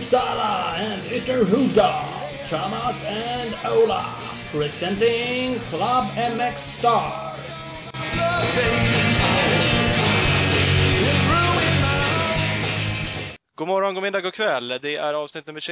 Uppsala and Ytterhuda, Thomas and Ola, presenting Club MX Star. God morgon, god middag, god kväll. Det är avsnitt nummer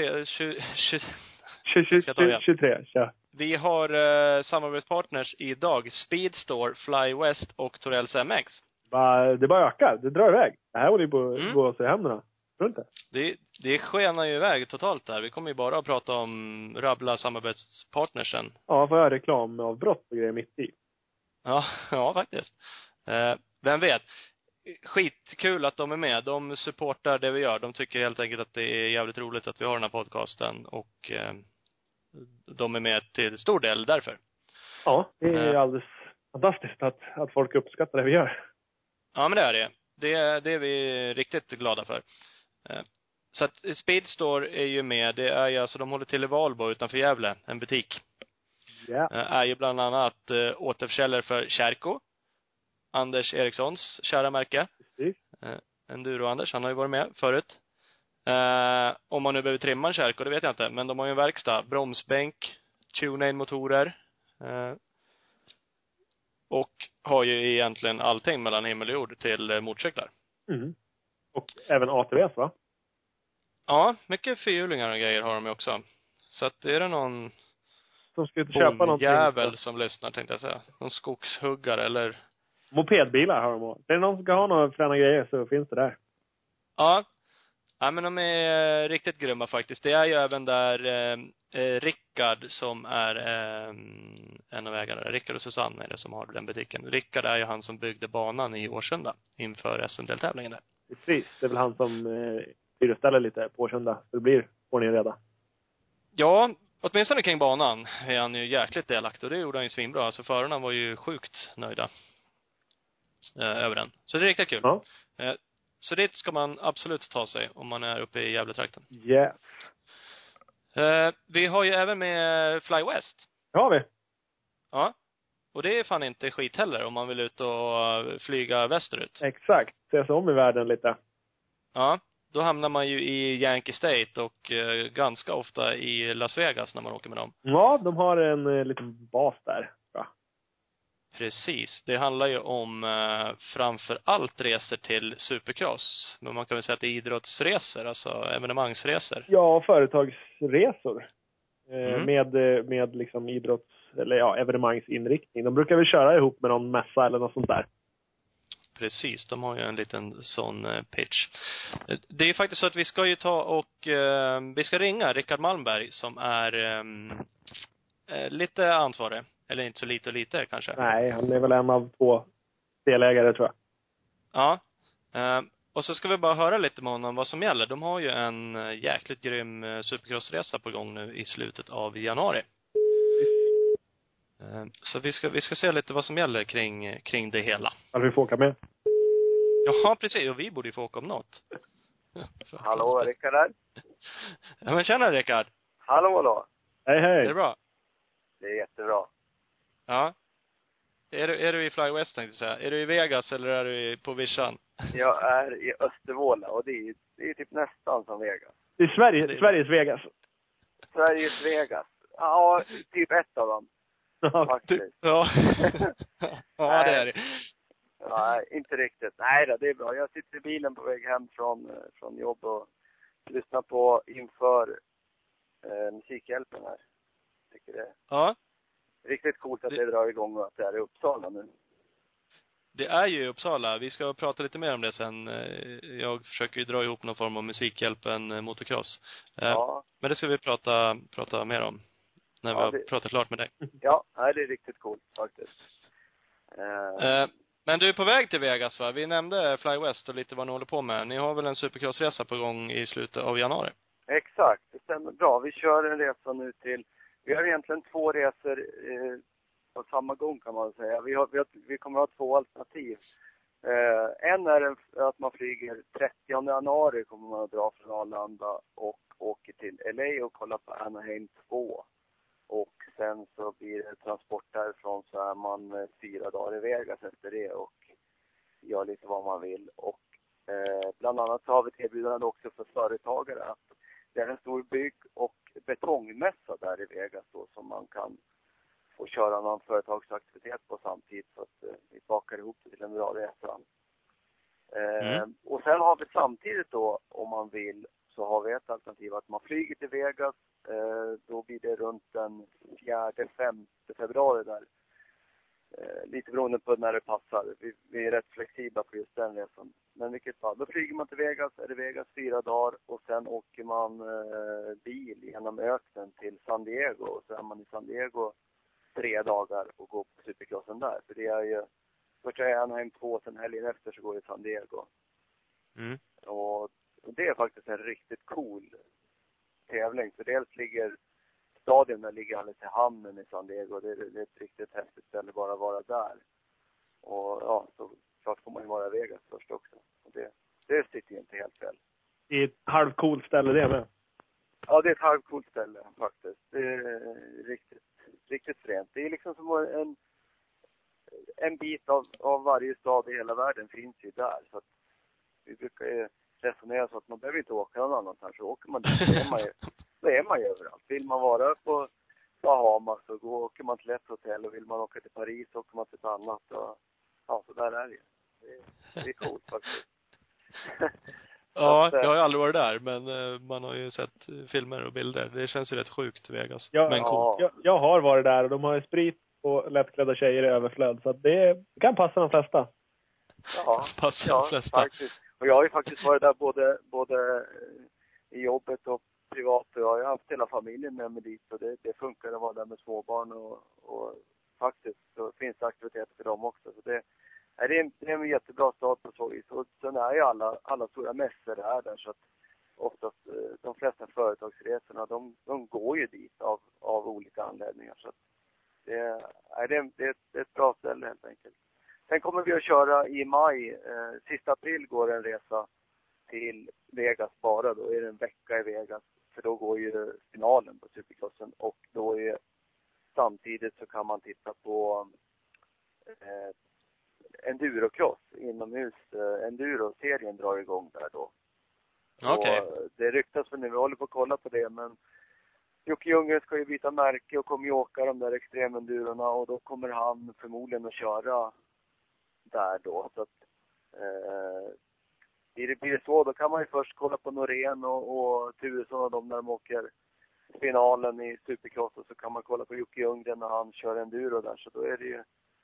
23, ja. Vi har samarbetspartners idag. Speedstore, Flywest och Torells MX. Det bara ökar, det drar iväg. Det här håller ju på att gå oss i händerna. Tror inte? Det skenar ju iväg totalt där. Vi kommer ju bara att prata om rabbla samarbetspartnersen. Ja, för reklamavbrott och grejer mitt i. Ja, faktiskt. Vem vet? Skitkul att de är med. De supportar det vi gör. De tycker helt enkelt att det är jävligt roligt att vi har den här podcasten. Och de är med till stor del därför. Ja, det är alldeles fantastiskt att folk uppskattar det vi gör. Ja, men det är det. Det är vi riktigt glada för. Så att Speedstore är ju med. Det är ju alltså, de håller till i Valbo utanför Gävle, en butik. Ja. Är ju bland annat återförsäljare för Kärko. Anders Erikssons kära märke. Precis. Enduro Anders, han har ju varit med förut. Om man nu behöver trimma en Kärko, det vet jag inte. Men de har ju en verkstad. Bromsbänk, tune-in-motorer. Och har ju egentligen allting mellan himmel och jord till motorcyklar. Mm. Och även ATVs, va? Ja, mycket fyrhjulingar och grejer har de ju också. Så att är det någon som ska köpa någonting jävel som lyssnar, tänkte jag säga. Någon skogshuggare eller mopedbilar har de också. Är det någon som ska ha några fräna grejer så finns det där. Ja, men de är riktigt grymma faktiskt. Det är ju även där Rickard som är en av ägarna. Rickard och Susanne är det som har den butiken. Rickard är ju han som byggde banan i Årsunda inför SM-deltävlingen där. Precis, det är väl han som ställer lite på Årsunda. Det blir ordning och reda. Ja, åtminstone kring banan är han ju jäkligt delaktig. Och det gjorde han ju svinbra. Alltså förarna var ju sjukt nöjda över den. Så det är riktigt kul. Ja. Så dit ska man absolut ta sig om man är uppe i Gävletrakten. Yes. Vi har ju även med Flywest. Det har vi. Ja. Och det är fan inte skit heller om man vill ut och flyga västerut. Exakt. Se sig om i världen lite. Ja. Då hamnar man ju i Yankee State och ganska ofta i Las Vegas när man åker med dem. Ja, de har en liten bas där. Ja. Precis. Det handlar ju om framför allt resor till supercross. Men man kan väl säga att det är idrottsresor, alltså evenemangsresor. Ja, företagsresor. Med liksom eller evenemangsinriktning. De brukar väl köra ihop med någon mässa eller något sånt där. Precis, de har ju en liten sån pitch. Det är faktiskt så att vi ska ju ta och vi ska ringa Rickard Malmberg som är lite ansvarig. Eller inte så lite och lite kanske. Nej, han är väl en av 2 delägare tror jag. Ja. Och så ska vi bara höra lite med honom vad som gäller. De har ju en jäkligt grym supercrossresa på gång nu i slutet av januari. Så vi ska se lite vad som gäller kring det hela. Att vi får åka med. Ja, precis. Och vi borde ju få åka om något. Hallå, Rickard där. Ja, men tjena Rickard. Hallå. Hej. Är det bra? Det är jättebra. Ja. Är du i Flywest, tänkte jag säga? Är du i Vegas eller är du på Vischan? Jag är i Östervåla och det är typ nästan som Vegas. Det är Sveriges Vegas. Sveriges Vegas. Ja, typ ett av dem. Faktiskt. Ja. Ja, det är det. Nej, inte riktigt. Nej då, det är bra. Jag sitter i bilen på väg hem från jobb och lyssnar på inför Musikhjälpen här. Tycker det Ja. riktigt coolt att det drar igång och att det är i Uppsala nu. Det är ju i Uppsala. Vi ska prata lite mer om det sen. Jag försöker ju dra ihop någon form av Musikhjälpen motocross. Ja. Men det ska vi prata mer om när vi har pratat klart med dig. Ja, det är riktigt coolt faktiskt. Men du är på väg till Vegas, va? Vi nämnde Flywest och lite vad ni håller på med. Ni har väl en supercrossresa på gång i slutet av januari? Exakt, det stämmer bra. Vi kör en resa nu vi har egentligen 2 resor på samma gång kan man säga. Vi kommer att ha 2 alternativ. En är att man flyger 30 januari kommer man att dra från Arlanda och åker till LA och kollar på Anaheim 2. Och sen så blir det transport därifrån så är man 4 dagar i Vegas efter det och gör lite vad man vill. Och bland annat så har vi ett erbjudande också för företagare att det är en stor bygg- och betongmässa där i Vegas då, som man kan få köra någon företagsaktivitet på samtidigt, så att vi bakar ihop det till en bra resa. Och sen har vi samtidigt då, om man vill, så har vi ett alternativ att man flyger till Vegas. Då blir det runt den 4-5 februari där. Lite beroende på när det passar. Vi är rätt flexibla på just den resan. Men vilket fall, då flyger man till Vegas, är det Vegas 4 dagar och sen åker man bil genom öknen till San Diego. Och så är man i San Diego 3 dagar och går på supercrossen där. För det är ju, först är Anaheim 2, sen helgen efter så går det San Diego. Och det är faktiskt en riktigt cool tävling. För dels ligger stadion där ligger alldeles i hamnen i San Diego. Det är ett riktigt häftigt ställe bara att vara där. Och ja, så klart får man ju vara i Vegas först också. Och det sitter ju inte helt fel. Det är ett halvcoolt ställe det med. Ja, det är ett halvcoolt ställe faktiskt. Det är riktigt fränt. Det är liksom som en bit av varje stad i hela världen finns ju där. Så att vi brukar ju resonera så att man behöver inte åka någon annanstans. Så åker man dit, då är man ju överallt. Vill man vara på Bahamas så åker man till ett hotell, och vill man åka till Paris så åker man till ett annat. Och, ja, så där är det. Det är coolt faktiskt. Ja, jag har ju aldrig varit där, men man har ju sett filmer och bilder. Det känns ju rätt sjukt, Vegas. Men coolt. Jag har varit där och de har ju sprit och lättklädda tjejer i överflöd. Så att det kan passa de flesta. Ja, Passar de flesta. Faktiskt. Och jag har ju faktiskt varit där både i jobbet och privat. Och jag har ju haft hela familjen med mig dit. Och det funkar att vara där med småbarn. Och faktiskt så finns det aktiviteter för dem också. Så det är en jättebra stad på så vis. Och sen är ju alla stora mässor här. Så att oftast de flesta företagsresorna, de går ju dit av olika anledningar. Så att det är ett bra ställe helt enkelt. Sen kommer vi att köra i maj. Sista april går en resa till Vegas bara. Då är det en vecka i Vegas. För då går ju finalen på supercrossen. Och då är samtidigt så kan man titta på endurocross inomhus. Enduro-serien drar igång där då. Okej. Och det ryktas för nu. Vi håller på att kolla på det. Men Jocke Ljunggren ska ju byta märke och kommer ju åka de där extremendurorna. Och då kommer han förmodligen att köra där då. Så att blir det så, då kan man ju först kolla på Norén och Turesson och de när de åker finalen i supercross, och så kan man kolla på Jocke Ljunggren när han kör enduro där. Så då är det ju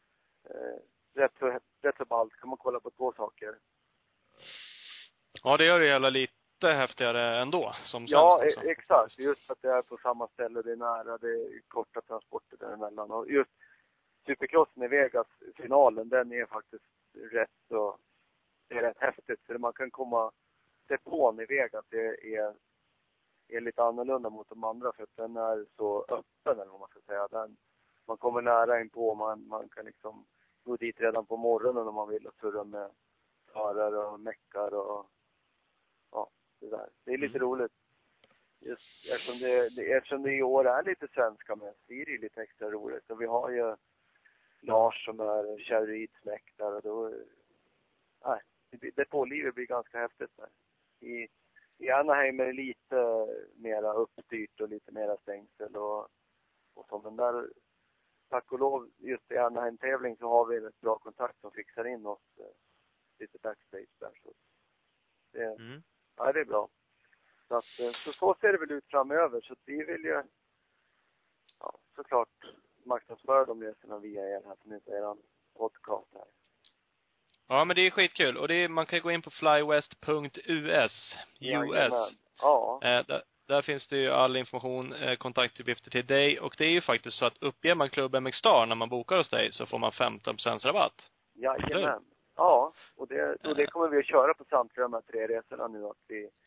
rätt så ballt. Kan man kolla på 2 saker. Ja, det gör det jävla lite häftigare ändå, som ja, svensk. Exakt. Just att det är på samma ställe, det är nära, det är korta transporter däremellan. Och just supercrossen i Vegas, finalen, den är faktiskt det är rätt häftigt. För man kan komma, depån i Vegas är lite annorlunda mot de andra, för att den är så öppen, eller vad man ska säga. Man kommer nära in på, man kan liksom gå dit redan på morgonen om man vill och surra med förare och meckar och ja, det där. Det är lite roligt. Just eftersom det i år är lite svenska med, så är det lite extra roligt. Och vi har ju Lars som är Kärridsmäck där, och då det pålivet blir ganska häftigt där. I Anaheim är det lite mera uppstyrt och lite mera stängsel och så. Men där, tack och lov, just i Anaheim-tävling så har vi ett bra kontakt som fixar in oss lite backstage där. Så det är bra. Så att, så ser det väl ut framöver. Så vi vill ju såklart marknadsföra de resorna via er här, som inte är en podcast här. Ja, men det är skitkul. Och man kan gå in på flywest.us. Ja. Där finns det ju all information, kontaktuppgifter till dig. Och det är ju faktiskt så att uppger man Club MX Star när man bokar hos dig, så får man 15% rabatt. Jajamän. Ja, och det kommer vi att köra på samtliga de här 3 resorna nu. Att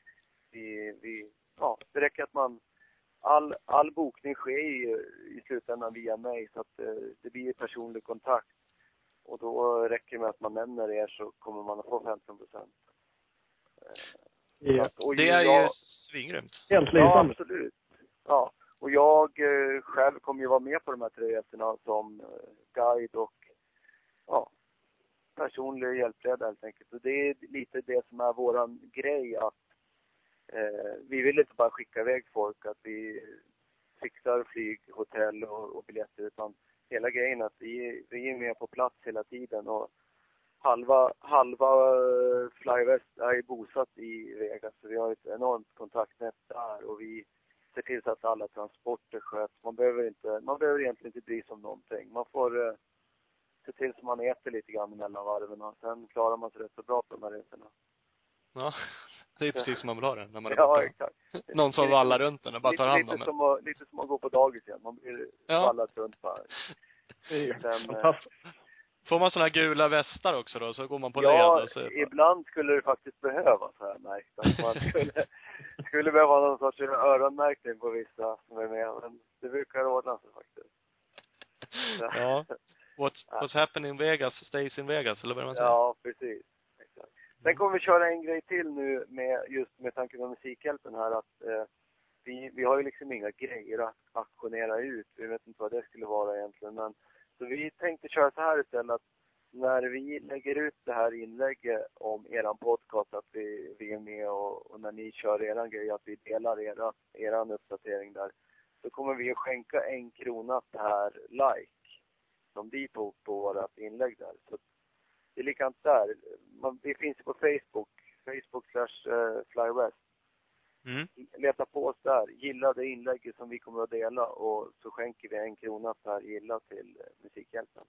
det räcker att man all bokning sker i slutändan via mig, så att det blir personlig kontakt. Och då räcker det med att man nämner er, så kommer man att få 15%. Ja. Det är ju svingrymt. Helt ja, absolut. Ja, och jag själv kommer ju vara med på de här 3 resorna som guide och personlig hjälpledare helt enkelt. Och det är lite det som är våran grej, att vi vill inte bara skicka iväg folk, att vi fixar flyg, hotell och biljetter, utan hela grejen att vi är med på plats hela tiden, och halva Flywest är bosatt i Vegas, så vi har ett enormt kontaktnät där, och vi ser till så att alla transporter sköts. Man behöver egentligen inte bry sig om någonting. Man får se till så man äter lite grann mellan varven, och sen klarar man sig rätt så bra på de här resorna. Ja, det är precis som man vill ha det när man är Ja, borta. exakt. Någon som vallar runt den och bara tar hand om det. Lite som att gå på dagis igen. Man blir vallat runt bara. Fantastiskt. Får man såna här gula västar också då, så går man på led? Ja, så ibland skulle det faktiskt behövas, har jag märkt. Att man skulle behöva någon sorts öronmärkning på vissa som är med. Men det brukar ordna sig faktiskt. Ja. What's happening in Vegas stays in Vegas, eller vad man säger? Ja, precis. Exakt. Sen kommer vi köra en grej till nu med tanke på Musikhjälpen här, att vi har ju liksom inga grejer att aktionera ut. Vi vet inte vad det skulle vara egentligen, men så vi tänkte köra så här istället, att när vi lägger ut det här inlägget om eran podcast, att vi är med, och när ni kör eran grej, att vi delar eran uppdatering där, så kommer vi att skänka 1 krona per like som blir på vårat inlägg där. Så det är likadant där. Vi finns på Facebook/Flywest. Leta på oss där. Gilla det inlägget som vi kommer att dela, och så skänker vi 1 krona per gilla till Musikhjälpen.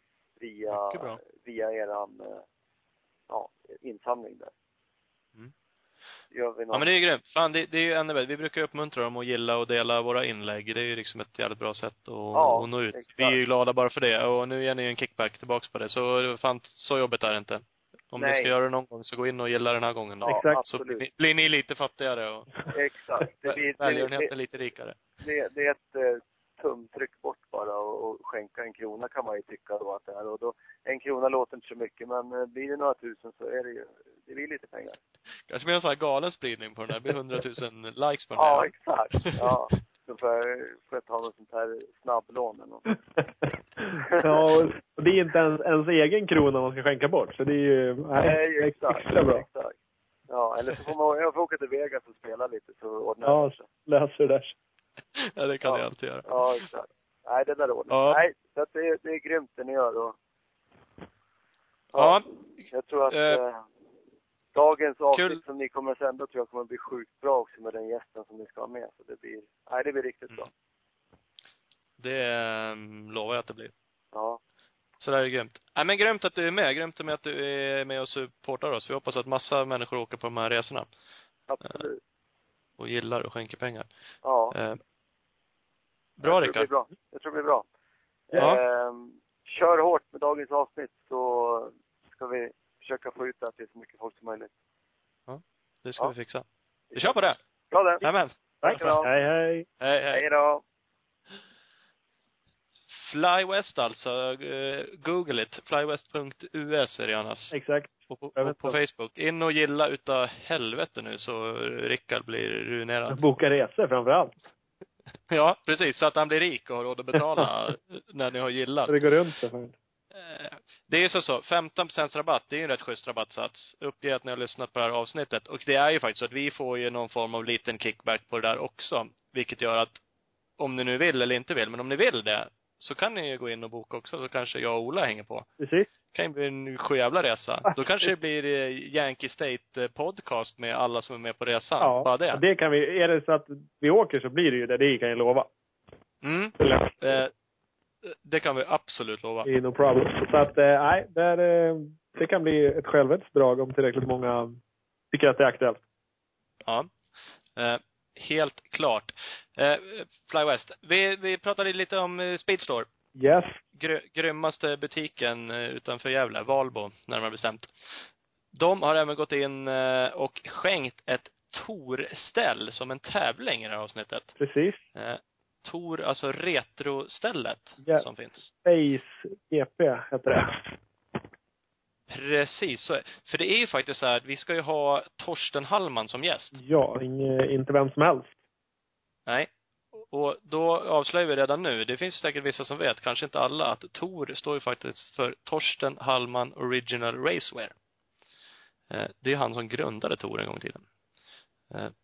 Via eran insamling där. Ja, men det är grymt. Fan, det är ju ännu bättre. Vi brukar uppmuntra dem att gilla och dela våra inlägg. Det är ju liksom ett jävligt bra sätt att nå ut. Exakt. Vi är ju glada bara för det. Och nu ger ni en kickback tillbaks på det. Så fan, så jobbigt är det inte. Om ni ska göra det någon gång, så gå in och gilla den här gången. Ja, exakt. Så blir ni lite fattigare och exakt. välgörenheten lite rikare. Det är ett tumtryck bort bara, och skänka 1 krona kan man ju tycka då att det är. Och då, 1 krona låter inte så mycket, men blir det några tusen så är det ju, det blir lite pengar. Kanske blir en sån här galen spridning på den där. Det blir 100 000 likes på den där. Ja, exakt. Ja. Så får jag ta något sånt här snabblån eller något. Ja, och det är inte ens egen krona man ska skänka bort. Så det är ju exakt. Bra. Exakt. Ja, eller så får jag får åka till Vegas och spela lite, så ordnar det. Ja, löser det där. Ja, det kan ni alltid göra. Ja, exakt. Nej, det där ordnar. Ja. Nej, så att det är grymt det ni gör. Och, jag tror att dagens avsnitt som ni kommer att sända, tror jag kommer att bli sjukt bra också med den gästen som ni ska ha med. Så det blir riktigt bra. Det lovar jag att det blir. Ja. Så det är grymt. Nej, men grymt att du är med. Grymt att du är med och supportar oss. Vi hoppas att massa människor åker på de här resorna. Absolut. Och gillar och skänker pengar. Ja. Bra, Rickard. Jag tror det blir bra. Ja. Kör hårt med dagens avsnitt, så ska vi försöka få ut det till så mycket folk som möjligt. Ja, det ska vi fixa. Vi kör på det. Bra det. Amen. Tack då. Hej. Hej då. Flywest alltså. Google it. Flywest.us är det annars. Exakt. På Facebook. In och gilla utav helvete nu, så Rickard blir ruinerad. Boka resor framförallt. Ja, precis. Så att han blir rik och har råd att betala när ni har gillat. Det går runt så. Det är ju så 15% rabatt, det är ju en rätt schysst rabattsats. Uppge att ni har lyssnat på det här avsnittet. Och det är ju faktiskt så att vi får ju någon form av liten kickback på det där också. Vilket gör att, om ni nu vill eller inte vill, men om ni vill det, så kan ni ju gå in och boka också, så kanske jag och Ola hänger på. Precis. Kan ju bli en sjujävla resa. Då kanske det blir Yankee State podcast med alla som är med på resan. Ja, bara det. Det kan vi, är det så att vi åker så blir det ju det kan jag lova. Det kan vi absolut lova. Det är no problem. Så att, nej, det kan bli ett självhetsdrag om tillräckligt många tycker att det är aktuellt. Ja. Helt klart. Flywest. Vi pratade lite om Speedstore. Yes. Grymmaste butiken utanför Gävle, Valbo, närmare bestämt. De har även gått in och skänkt ett Tor-ställ som en tävling i det här avsnittet. Precis. Tor, alltså retrostället som finns. Space GP heter det. Precis, så, för det är ju faktiskt så här att vi ska ju ha Torsten Hallman som gäst. Ja, inte vem som helst. Nej. Och då avslöjar vi redan nu, det finns säkert vissa som vet, kanske inte alla, att Tor står ju faktiskt för Torsten Hallman Original Racewear. Det är han som grundade Tor en gång i tiden.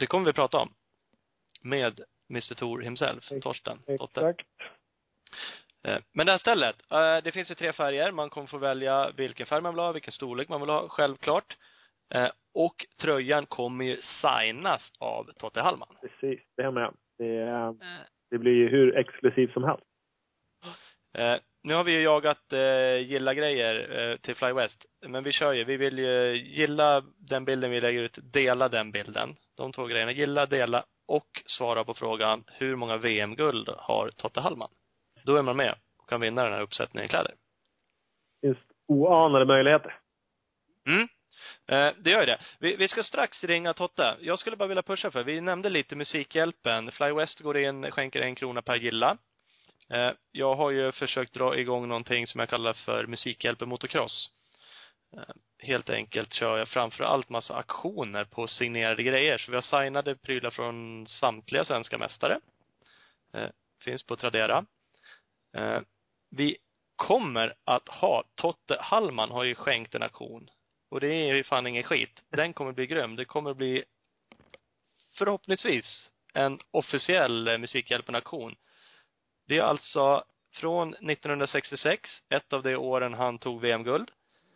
Det kommer vi prata om. Med Mr. Thor himself, Torsten. Exakt. Men det här stället, det finns ju 3 färger. Man kommer få välja vilken färg man vill ha, vilken storlek man vill ha, självklart. Och tröjan kommer ju signas av Totte Hallman. Precis, det är med. Det blir ju hur exklusivt som helst. Nu har vi ju jagat gilla grejer till Fly West. Men vi vill ju gilla den bilden vi lägger ut, dela den bilden. De 2 grejerna, gilla, dela och svara på frågan: hur många VM-guld har Totte Hallman? Då är man med och kan vinna den här uppsättningen kläder. Det finns oanade möjligheter. Det gör ju det. Vi ska strax ringa Totte. Jag skulle bara vilja pusha för. Vi nämnde lite Musikhjälpen. Fly West går in, skänker 1 krona per gilla. Jag har ju försökt dra igång någonting som jag kallar för Musikhjälpen Motocross. Helt enkelt kör jag framför allt massa aktioner på signerade grejer. Så vi har signade prylar från samtliga svenska mästare. Finns på Tradera. Vi kommer att ha Totte Hallman har ju skänkt en aktion. Och det är ju fan ingen skit. Den kommer bli grym. Det kommer bli förhoppningsvis en officiell Musikhjälpen-aktion. Det är alltså från 1966, ett av de åren han tog VM-guld.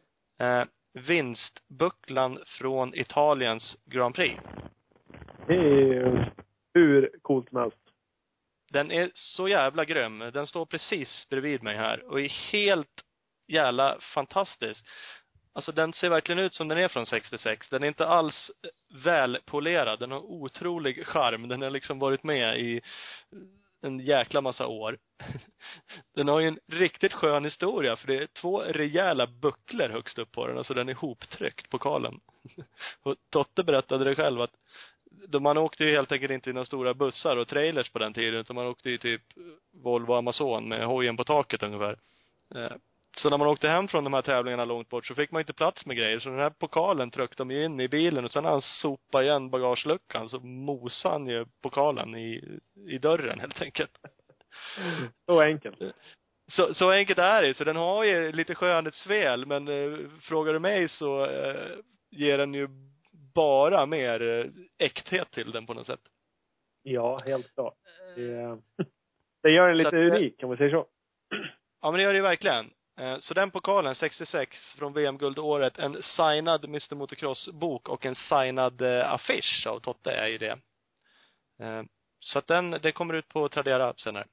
Vinstbucklan från Italiens Grand Prix. Det är hur coolt som helst. Den är så jävla grym. Den står precis bredvid mig här. Och är helt jävla fantastisk. Alltså den ser verkligen ut som den är från 66. Den är inte alls välpolerad. Den har otrolig charm. Den har liksom varit med i en jäkla massa år. Den har ju en riktigt skön historia. För det är 2 rejäla bucklor högst upp på den. Alltså den är hoptryckt pokalen. Och Totte berättade det själv att man åkte ju helt enkelt inte i några stora bussar och trailers på den tiden. Utan man åkte ju typ Volvo Amazon med hojen på taket ungefär. Så när man åkte hem från de här tävlingarna långt bort så fick man inte plats med grejer. Så den här pokalen tryckte de ju in i bilen och sen när han sopade igen bagageluckan så mosade han ju pokalen i dörren helt enkelt. Så enkelt. Så enkelt är det. Så den har ju lite skönhetsfel men frågar du mig så ger den ju bara mer äkthet till den på något sätt. Ja, helt klart. Det gör den lite unik om vi säger så. Ja, men det gör det ju verkligen. Så den pokalen, 66 från VM-guldåret, en signad Mr. Motocross-bok och en signad affisch av Totte är ju det. Så att det kommer ut på Tradera senare.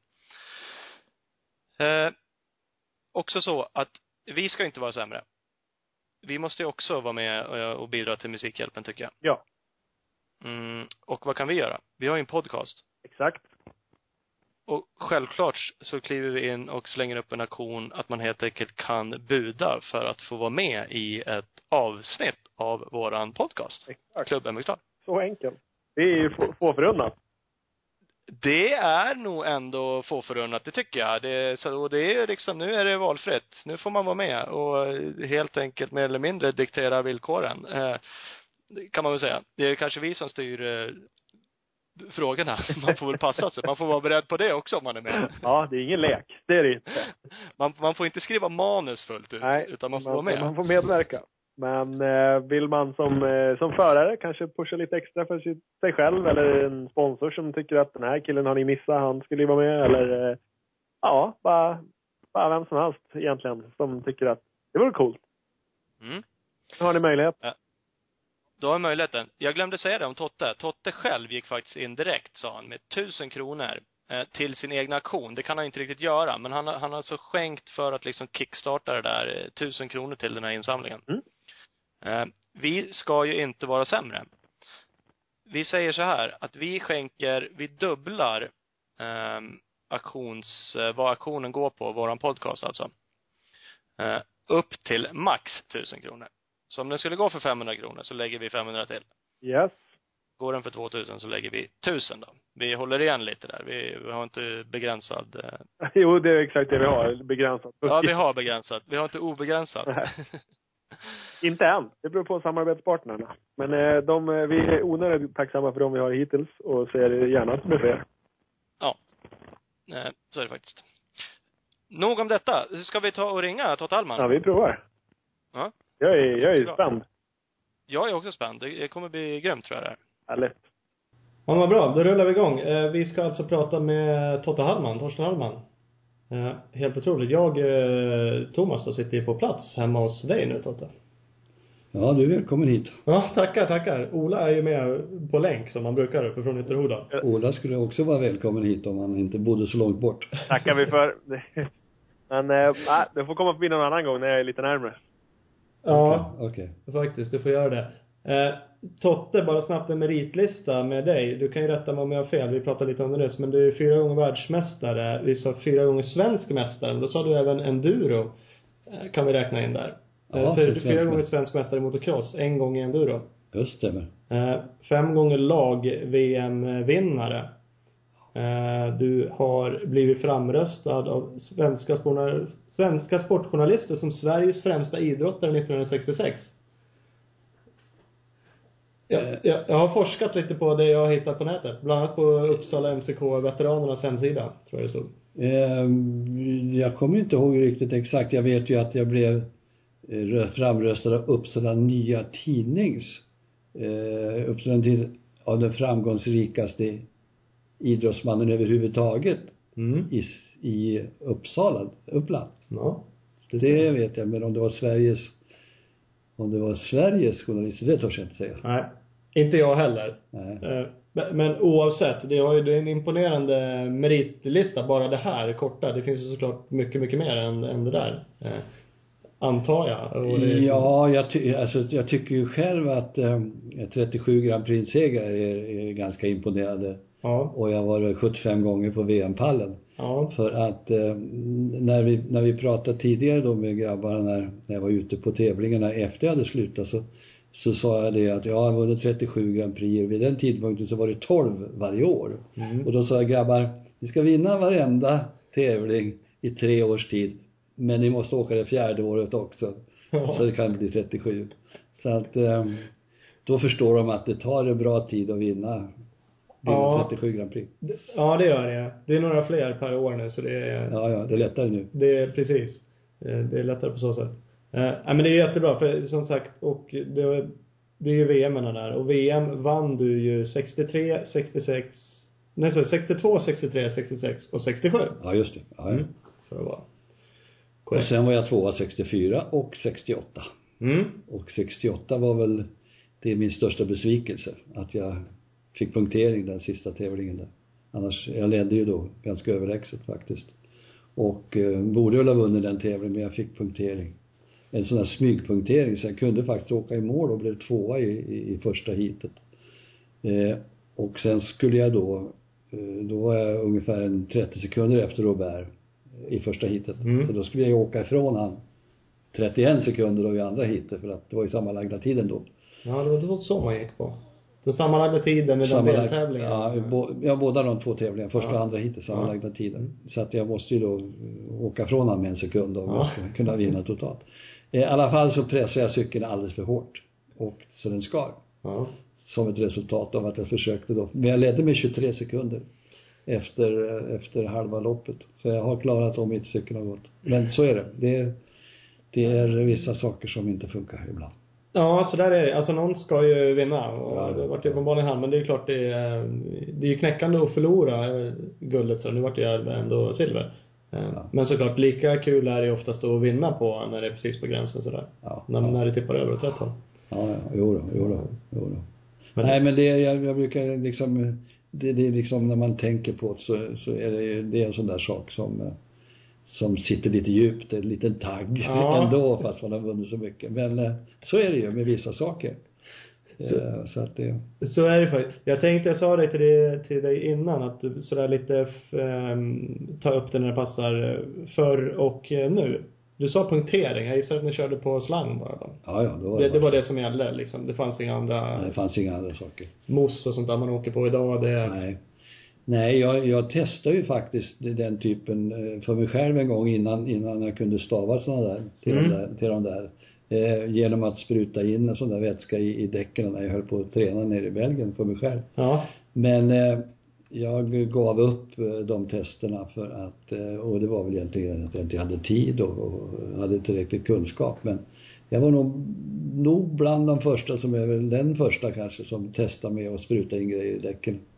Också så att vi ska inte vara sämre. Vi måste ju också vara med och bidra till Musikhjälpen tycker jag. Ja. Och vad kan vi göra? Vi har ju en podcast. Exakt. Och självklart så kliver vi in och slänger upp en aktion att man helt enkelt kan buda för att få vara med i ett avsnitt av våran podcast. Exakt. Klubb MX-Star. Så enkelt. Det är ju få förunnat. Det är nog ändå få förunnat, det tycker jag. Och det är liksom, nu är det valfritt. Nu får man vara med och helt enkelt mer eller mindre diktera villkoren. Kan man väl säga. Det är kanske vi som styr frågorna. Man får väl passa sig. Man får vara beredd på det också om man är med. Ja, det är ingen lek. Det är det inte. Man får inte skriva manus fullt ut. Nej, utan man får vara med. Man får medverka. Men vill man som förare kanske pusha lite extra för sig själv eller en sponsor som tycker att den här killen har ni missat, han skulle vara med. Eller ja, bara vem som helst egentligen som tycker att det vore coolt. Då har ni möjlighet. Ja. Då har möjligheten. Jag glömde säga det om Totte. Totte själv gick faktiskt in direkt, sa han, med 1000 kronor till sin egna aktion. Det kan han inte riktigt göra. Men han har alltså skänkt för att liksom kickstarta det där 1000 kronor till den här insamlingen. Vi ska ju inte vara sämre. Vi säger så här, att vi dubblar vad aktionen går på, våran podcast alltså. Upp till max 1000 kronor. Så om den skulle gå för 500 kronor så lägger vi 500 till. Yes. Går den för 2000 så lägger vi 1000 då. Vi håller igen lite där. Vi har inte begränsad... Jo, det är exakt det vi har. Begränsat. Ja, vi har begränsat. Vi har inte obegränsat. Inte än. Det beror på samarbetspartnerna. Men vi är onödigt tacksamma för dem vi har hittills och ser gärna med fler. Ja. Så är det faktiskt. Nog om detta. Ska vi ta och ringa Totte Hallman? Ja, vi provar. Ja. Jag är spänd. Jag är också spänd. Det kommer bli grymt tror jag det här. Härligt. Ja, vad bra. Då rullar vi igång. Vi ska alltså prata med Torsten Hallman. Helt otroligt. Thomas, då sitter på plats hemma hos dig nu, Totte. Ja, du är välkommen hit. Ja, tackar. Ola är ju med på länk som man brukar uppifrån Ytterhogdal. Ola skulle också vara välkommen hit om han inte bodde så långt bort. Tackar vi för. Men det får komma förbi någon annan gång när jag är lite närmare. Ja, Okej. faktiskt. Du får göra det. Totte, bara snabbt en meritlista med dig. Du kan ju rätta mig om jag har fel. Vi pratade lite om det nyss. Men du är 4 gånger världsmästare. Vi sa 4 gånger svensk mästare. Då sa du även enduro. Kan vi räkna in där. Ja, 4 gånger svensk mästare i motocross. 1 gång i enduro. Just det. 5 gånger lag-VM-vinnare. Du har blivit framröstad av svenska sportjournalister som Sveriges främsta idrottare 1966. Jag har forskat lite på det jag har hittat på nätet. Bland annat på Uppsala MCK-veteranernas hemsida, tror jag det stod. Jag kommer inte ihåg riktigt exakt. Jag vet ju att jag blev framröstad av Uppsala Nya Tidnings. Uppsala till av den framgångsrikaste idrottsmannen överhuvudtaget i Uppland. Ja. Det vet jag, men om det var Sveriges journalister, det törs jag inte säga. Nej, inte jag heller. Nej. Men oavsett, det är en imponerande meritlista. Bara det här korta. Det finns ju såklart mycket mer än det där. Antar jag. Och det ja, jag tycker ju själv att 37 Grand Prix-segrar är ganska imponerande. Ja. Och jag var 75 gånger på VM-pallen. Ja. För att när vi pratade tidigare då med grabbarna när jag var ute på tävlingarna efter jag hade slutat, så sa jag det att jag har vunnit 37 Grand Prix. Vid den tidpunkten så var det 12 varje år. Och då sa jag, grabbar, ni ska vinna varenda tävling i 3 års tid. Men ni måste åka det 4:e året också. Så det kan bli 37. Så att då förstår de att det tar en bra tid att vinna 37 Grand Prix. Ja, det gör det. Det är några fler per år nu, så det är... Ja, det är lättare nu. Det är precis. Det är lättare på så sätt. Men det är jättebra, för som sagt, och det är ju VM-erna där. Och VM vann du ju 62, 63, 66 och 67. Ja, just det. Ja. För att vara korrekt. Och sen var jag 2 64 och 68. Och 68 var väl, det är min största besvikelse. Att jag fick punktering den sista tävlingen där. Annars, jag ledde ju då ganska överlägset faktiskt. Och borde väl ha vunnit den tävlingen, men jag fick punktering. En sån här smygpunktering, så jag kunde faktiskt åka i mål och blev 2 i första heatet. Och sen skulle jag då var jag ungefär 30 sekunder efter Robert i första heatet. Så då skulle jag åka ifrån han 31 sekunder då i andra heatet, för att det var ju sammanlagda tiden då. Ja, det var då så man gick på. Den sammanlagda tiden i den deltävlingen. Ja, båda de 2 tävlingarna, första och andra heatet, sammanlagda tiden. Så att jag måste ju då åka från han med 1 sekund om jag ska kunna vinna totalt. I alla fall så pressade jag cykeln alldeles för hårt. Och så den skar. Ja. Som ett resultat av att jag försökte då. Men jag ledde med 23 sekunder efter halva loppet. Så jag har klarat om mitt cykeln har gått. Men så är det. Det är vissa saker som inte funkar ibland. Ja, så där är det. Alltså någon ska ju vinna. Och det vart ju uppenbarligen han. Men det är klart det är ju knäckande att förlora guldet. Så nu vart det ändå silver. Ja. Men såklart lika kul är det oftast att vinna på när det är precis på gränsen sådär. Ja. När det tippar över åt rätt håll. Ja, jo då. Nej, men jag brukar liksom, det är liksom när man tänker på det, så är det ju, det är en sån där sak som sitter lite djupt, en liten tagg ändå, fast man har vunnit så mycket. Men så är det ju med vissa saker. Så att det... Så är det faktiskt. Jag sa det till dig innan, att du sådär lite ta upp det när det passar förr och nu. Du sa punktering. Jag gissar att ni körde på slang bara då. Ja, det var det som gällde liksom. Det fanns inga andra... Nej, det fanns inga andra saker. Moss och sånt där man åker på idag. Nej, jag testade ju faktiskt den typen för mig själv en gång innan jag kunde stava sådana där till de där. Genom att spruta in en sån där vätska i däcken när jag höll på att träna nere i Belgien för mig själv. Ja. Men jag gav upp de testerna för att, och det var väl egentligen att jag inte hade tid och hade tillräckligt kunskap. Men jag var nog bland de första, som är väl den första kanske, som testade med att spruta in grejer i däcken.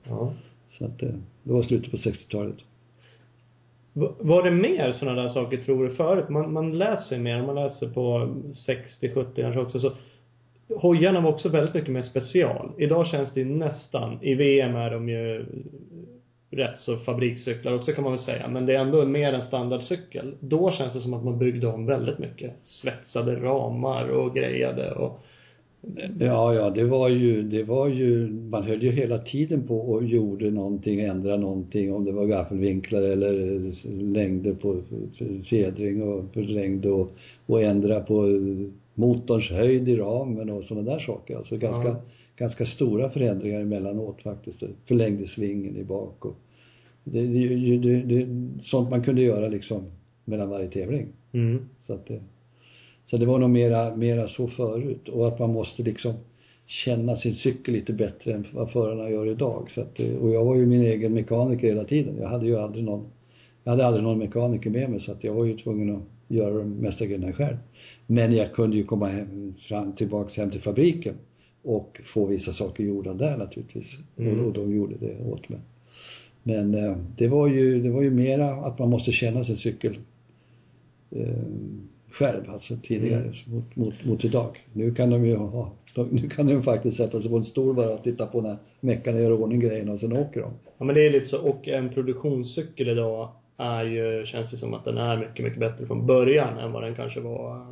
Ja. Så att det var slutet på 60-talet. Var det mer sådana där saker tror du förut? Man läser mer, man läser på 60-70 kanske också, så hojarna var också väldigt mycket mer special. Idag känns det nästan, i VM är de ju rätt så fabrikscyklar också kan man väl säga, men det är ändå mer en standardcykel. Då känns det som att man byggde om väldigt mycket. Svetsade ramar och grejade och... Ja, det var ju man höll ju hela tiden på och gjorde någonting, ändrade någonting, om det var gaffelvinklar eller längder på fjädring och längd och ändra på motorns höjd i ramen och sådana där saker. Alltså ganska stora förändringar emellanåt faktiskt. Förlängde svingen i bak och det sånt man kunde göra liksom mellan varje tävling. Så det var nog mera så förut, och att man måste liksom känna sin cykel lite bättre än vad förarna gör idag. Så att, och jag var ju min egen mekaniker hela tiden. Jag hade aldrig någon mekaniker med mig, så att jag var ju tvungen att göra de mesta grejerna själv. Men jag kunde ju komma tillbaka hem till fabriken och få vissa saker gjorda där naturligtvis. Och de gjorde det åt mig. Men det var ju mera att man måste känna sin cykel själv, alltså tidigare mot idag. Nu kan de faktiskt sätta sig på en stol bara och titta på när meckarna gör ordning grejerna och sen åker de. Ja, men det är lite så, och en produktionscykel idag känns det som att den är mycket, mycket bättre från början än vad den kanske var.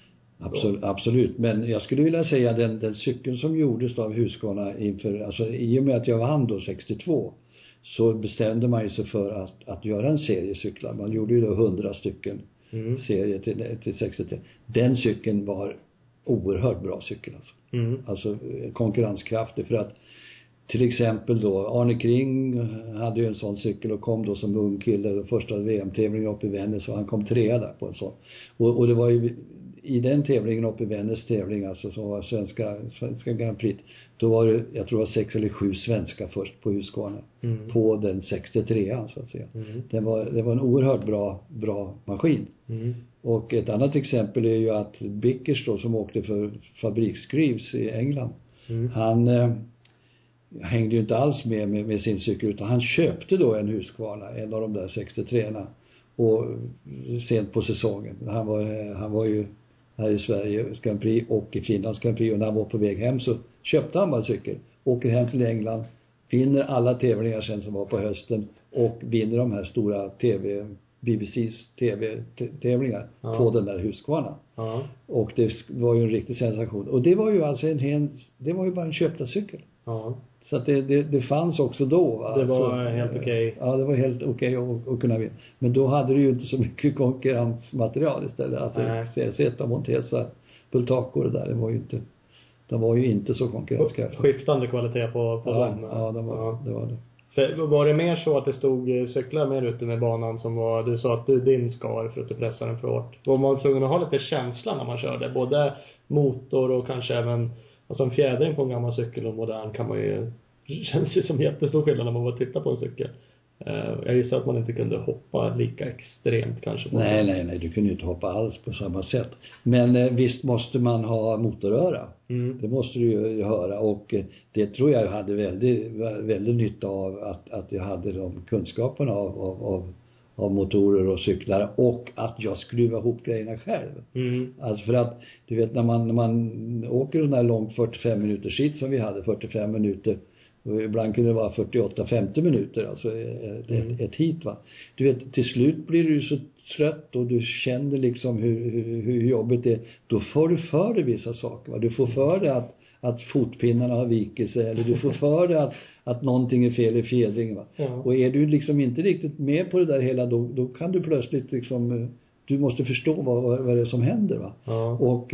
Absolut, men jag skulle vilja säga den cykeln som gjordes av Husqvarna i och med att jag vann då 62, så bestämde man sig för att göra en serie cyklar. Man gjorde ju då 100 stycken serie till 63. Den cykeln var oerhört bra cykel alltså. Alltså konkurrenskraftig, för att till exempel då Arne Kring hade ju en sån cykel och kom då som ung kille, första VM-tävlingen uppe i Vännäs, och han kom 3 där på en sån. Och det var ju i den tävlingen uppe i Vännäs tävling, alltså som var svenska Grand Prix, då var det, jag tror det var 6 eller 7 svenska först på Husqvarna på den 63an så att säga. Det var en oerhört bra maskin. Och ett annat exempel är ju att Bickers då, som åkte för fabriksskryvs i England, han hängde ju inte alls med sin cykel, utan han köpte då en Husqvarna, en av de där 63orna, och sent på säsongen. Han var ju här i Sverige Grand Prix och i Finlands Grand Prix, och när han var på väg hem så köpte han bara cykel, åker hem till England, vinner alla tävlingar sen som var på hösten och vinner de här stora BBCs tv-tävlingar på den där Husqvarna. Och det var ju en riktig sensation, och det var ju alltså det var ju bara en köpta cykel. Så att det fanns också då, va? Det var helt okej. Ja, det var helt okej att kunna vinna. Men då hade du ju inte så mycket konkurrensmaterial istället. Alltså CZ, Montesa, Bultaco, det där, de var ju inte så konkurrenskraftiga. Skiftande kvalitet på dem. Ja, det var det. För var det mer så att det stod cyklar mer ute med banan som var, du sa att din skar för att du pressade den för hårt? Var man tvungen att ha lite känsla när man körde? Både motor och kanske även, alltså en fjädring på en gammal cykel och modern kan man ju, känns ju som jättestor skillnad när man bara tittar på en cykel. Jag gissar att man inte kunde hoppa lika extremt kanske på nej, du kunde ju inte hoppa alls på samma sätt. Men visst måste man ha motorröra. Det måste du ju höra, och det tror jag hade väldigt nytta av att jag hade de kunskaperna av motorer och cyklar, och att jag skruvar ihop grejerna själv. Alltså för att du vet, när man åker den här långt 45 minuter sitt som vi hade, 45 minuter, och ibland kunde det vara 48-50 minuter, alltså ett hit, va. Du vet, till slut blir du så trött och du känner liksom hur jobbigt det är. Då får du för dig vissa saker, va. Du får för dig att fotpinnarna har vikit sig, eller du får för dig att någonting är fel i fjädringen, va. Och är du liksom inte riktigt med på det där hela, då kan du plötsligt liksom, du måste förstå vad det är som händer, va. Och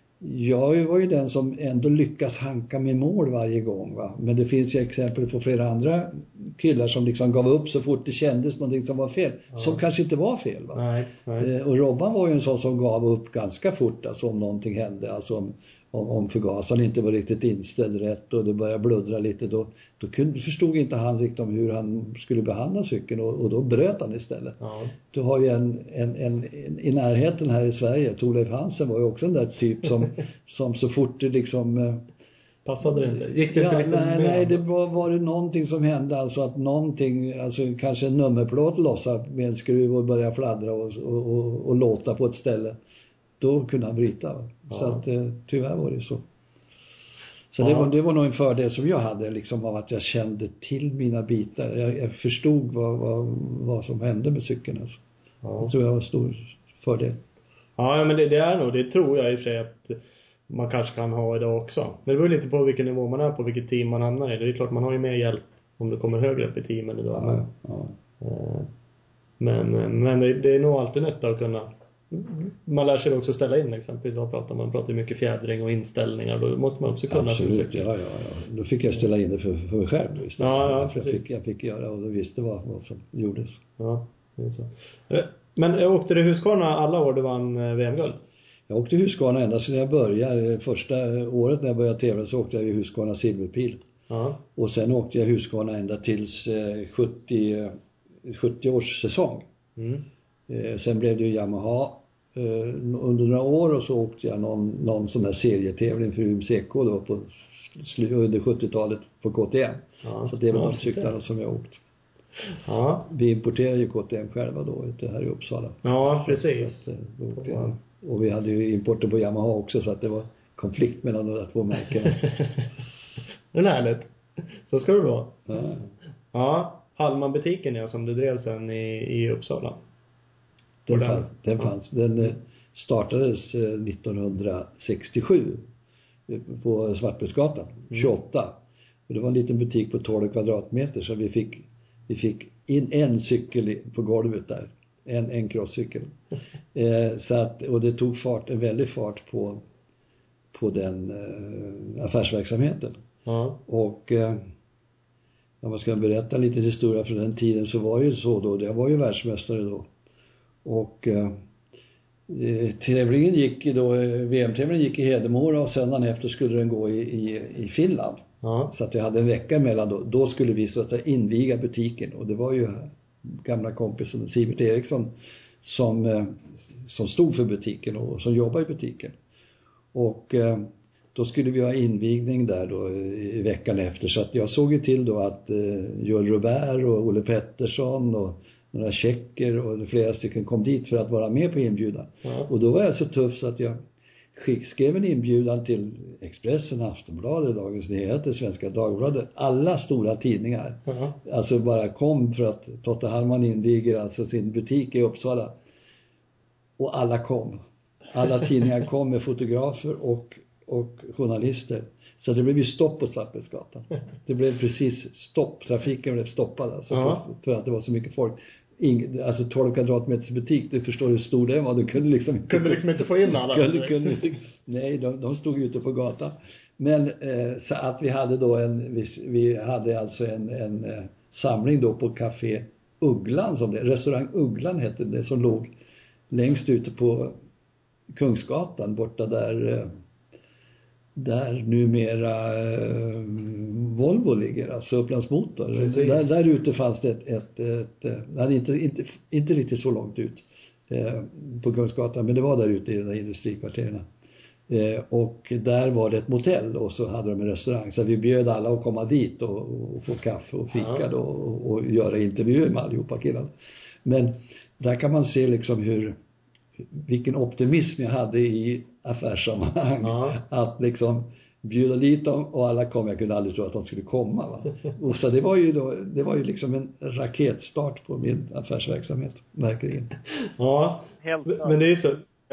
jag var ju den som ändå lyckas hanka med mål varje gång, va. Men det finns ju exempel på flera andra killar som liksom gav upp så fort det kändes någonting som var fel. Som kanske inte var fel, va. Nej. Och Robban var ju en sån som gav upp ganska fort, alltså om någonting hände. Alltså om förgasaren inte var riktigt inställd rätt och det började bluddra lite, då förstod inte han riktigt om hur han skulle behandla cykeln, och då bröt han istället. Du har ju en i närheten här i Sverige, Thorleif Hansen var ju också en där typ som så fort det liksom Passade det inte? Gick det inte nej, det var det någonting som hände, alltså att någonting, alltså kanske en nummerplåt lossade med en skruv och började fladdra och låta på ett ställe. Då kunde han bryta. Så att tyvärr var det så. Så det var nog en fördel som jag hade liksom, av att jag kände till mina bitar. Jag förstod vad som hände med cykeln alltså. Det tror jag var en stor fördel. Ja, men det är nog, det tror jag i och för sig att man kanske kan ha idag också. Men det beror lite på vilken nivå man är på, vilket team man hamnar i. Det är klart man har ju mer hjälp om du kommer högre upp i teamen idag. Men det är nog alltid nytta att kunna. Man lär sig också ställa in exempelvis. Man pratar mycket fjädring och inställningar. Då måste man också kunna. Absolut, ja. Då fick jag ställa in det för mig själv. Ja, precis. Jag fick göra och då visste vad som gjordes. Ja, det är så. Men åkte du Husqvarna alla år du vann VM-guld? Jag åkte Husqvarna ända sedan jag började. Första året när jag började tävla så åkte jag i Husqvarna silverpil. Ja. Och sen åkte jag Husqvarna ända tills 70 års säsong. Sen blev det ju Yamaha under några år, och så åkte jag någon sån där serietävling för UMCK då på under 70-talet på KTM. Så det var de cyklarna som jag åkt. Ja. Vi importerade ju KTM själva då här i Uppsala. Ja, precis. Och vi hade ju importer på Yamaha också, så att det var konflikt mellan de där två märkena. Det är härligt. Så ska det vara. Ja, Hallman-butiken som du drev sen i Uppsala. Den fanns. Den startades 1967 på Svartbäcksgatan 28. Och det var en liten butik på 12 kvadratmeter, så vi fick in en cykel på golvet där. En crosscykel. Så att, och det tog en väldig fart på den affärsverksamheten. Och om man ska berätta lite historia från den tiden, så var ju så då, jag var ju världsmästare då. Och tävlingen gick då, VM-tävlingen gick i Hedemora, och söndagen efter skulle den gå i Finland. Så att jag hade en vecka emellan då skulle vi så att inviga butiken, och det var ju gamla kompisen Sivert Eriksson som stod för butiken och som jobbade i butiken. Och då skulle vi ha invigning där då i veckan efter, så att jag såg ju till då att Joel Robert och Olle Pettersson och några tjecker och flera stycken kom dit för att vara med på inbjudan. Och då var jag så tuff så att jag skrev en inbjudan till Expressen, Aftonbladet, Dagens Nyheter, Svenska Dagbladet, alla stora tidningar. Alltså bara kom för att Totte Hallman inviger alltså sin butik i Uppsala. Och alla kom. Alla tidningar kom med fotografer och journalister. Så det blev ju stopp på Svartbäcksgatan. Det blev precis stopp. Trafiken blev stoppad alltså, för att det var så mycket folk. Alltså 12 kvadratmeters butik, du förstår hur stor det var. Du kunde liksom inte få in alla. Nej, de stod ute på gatan. Men så att vi hade då vi hade alltså en samling då på Café Ugglan, som det, restaurang Ugglan hette det, som låg längst ute på Kungsgatan borta där numera Volvo ligger, alltså Upplands Motor. Där ute fanns det det hade inte riktigt så långt ut på Kungsgatan, men det var där ute i de industrikvarterna. Och där var det ett motell, och så hade de en restaurang, så vi bjöd alla att komma dit och få kaffe och fika då, och göra intervjuer med allihopa killarna. Men där kan man se liksom vilken optimism jag hade i affärssammanhang. Att liksom bjuda dit dem, och alla kom. Jag kunde aldrig tro att de skulle komma, va? Och så det var ju liksom en raketstart på min affärsverksamhet, verkligen. Ja, helt klart. Men det är så.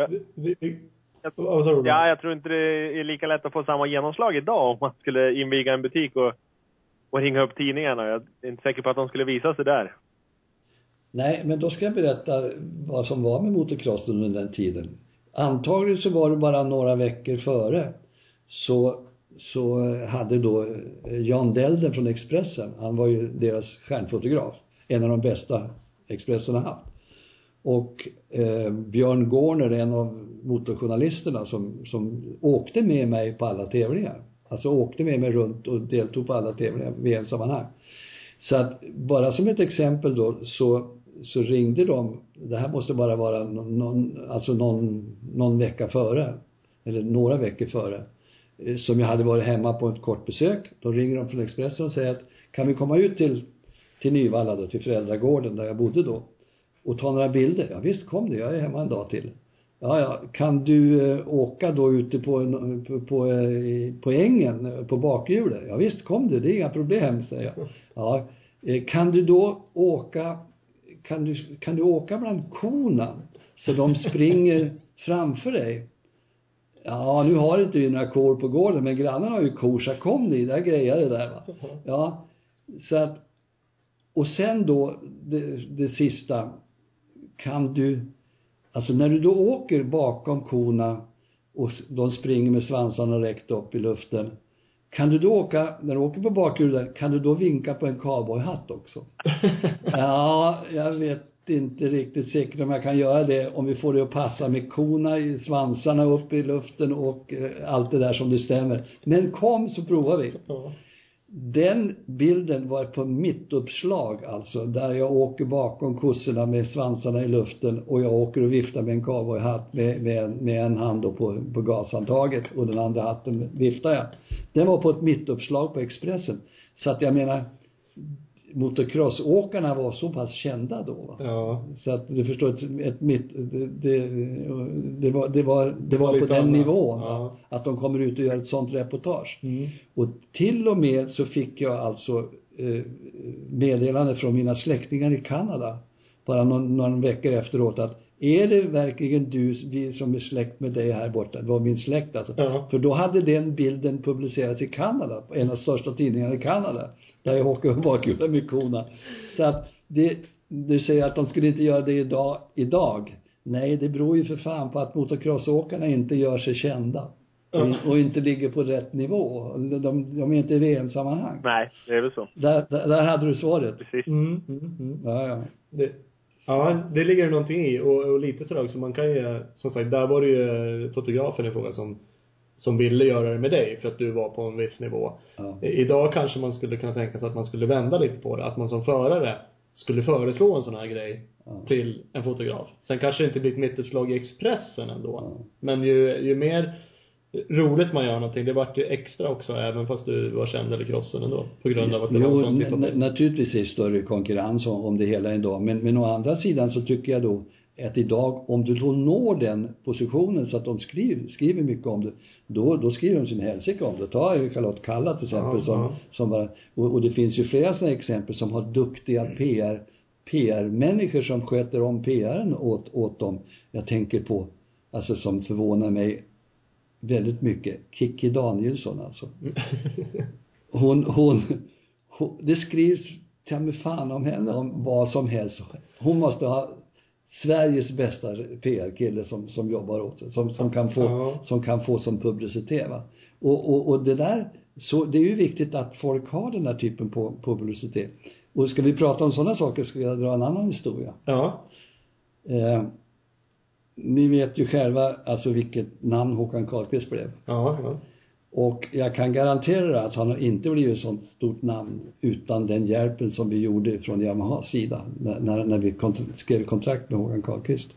Jag tror inte det är lika lätt att få samma genomslag idag om man skulle inviga en butik och ringa upp tidningarna. Jag är inte säker på att de skulle visa sig där. Nej, men då ska jag berätta vad som var med motocross under den tiden. Antagligen så var det bara några veckor före så hade då Jan Delden från Expressen, han var ju deras stjärnfotograf, en av de bästa Expressen har haft. Och Björn Gårner, en av motorjournalisterna som åkte med mig på alla tävlingar. Alltså åkte med mig runt och deltog på alla tävlingar i en sammanhang. Så att bara som ett exempel då så ringde de, det här måste bara vara någon vecka före, eller några veckor före. som jag hade varit hemma på ett kort besök. Då ringer de från Expressen och säger att kan vi komma ut till Nyvalla då, till föräldragården där jag bodde då och ta några bilder. Ja visst, kom det, jag är hemma en dag till. Ja, kan du åka då ute på ängen på bakhjulet? Ja visst, kom det är inga problem, säger jag. Ja, kan du då åka kan du åka bland korna så de springer framför dig? Ja, nu har inte vi några kor på gården, men grannen har ju kor, så kom ni, där grejer det där va. Ja, så att, och sen då det sista, kan du, alltså när du då åker bakom korna och de springer med svansarna räckt upp i luften, kan du då åka, när du åker på bakhjulet, kan du då vinka på en cowboyhatt också? Ja, jag vet inte riktigt säkert om jag kan göra det, om vi får det att passa med korna i svansarna upp i luften och allt det där som det stämmer. Men kom så provar vi. Den bilden var på mittuppslag, alltså där jag åker bakom kossorna med svansarna i luften och jag åker och viftar med en cowboyhatt med en hand då på gashandtaget och den andra hatten viftar jag. Den var på ett mittuppslag på Expressen. Så att jag menar, motocrossåkarna var så pass kända då va? Ja. Så att du förstår det var på den nivån att de kommer ut och gör ett sånt reportage. Och till och med så fick jag alltså meddelande från mina släktingar i Kanada bara någon veckor efteråt att är det verkligen vi som är släkt med dig här borta? Det var min släkt alltså. Ja. För då hade den bilden publicerats i Kanada, på en av de största tidningarna i Kanada, där jag åker bakhjulet med korna. Så att du säger att de skulle inte göra det idag. Nej, det beror ju för fan på att motocrossåkarna inte gör sig kända. Och inte ligger på rätt nivå. De är inte i VM-sammanhang. Nej, det är väl så. Där hade du svaret. Precis. Ja. Ja, det ligger någonting i och lite sådär också. Man kan ju, som sagt, där var det ju fotografen i fråga som ville göra det med dig för att du var på en viss nivå. Ja. Idag kanske man skulle kunna tänka sig att man skulle vända lite på det. Att man som förare skulle föreslå en sån här grej till en fotograf. Sen kanske det inte blir ett mittuppslag i Expressen ändå. Ja. Men ju mer roligt man gör någonting, det vart ju extra också även fast du var känd eller krossen ändå på grund av att det var sånt typ av... naturligtvis är det större konkurrens om det hela idag, men å andra sidan så tycker jag då att idag, om du då når den positionen så att de skriver mycket om det, då skriver de sin helsike om det. Ta ju Charlotte Kalla till exempel som var, och det finns ju flera sådana exempel som har duktiga PR-människor som sköter om PR:en åt dem. Jag tänker på, alltså som förvånar mig väldigt mycket, Kikki Danielsson alltså. Hon det skrivs till mig fan om henne om vad som helst. Hon måste ha Sveriges bästa PR-kille som jobbar åt sig, som kan få som publicitet va. Och det där, så det är ju viktigt att folk har den här typen på publicitet. Och ska vi prata om sådana saker ska jag dra en annan historia. Ja. Ni vet ju själva alltså vilket namn Håkan Karlqvist blev. Ja. Och jag kan garantera att han har inte blivit ett sånt stort namn utan den hjälpen som vi gjorde från Yamahas sida när vi skrev kontrakt med Håkan Karlqvist.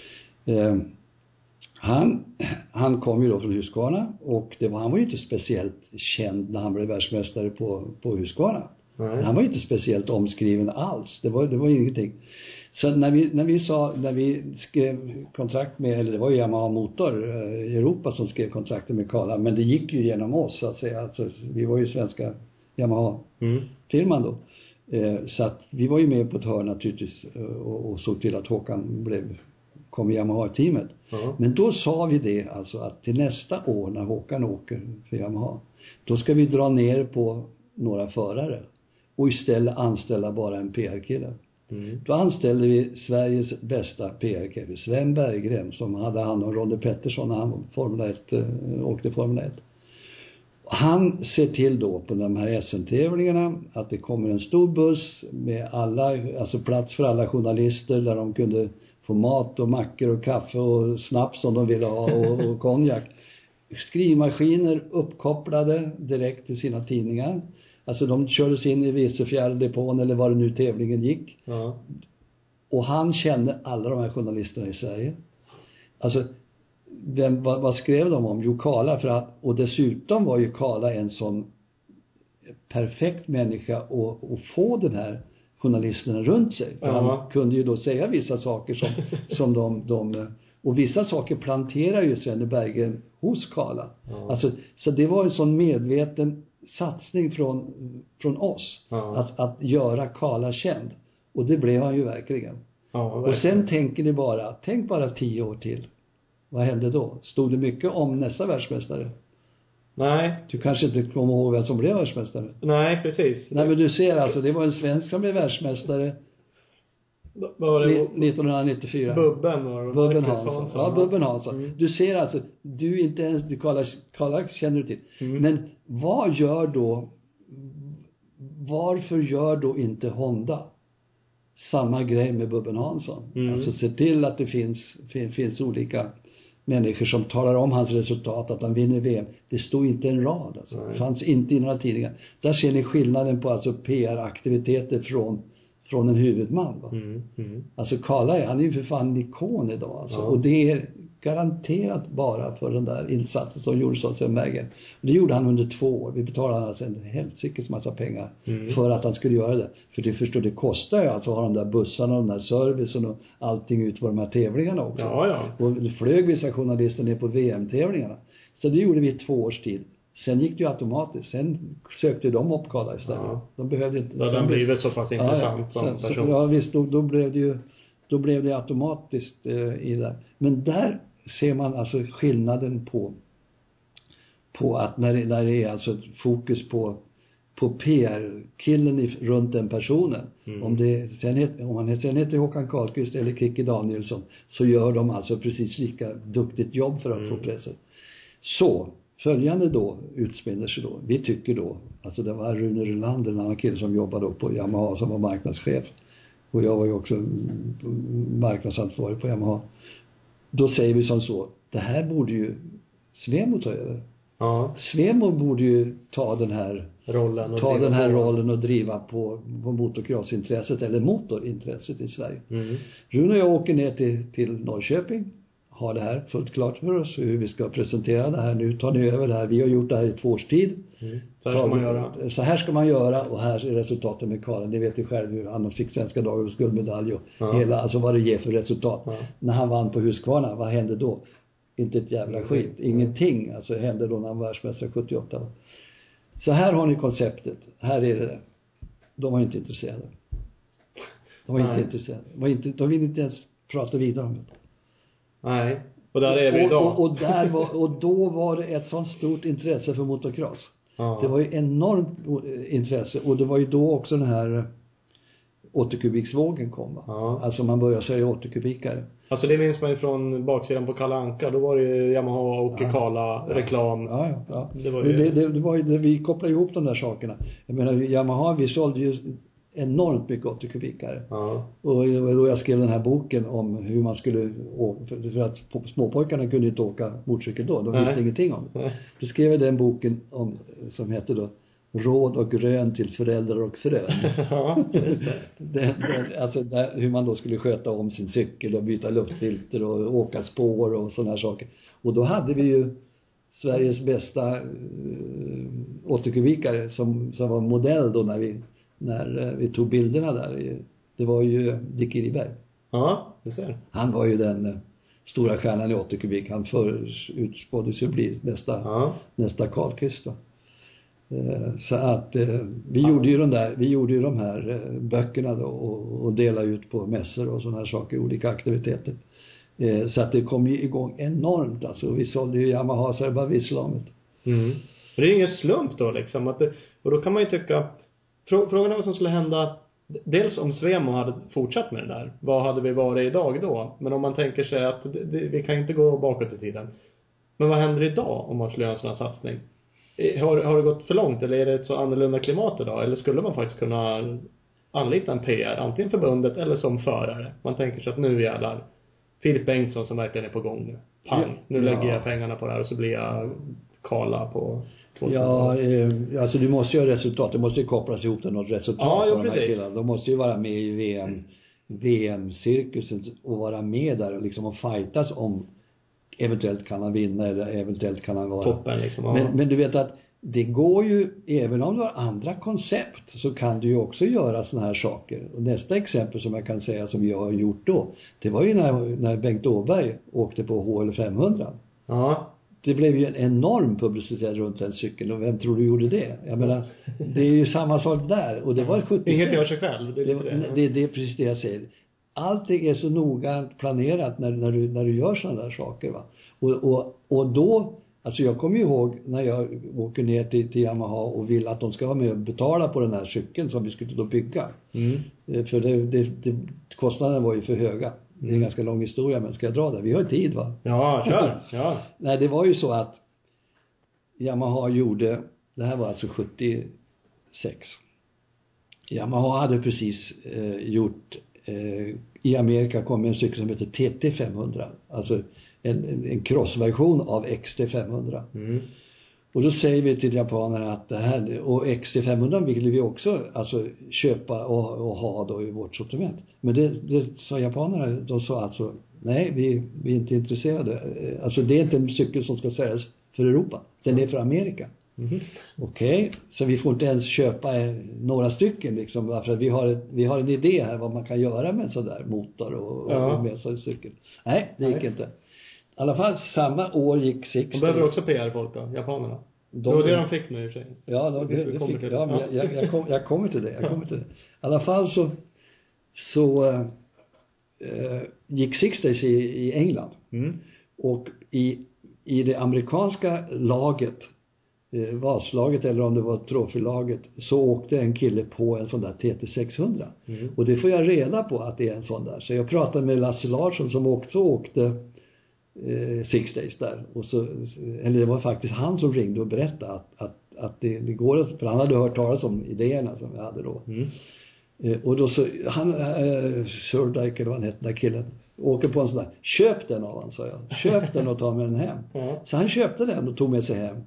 Han kom ju då från Husqvarna och han var ju inte speciellt känd när han blev världsmästare på Husqvarna. Han var ju inte speciellt omskriven alls. Det var ingenting. Så när vi skrev kontrakt med, eller det var ju Yamaha Motor i Europa som skrev kontrakten med Karla, men det gick ju genom oss så att säga. Alltså, vi var ju svenska Yamaha-firman då. Så att vi var ju med på ett hörn naturligtvis och såg till att Håkan kom i Yamaha-teamet. Men då sa vi det alltså att till nästa år när Håkan åker för Yamaha, då ska vi dra ner på några förare och istället anställa bara en PR-kille. Då anställde vi Sveriges bästa PR-kille, Sven Berggren, som hade hand om Ronde Pettersson när han åkte Formel 1. Han ser till då på de här SM-tävlingarna att det kommer en stor buss med alltså plats för alla journalister där de kunde få mat och mackor och kaffe och snaps som de ville ha och konjak. Skrivmaskiner uppkopplade direkt till sina tidningar. Alltså de kördes in i Visefjärddepån eller var det nu tävlingen gick. Och han kände alla de här journalisterna i Sverige. Alltså vad skrev de om? Jo, Karla, och dessutom var ju Karla en sån perfekt människa att få den här journalisterna runt sig. För han kunde ju då säga vissa saker som de och vissa saker planterar ju Svenne Berggren hos Karla. Alltså, så det var en sån medveten satsning från oss att göra Karla känd. Och det blev han ju verkligen. Och sen tänk bara 10 år till. Vad hände då? Stod det mycket om nästa världsmästare? Nej. Du kanske inte kommer ihåg vem som blev världsmästare? Nej, precis. Nej, men du ser alltså, det var en svensk som blev världsmästare vad var det? 1994. Bubben Hansson. Ja, Bubben Hansson. Du ser alltså, du inte ens, du Karla känner du till. Men varför gör då inte Honda samma grej med Bubben Hansson? Alltså se till att det finns olika människor som talar om hans resultat, att han vinner VM. Det stod inte en rad alltså. Det fanns inte i några tidningar. Där ser ni skillnaden på alltså PR-aktiviteter från en huvudman, va? Alltså Karla, han är ju för fan en ikon idag alltså. Och det är garanterat bara för den där insatsen som gjordes av Svenne Berggren. Det gjorde han under 2 år. Vi betalade alltså en helsikes massa pengar för att han skulle göra det. För det förstår, det kostar ju alltså att ha de där bussarna och den där servicen och allting ut på de här tävlingarna också. Och det flög vissa journalister ner på VM-tävlingarna. Så det gjorde vi i 2 års tid. Sen gick det ju automatiskt. Sen sökte de upp Karla istället. De behövde inte. Då den blivit så pass intressant som person. Ja visst, då blev det automatiskt i det. Men där ser man alltså skillnaden på att när det är alltså ett fokus på PR-killen runt den personen. Om han sen heter Håkan Karlqvist eller Kicki Danielsson, så gör de alltså precis lika duktigt jobb för att få pressen. Så följande då utspinner sig då. Vi tycker då, alltså det var Rune Rylander, en annan kille som jobbade då på Yamaha som var marknadschef. Och jag var ju också marknadsansvarig på Yamaha. Då säger vi som så, det här borde ju Svemo ta över. Svemo borde ju ta den här rollen och driva på motocrossintresset eller motorintresset i Sverige. Rune och jag åker ner till Norrköping, har det här fullt klart för oss hur vi ska presentera det här. Nu tar ni över det här. Vi har gjort det här i 2 års tid. Så här ska man göra. Så här ska man göra, och här är resultatet med Karla. Ni vet ju själv hur han fick Svenska Dagens guldmedalj och hela, alltså vad det ger för resultat. När han vann på Husqvarna, vad hände då? Inte ett jävla skit. Ingenting alltså hände då när han var världsmästare 78. Så här har ni konceptet. Här är det. De var inte intresserade. De vill inte ens prata vidare om det. Nej. Och där är vi idag. Och då var det ett sånt stort intresse för motocross. Det var ju enormt intresse. Och det var ju då också den här 80-kubiksvågen kom, va? Alltså man började säga 80-kubikare. Alltså det minns man ju från baksidan på Kalle Anka. Då var det ju Yamaha och Karla reklam. Det var ju... Det var ju, vi kopplade ihop de där sakerna. Jag menar, Yamaha, vi sålde ju enormt mycket 80-kubikare. Och då jag skrev den här boken om hur man skulle för att småpojkarna kunde inte åka motorcykel då. De visste ingenting om det. Då skrev jag den boken om, som heter då Råd och rön till föräldrar och frön. Alltså hur man då skulle sköta om sin cykel och byta luftfilter och åka spår och sådana här saker. Och då hade vi ju Sveriges bästa 80-kubikare som var modell då när vi tog bilderna där. Det var ju Dick Iriberg. Ja, det ser. Han var ju den stora stjärnan i 80-kubik. Han förutspåddes ju bli nästa Karlqvist då. Så att vi gjorde ju de här böckerna då och delade ut på mässor och sådana här saker, olika aktiviteter. Så att det kom ju igång enormt alltså. Vi sålde ju Yamaha så det bara visslade om det. Det är ingen slump då liksom och då kan man ju tycka frågan är vad som skulle hända. Dels om Svemo hade fortsatt med det där. Vad hade vi varit idag då? Men om man tänker sig att vi kan inte gå bakåt i tiden. Men vad händer idag om man skulle göra en sån här satsning? Har det gått för långt? Eller är det ett så annorlunda klimat idag? Eller skulle man faktiskt kunna anlita en PR? Antingen förbundet eller som förare. Man tänker sig att nu jävlar Filip Bengtsson som verkligen är på gång nu. Nu lägger jag pengarna på det här och så blir jag Karla på... Alltså du måste ju ha resultat. Du måste ju kopplas ihop till något resultat. Ja, precis. De måste ju vara med i VM-cirkusen och vara med där och liksom och fightas om eventuellt kan han vinna eller eventuellt kan han vara toppen liksom. Ja. Men du vet att det går ju, även om du har andra koncept, så kan du ju också göra såna här saker. Och nästa exempel som jag kan säga som jag har gjort då, det var ju när Bengt Åberg åkte på HL 500. Ja. Det blev ju en enorm publicitet runt den cykeln, och vem tror du gjorde det? Jag menar, det är ju samma sak där, och det var 76. Inget gör sig själv. Det är precis det jag säger. Allting är så noga planerat när du gör sådana där saker, va. Och då, alltså jag kommer ju ihåg när jag åker ner till Yamaha och vill att de ska vara med och betala på den här cykeln som vi skulle då bygga. För kostnaderna var ju för höga. Det är en ganska lång historia, men ska jag dra det? Vi har tid, va? Ja, kör. Ja. Nej, det var ju så att Yamaha gjorde, det här var alltså 76. Yamaha hade precis gjort, i Amerika kom en cykel som heter TT 500. Alltså en crossversion av XT500. Och då säger vi till japanerna att det här, och XT500 ville vi också alltså köpa och ha då i vårt sortiment. Men det sa japanerna, de sa alltså nej, vi är inte intresserade. Alltså det är inte en cykel som ska säljas för Europa. Den är för Amerika. Okej, så vi får inte ens köpa några stycken liksom, för att vi har en idé här vad man kan göra med en sån där motor och med en sån cykel. Nej, det gick inte. I alla fall samma år gick 60. De behöver också PR-folk då, japanerna. Det var det de fick nu i och för sig. Ja, det fick, ja, men jag kommer till det. I alla fall så gick Six Days i England. Och i det amerikanska laget, vaslaget eller om det var trofélaget, så åkte en kille på en sån där TT600. Och det får jag reda på att det är en sån där. Så jag pratade med Lasse Larsson som åkte Six Days där, och så, eller det var faktiskt han som ringde och berättade att det går, för han hade hört talas om idéerna som jag hade då. Och då så han Surdike eller vad han hette, den där killen, åker på en sån där, köp den av han, sa jag, köp den och ta med den hem. Så han köpte den och tog med sig hem.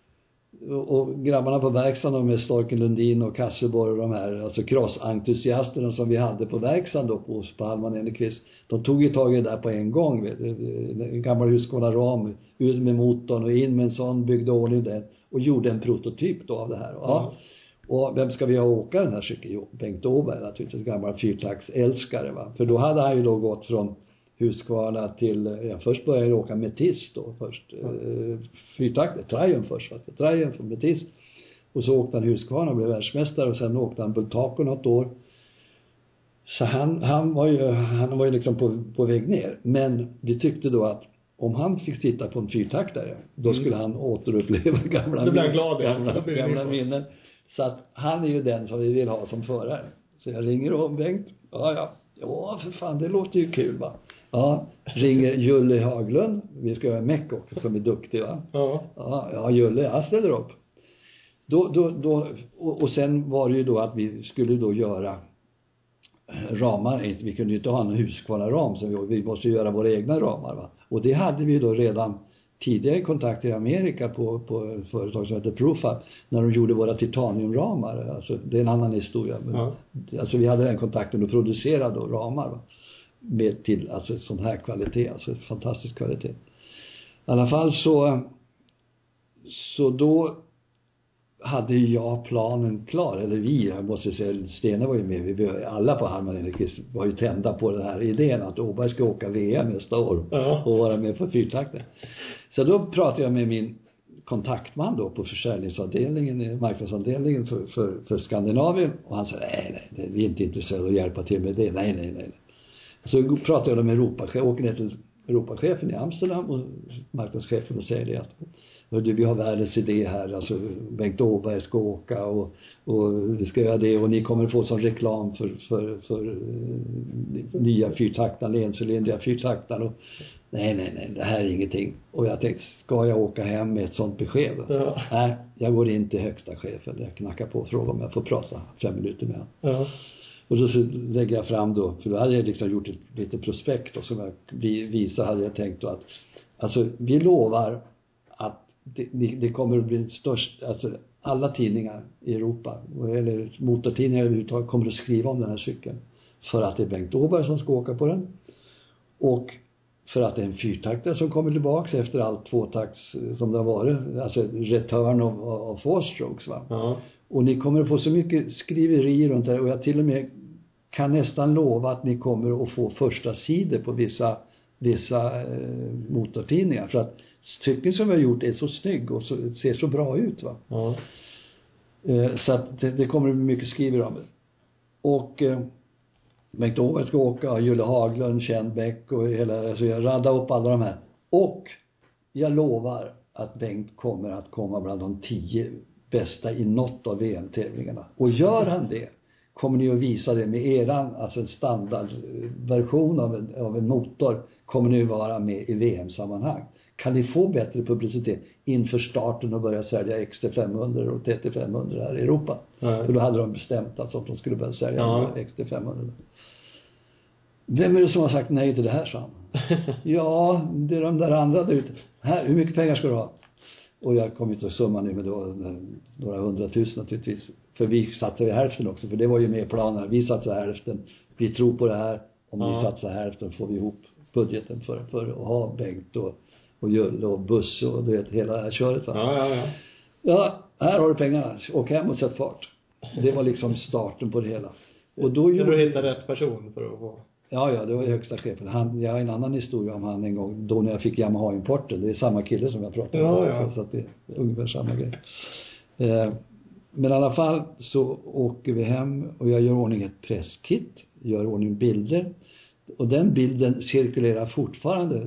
Och grabbarna på verkstaden med Storken Lundin och Kasseborg och de här, alltså crossentusiasterna som vi hade på verkstaden då på Hallman Enekvist, de tog ju tag i det där på en gång, en gammal Husqvarna ram, ut med motorn och in med en sån, byggde ordning den och gjorde en prototyp då av det här. Ja. Och vem ska vi ha åka den här cykeln? Jo, Bengt Åberg, naturligtvis, gammal fyrtaktsälskare, va. För då hade han ju då gått från Husqvarna till, först började jag åka Metis då först. Fyrtakt, Triumph först. Triumph och Metis. Och så åkte han Husqvarna och blev världsmästare, och sen åkte han Bultaco något år. Så han var ju liksom på väg ner. Men vi tyckte då att om han fick titta på en fyrtaktare, då skulle han återuppleva gamla minnen. Så att han är ju den som vi vill ha som förare. Så jag ringer om Bengt. Ja, för fan, det låter ju kul, va. Ja, ringer Julle Haglund. Vi ska göra meck också som är duktig, va. Ja, Julle, jag ställer upp. Då, och sen var det ju då att vi skulle då göra ramar. Vi kunde ju inte ha en Husqvarna-ram, så vi måste göra våra egna ramar, va. Och det hade vi då redan tidigare kontakter i Amerika på företag som heter Profab, när de gjorde våra titaniumramar. Alltså det är en annan historia, men alltså vi hade den kontakten och producerade då ramar, va, med till alltså sån här kvalitet, alltså fantastisk kvalitet. I alla fall så då hade jag planen klar, eller jag måste säga, Stene var ju med, vi alla på Hallman Enekvist var ju tända på den här idén att Åberg ska åka VM nästa år och vara med på fyrtakten. Så då pratade jag med min kontaktman då på försäljningsavdelningen, marknadsavdelningen för Skandinavien, och han sa nej, vi är inte intresserade att hjälpa till med det, nej. Så pratade jag med Europachefen, åker ner till Europachefen i Amsterdam och marknadschefen och säger det att vi har världens idé här, alltså Bengt Åberg ska åka och vi ska göra det, och ni kommer få som reklam för nya fyrtaktar, encylindriga fyrtaktar, och nej, det här är ingenting. Och jag tänkte, ska jag åka hem med ett sånt besked? Nej, jag går in till högsta chefen, jag knackar på och frågar om jag får prata 5 minuter med honom. Och så lägger jag fram då, för då hade jag liksom gjort ett litet prospekt och som jag visade, hade jag tänkt då att alltså vi lovar att det kommer att bli störst, alltså alla tidningar i Europa eller motortidningar överhuvudtaget kommer att skriva om den här cykeln, för att det är Bengt Åberg som ska åka på den, och för att det är en fyrtaktare som kommer tillbaks efter allt tvåtakts som det har varit. Alltså return of four strokes, va? Ja. Och ni kommer att få så mycket skriverier runt det, och jag till och med kan nästan lova att ni kommer att få första sidor på vissa motortidningar, för att cykeln som vi har gjort är så snygg och ser så bra ut, va? Ja. Så att det kommer att bli mycket skriver om det. Och Bengt Åberg ska åka, Julle Haglund, Kjellbäck och hela, alltså jag raddar upp alla de här. Och jag lovar att Bengt kommer att komma bland de 10 bästa i något av VM-tävlingarna. Och gör han det, kommer ni att visa det med eran, alltså en standardversion av en motor, kommer ni att vara med i VM-sammanhang. Kan ni få bättre publicitet inför starten och börja sälja XT500 och TT500 här i Europa? Mm. För då hade de bestämt alltså att de skulle börja sälja XT500. Vem är det som har sagt nej till det här, sa han? Ja, det är de där andra där ute. Här, hur mycket pengar ska du ha? Och jag kom inte att summa nu med då några 100 000 naturligtvis. För vi satsade hälften också, för det var ju med i planerna. Vi satsade hälften. Vi tror på det här. Om vi satsar hälften får vi ihop budgeten för att ha Bengt och Julle och buss och du vet, hela det här köret, va? Ja, här har du pengarna. Åk hem och sätt fart. Det var liksom starten på det hela. Och då du hittade rätt person för att få... Ja, det var ju högsta chefen. Jag har en annan historia om han en gång, då när jag fick Yamaha-importen. Det är samma kille som jag pratade om. Så att det är ungefär samma grej. Men i alla fall så åker vi hem och jag gör ordning ett presskit. Gör ordning bilder. Och den bilden cirkulerar fortfarande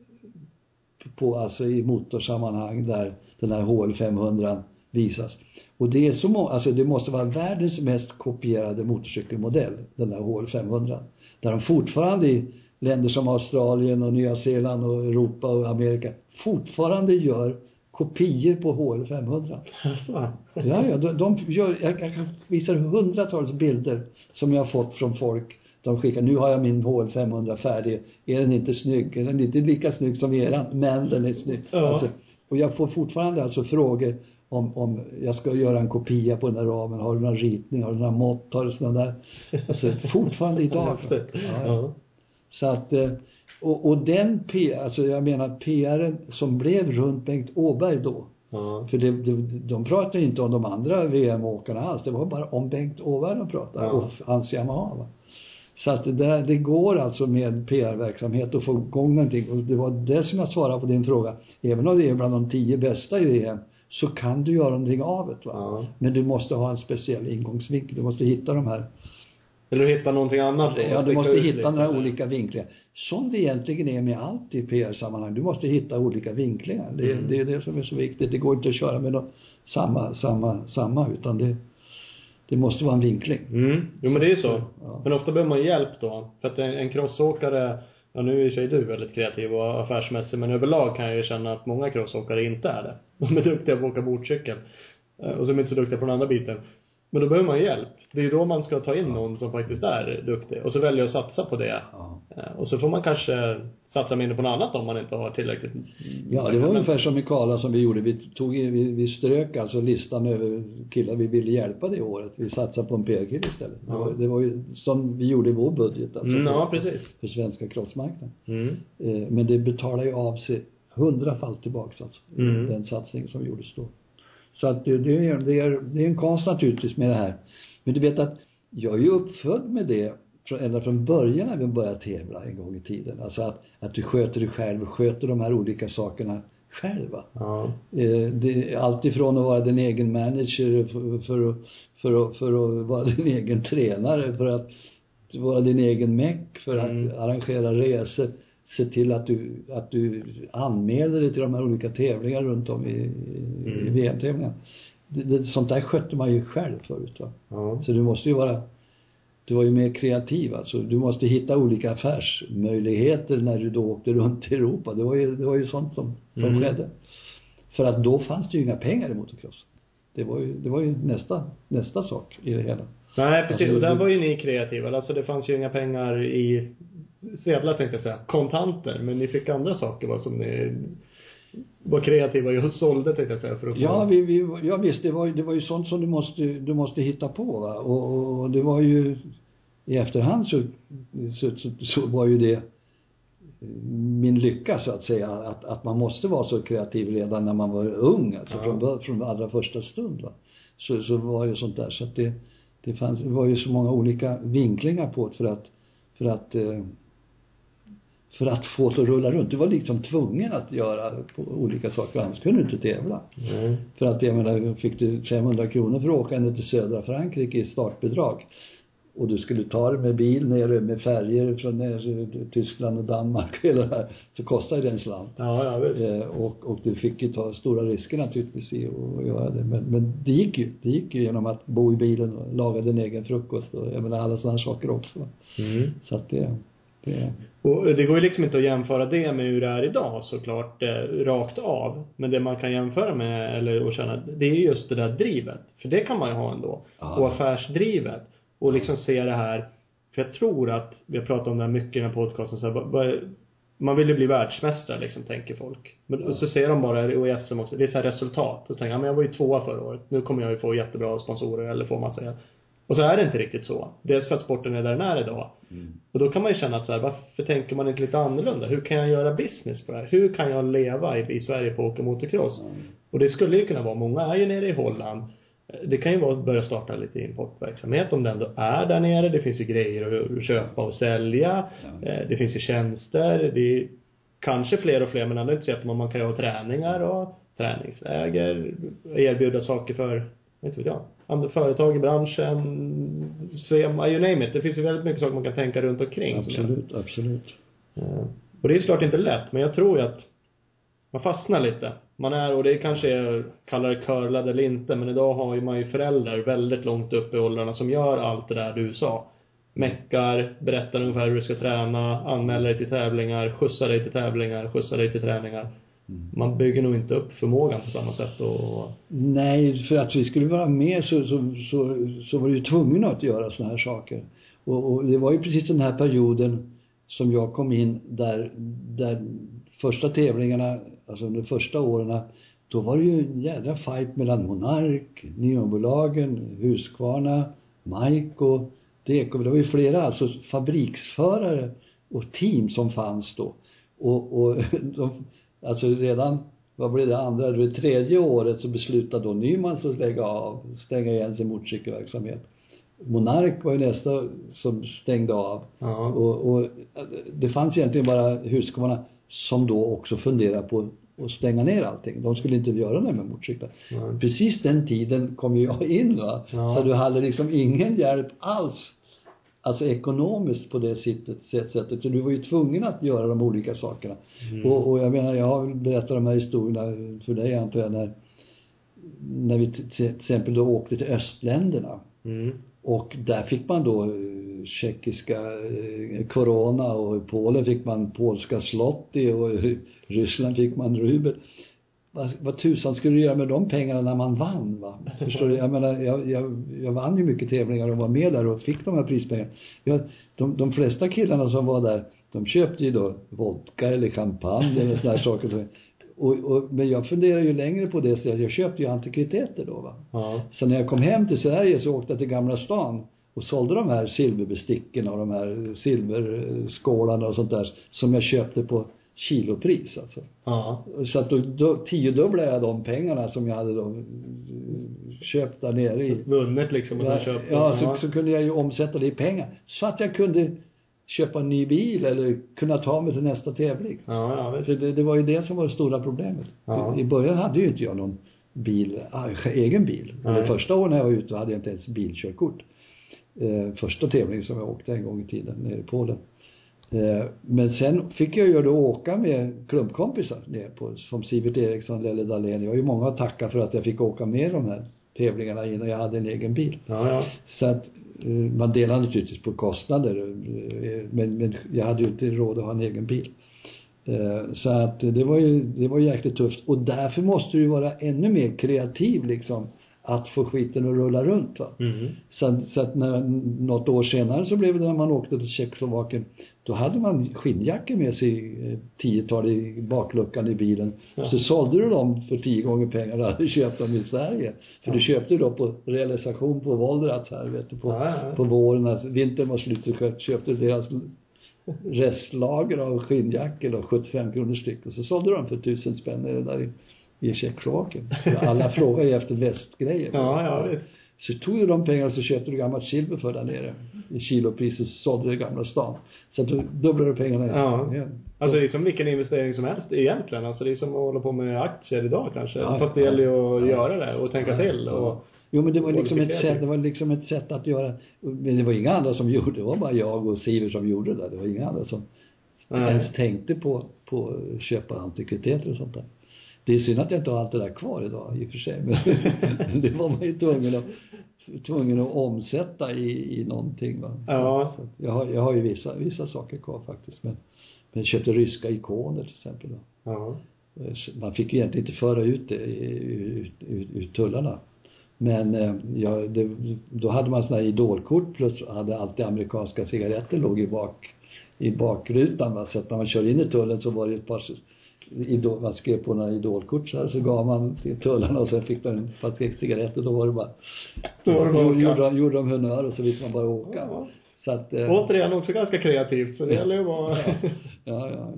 alltså i motorsammanhang där den här HL500 visas. Och det är alltså det måste vara världens mest kopierade motorcykelmodell, den där HL500. Där de fortfarande i länder som Australien och Nya Zeeland och Europa och Amerika fortfarande gör kopior på HL500. Ja, de gör, jag kan visa hundratals bilder som jag har fått från folk. De skickar, nu har jag min HL500 färdig. Är den inte snygg? Är den inte lika snygg som eran? Men den är snygg. Ja. Alltså, och jag får fortfarande alltså frågor om jag ska göra en kopia på den här ramen. Har du några ritning? Har du några mått? Har du sådana där? Alltså fortfarande idag. Ja. Så att, och den alltså jag menar PR:en som blev runt Bengt Åberg då. Ja. För de pratade inte om de andra VM-åkarna alls. Det var bara om Bengt Åberg de pratade. Ja. Och hans Yamaha, va? Så att det går alltså med PR-verksamhet att få igång någonting. Och det var det som jag svarade på din fråga. Även om det är bland de 10 bästa i VM, så kan du göra någonting av det, va? Ja. Men du måste ha en speciell ingångsvinkel. Du måste hitta de här. Eller hitta någonting annat. Ja, du måste hitta några olika vinklar. Som det egentligen är med allt i PR-sammanhang. Du måste hitta olika vinklingar. Det är det som är så viktigt. Det går inte att köra med samma utan det måste vara en vinkling. Jo, men det är ju så. Ja. Men ofta behöver man hjälp då. För att en crossåkare, ja nu är ju du väldigt kreativ och affärsmässig, men överlag kan jag ju känna att många crossåkare inte är det. De är duktiga på att åka bordcykel. Och så är de inte så duktiga på den andra biten. Men då behöver man hjälp. Det är ju då man ska ta in någon som faktiskt är duktig. Och så väljer att satsa på det. Ja. Och så får man kanske satsa mindre på något annat om man inte har tillräckligt. Ja, det var ungefär som i Karla som vi gjorde. Vi strök alltså listan över killar vi ville hjälpa det året. Vi satsade på en PR-kille istället. Ja. Det var ju som vi gjorde i vår budget. Alltså ja, precis. För svenska crossmarknaden. Men det betalar ju av sig 100-fall tillbaka alltså. Den satsning som gjordes då. Så att det är en konst naturligtvis med det här. Men du vet att jag är ju uppfödd med det ända från början när vi började tävla en gång i tiden. Alltså att du sköter dig själv och sköter de här olika sakerna själva. Ja. Det är allt ifrån att vara din egen manager för att vara din egen tränare, för att vara din egen meck, för att arrangera resor. Se till att du anmäler dig till de här olika tävlingar runt om i VM-tävlingar. Sånt där skötte man ju själv förut, va? Ja. Så du var ju mer kreativ alltså. Du måste hitta olika affärsmöjligheter när du då åkte runt i Europa. Det var ju sånt som skedde. För att då fanns det ju inga pengar i motocross. Det var ju nästa sak i det hela. Nej, precis. Alltså, och där var ju ni kreativa. Alltså det fanns ju inga pengar i sedlar, tänkte jag säga. Kontanter. Men ni fick andra saker, va, som ni var kreativa och sålde, tänkte jag säga. För att få... Ja, visst. Det var ju sånt som du måste hitta på, va. Och det var ju i efterhand så var ju det min lycka så att säga, att man måste vara så kreativ redan när man var ung, alltså från allra första stund, va? Så var ju sånt där, så att det var ju så många olika vinklingar på det för att få det att rulla runt. Du var liksom tvungen att göra olika saker, annars kunde du inte tävla. För att jag menar, fick du 500 kronor för att åka ner till södra Frankrike i startbidrag, och du skulle ta det med bil ner med färger från Tyskland och Danmark och hela det här, så kostade det en slant. Ja, visst. Och du fick ju ta stora risker naturligtvis i att göra det. Men det gick ju genom att bo i bilen och laga din egen frukost och jag menar alla sådana saker också. Så att det. Och det går ju liksom inte att jämföra det med hur det är idag såklart, rakt av. Men det man kan jämföra med eller att känna, det är just det där drivet. För det kan man ju ha ändå. Och affärsdrivet. Och liksom se det här. För jag tror att vi har pratat om det här mycket i den här podcasten. Så här, man vill ju bli världsmästare liksom, tänker folk. Men så ser de bara i SM också. Det är så här resultat. Och så tänker jag, men jag var ju 2 förra året. Nu kommer jag ju få jättebra sponsorer. Eller får man säga. Och så är det inte riktigt så. Dels för att sporten är där den är idag. Och då kan man ju känna att så här, varför tänker man inte lite annorlunda? Hur kan jag göra business på det här? Hur kan jag leva i Sverige på åka motocross? Och det skulle ju kunna vara, många är ju nere i Holland. Det kan ju vara att börja starta lite importverksamhet om det ändå är där nere. Det finns ju grejer att köpa och sälja. Det finns ju tjänster. Det är kanske fler och fler, men ändå inte så att man kan göra träningar och träningsläger. Erbjuda saker för, inte vet jag, andra företag i branschen. Svema, you name it. Det finns ju väldigt mycket saker man kan tänka runt omkring. Absolut. Och det är såklart inte lätt, men jag tror ju att man fastnar lite. Man är, och det kanske är, kallar det curlad eller inte, men idag har ju man ju föräldrar väldigt långt upp i åldrarna som gör allt det där du sa. Mäckar, berättar ungefär hur du ska träna, anmäler dig till tävlingar, skjutsar dig till tävlingar, skjutsar dig till träningar. Man bygger nog inte upp förmågan på samma sätt. Nej, för att vi skulle vara med så var du ju tvungen att göra såna här saker. Och det var ju precis den här perioden som jag kom in där första tävlingarna, alltså under första åren, då var det ju en jädra fight mellan Monark, Neonbolagen, Husqvarna, Maiko, Deko. Det var ju flera alltså fabriksförare och team som fanns då. Och alltså redan, vad blev det tredje året så beslutade då Nyman att stänga igen sin motorcykelverksamhet. Monark var ju nästa som stängde av. Och det fanns egentligen bara Husqvarna som då också funderade på att stänga ner allting. De skulle inte göra det med motorcyklar. Precis den tiden kom ju jag in, va? Så du hade liksom ingen hjälp alls, alltså ekonomiskt på det sättet. Så du var ju tvungen att göra de olika sakerna. Och jag menar, jag har berättat de här historierna för dig, antar jag, när vi till exempel då åkte till östländerna. Och där fick man då tjeckiska korona, och i Polen fick man polska zloty, och i Ryssland fick man rubel. Vad tusan skulle du göra med de pengarna när man vann, va? Förstår du? Jag menar, jag vann ju mycket tävlingar och var med där och fick de här prispengarna. De flesta killarna som var där, de köpte ju då vodka eller champagne eller sådana här saker. Men jag funderar ju längre på det stället. Jag köpte ju antikviteter då, va? Så när jag kom hem till Sverige så åkte jag till Gamla stan och sålde de här silverbesticken och de här silverskålarna och sånt där som jag köpte på kilopris, alltså. Så att då 10-dubblade jag de pengarna som jag hade då köpt där nere i vunnet liksom, och sen köpt. Så kunde jag ju omsätta det i pengar så att jag kunde köpa en ny bil eller kunna ta mig till nästa tävling. Så det var ju det som var det stora problemet. I början hade ju inte jag någon egen bil. Det första året när jag var ute hade jag inte ens bilkörkort. Första tävlingen som jag åkte en gång i tiden nere i Polen. Men sen fick jag ju då åka med klubbkompisar ner på, som Sivert Eriksson eller Dahlén. Jag har ju många att tacka för att jag fick åka med de här tävlingarna innan jag hade en egen bil. Så att man delade naturligtvis på kostnader, men jag hade ju inte råd att ha en egen bil. Så att det var jäkligt tufft, och därför måste du vara ännu mer kreativ liksom, att få skiten att rulla runt, va? Så att något år senare så blev det, när man åkte till Tjeckoslovakien, då hade man skinnjackor med sig 10-tal i bakluckan i bilen. Så sålde du dem för 10 gånger pengar du hade köpt dem i Sverige. För du köpte då på realisation på Voldrats här, vet du, på våren, alltså, vintern var slut, så köpte du deras restlager av skinnjackor och 75 kronor styck. Och så sålde de för 1000 spänn där i Tjeckoslovakien. Alla frågar ju efter västgrejer. Ja, visst. Så tog ju de pengar och så köpte du gammalt silver för där nere. I kilopris och sålde det i Gamla stan. Så att du dubblade pengarna igen. Alltså det är som vilken investering som helst egentligen. Alltså det är som att hålla på med aktier idag kanske. Ja, fast det gäller ju att göra det och tänka till. Och, jo, men det var liksom ett sätt att göra. Men det var inga andra som gjorde det. Det var bara jag och Siver som gjorde det. Det var inga andra som ens tänkte på att köpa antikviteter och sånt där. Det är synd att jag inte har allt det där kvar idag i och för sig. Men det var man ju tvungen att omsätta i någonting. Va? Ja. Så jag har ju vissa saker kvar faktiskt. Men jag köpte ryska ikoner till exempel. Då. Ja. Man fick ju egentligen inte föra ut det ur tullarna. Men då hade man såna här idolkort plus hade alltid amerikanska cigaretter låg i bakrutan. Va? Så att när man kör in i tullen så var det ett par man skrev på några idolkort så gav man till tullarna och sen fick man en paket cigaretter. Då var det bara gjorde de honnör och så fick man bara åka. Ja. Så att, återigen också ganska kreativt så det gäller ju att vara ja.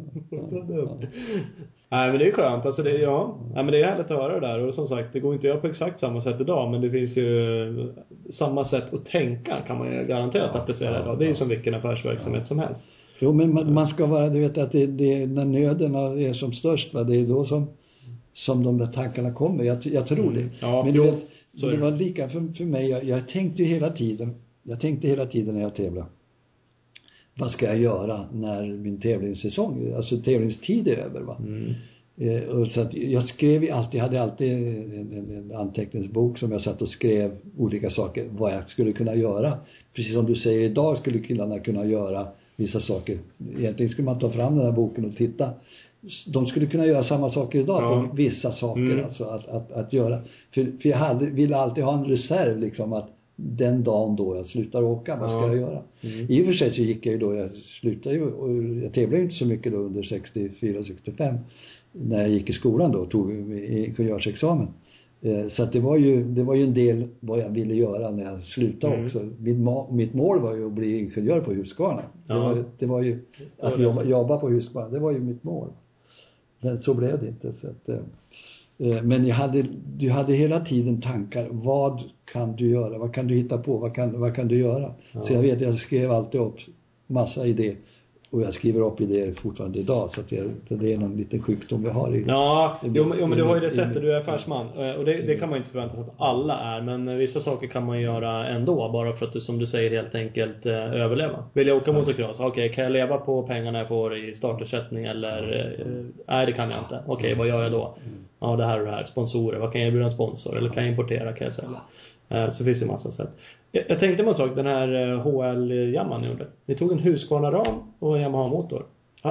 Nej men det är skönt alltså men det är härligt att höra det där och som sagt det går inte att göra på exakt samma sätt idag men det finns ju samma sätt att tänka kan man ju garanterat applicera idag. Det är ju som vilken affärsverksamhet som helst. Jo, men man ska vara, du vet att det när nöden är som störst, va? Det är då som de där tankarna kommer. Jag tror det. Ja, men det var lika för mig. Jag tänkte hela tiden när jag tävlade. Vad ska jag göra när min tävlingssäsong, alltså tävlingstid är över, va? Och så att jag hade alltid en anteckningsbok som jag satt och skrev olika saker, vad jag skulle kunna göra. Precis som du säger, idag skulle killarna kunna göra vissa saker. Egentligen skulle man ta fram den här boken och titta. De skulle kunna göra samma saker idag på vissa saker alltså att göra. För jag ville alltid ha en reserv liksom att den dagen då jag slutar åka, vad ska jag göra? I och för sig så gick jag ju då, jag slutade ju och jag tävlade ju inte så mycket då under 64-65 när jag gick i skolan då tog ingenjörsexamen. Så att det var ju en del vad jag ville göra när jag slutade också. Mitt mål var ju att bli ingenjör på Husqvarna. Det var ju att jobba på Husqvarna. Det var ju mitt mål. Men så blev det inte. Så att, men du hade hela tiden tankar. Vad kan du göra? Vad kan du hitta på? Vad kan du göra? Så jag skrev alltid upp massa idéer. Och jag skriver upp idéer fortfarande idag. Så att det är någon liten sjukdom vi har i. Men du har ju det sättet, du är affärsman. Och det kan man inte förvänta sig att alla är. Men vissa saker kan man göra ändå. Bara för att du, som du säger, helt enkelt överleva. Vill jag åka motocross? Okej, kan jag leva på pengarna jag får i startersättning? Eller nej, det kan jag inte. Okej, vad gör jag då? Ja, det här och det här. Sponsorer. Vad kan jag erbjuda en sponsor? Eller kan jag importera? Kan jag sälja? Så finns det en massa sätt. Jag tänkte på en sak, den här HL-jamman ni gjorde. Ni tog en Husqvarna-ram och en Yamaha-motor.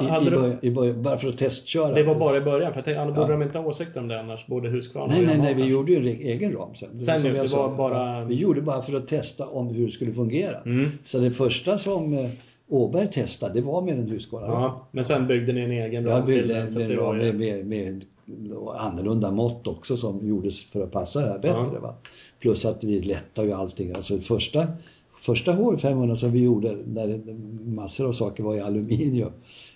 Bara för att testköra. Det var bara i början, för jag tänkte, borde de inte ha åsikter om det annars, både Husqvarna och Nej, vi gjorde ju en egen ram sen. Det var bara... Vi gjorde bara för att testa om hur det skulle fungera. Så det första som Åberg testade, det var med en Husqvarna. Ja, men sen byggde ni en egen ram. Jag byggde en ram med annorlunda mått också som gjordes för att passa det här bättre, va. Plus att vi lättade ju allting. Alltså första H500 som vi gjorde, där massor av saker var i aluminium,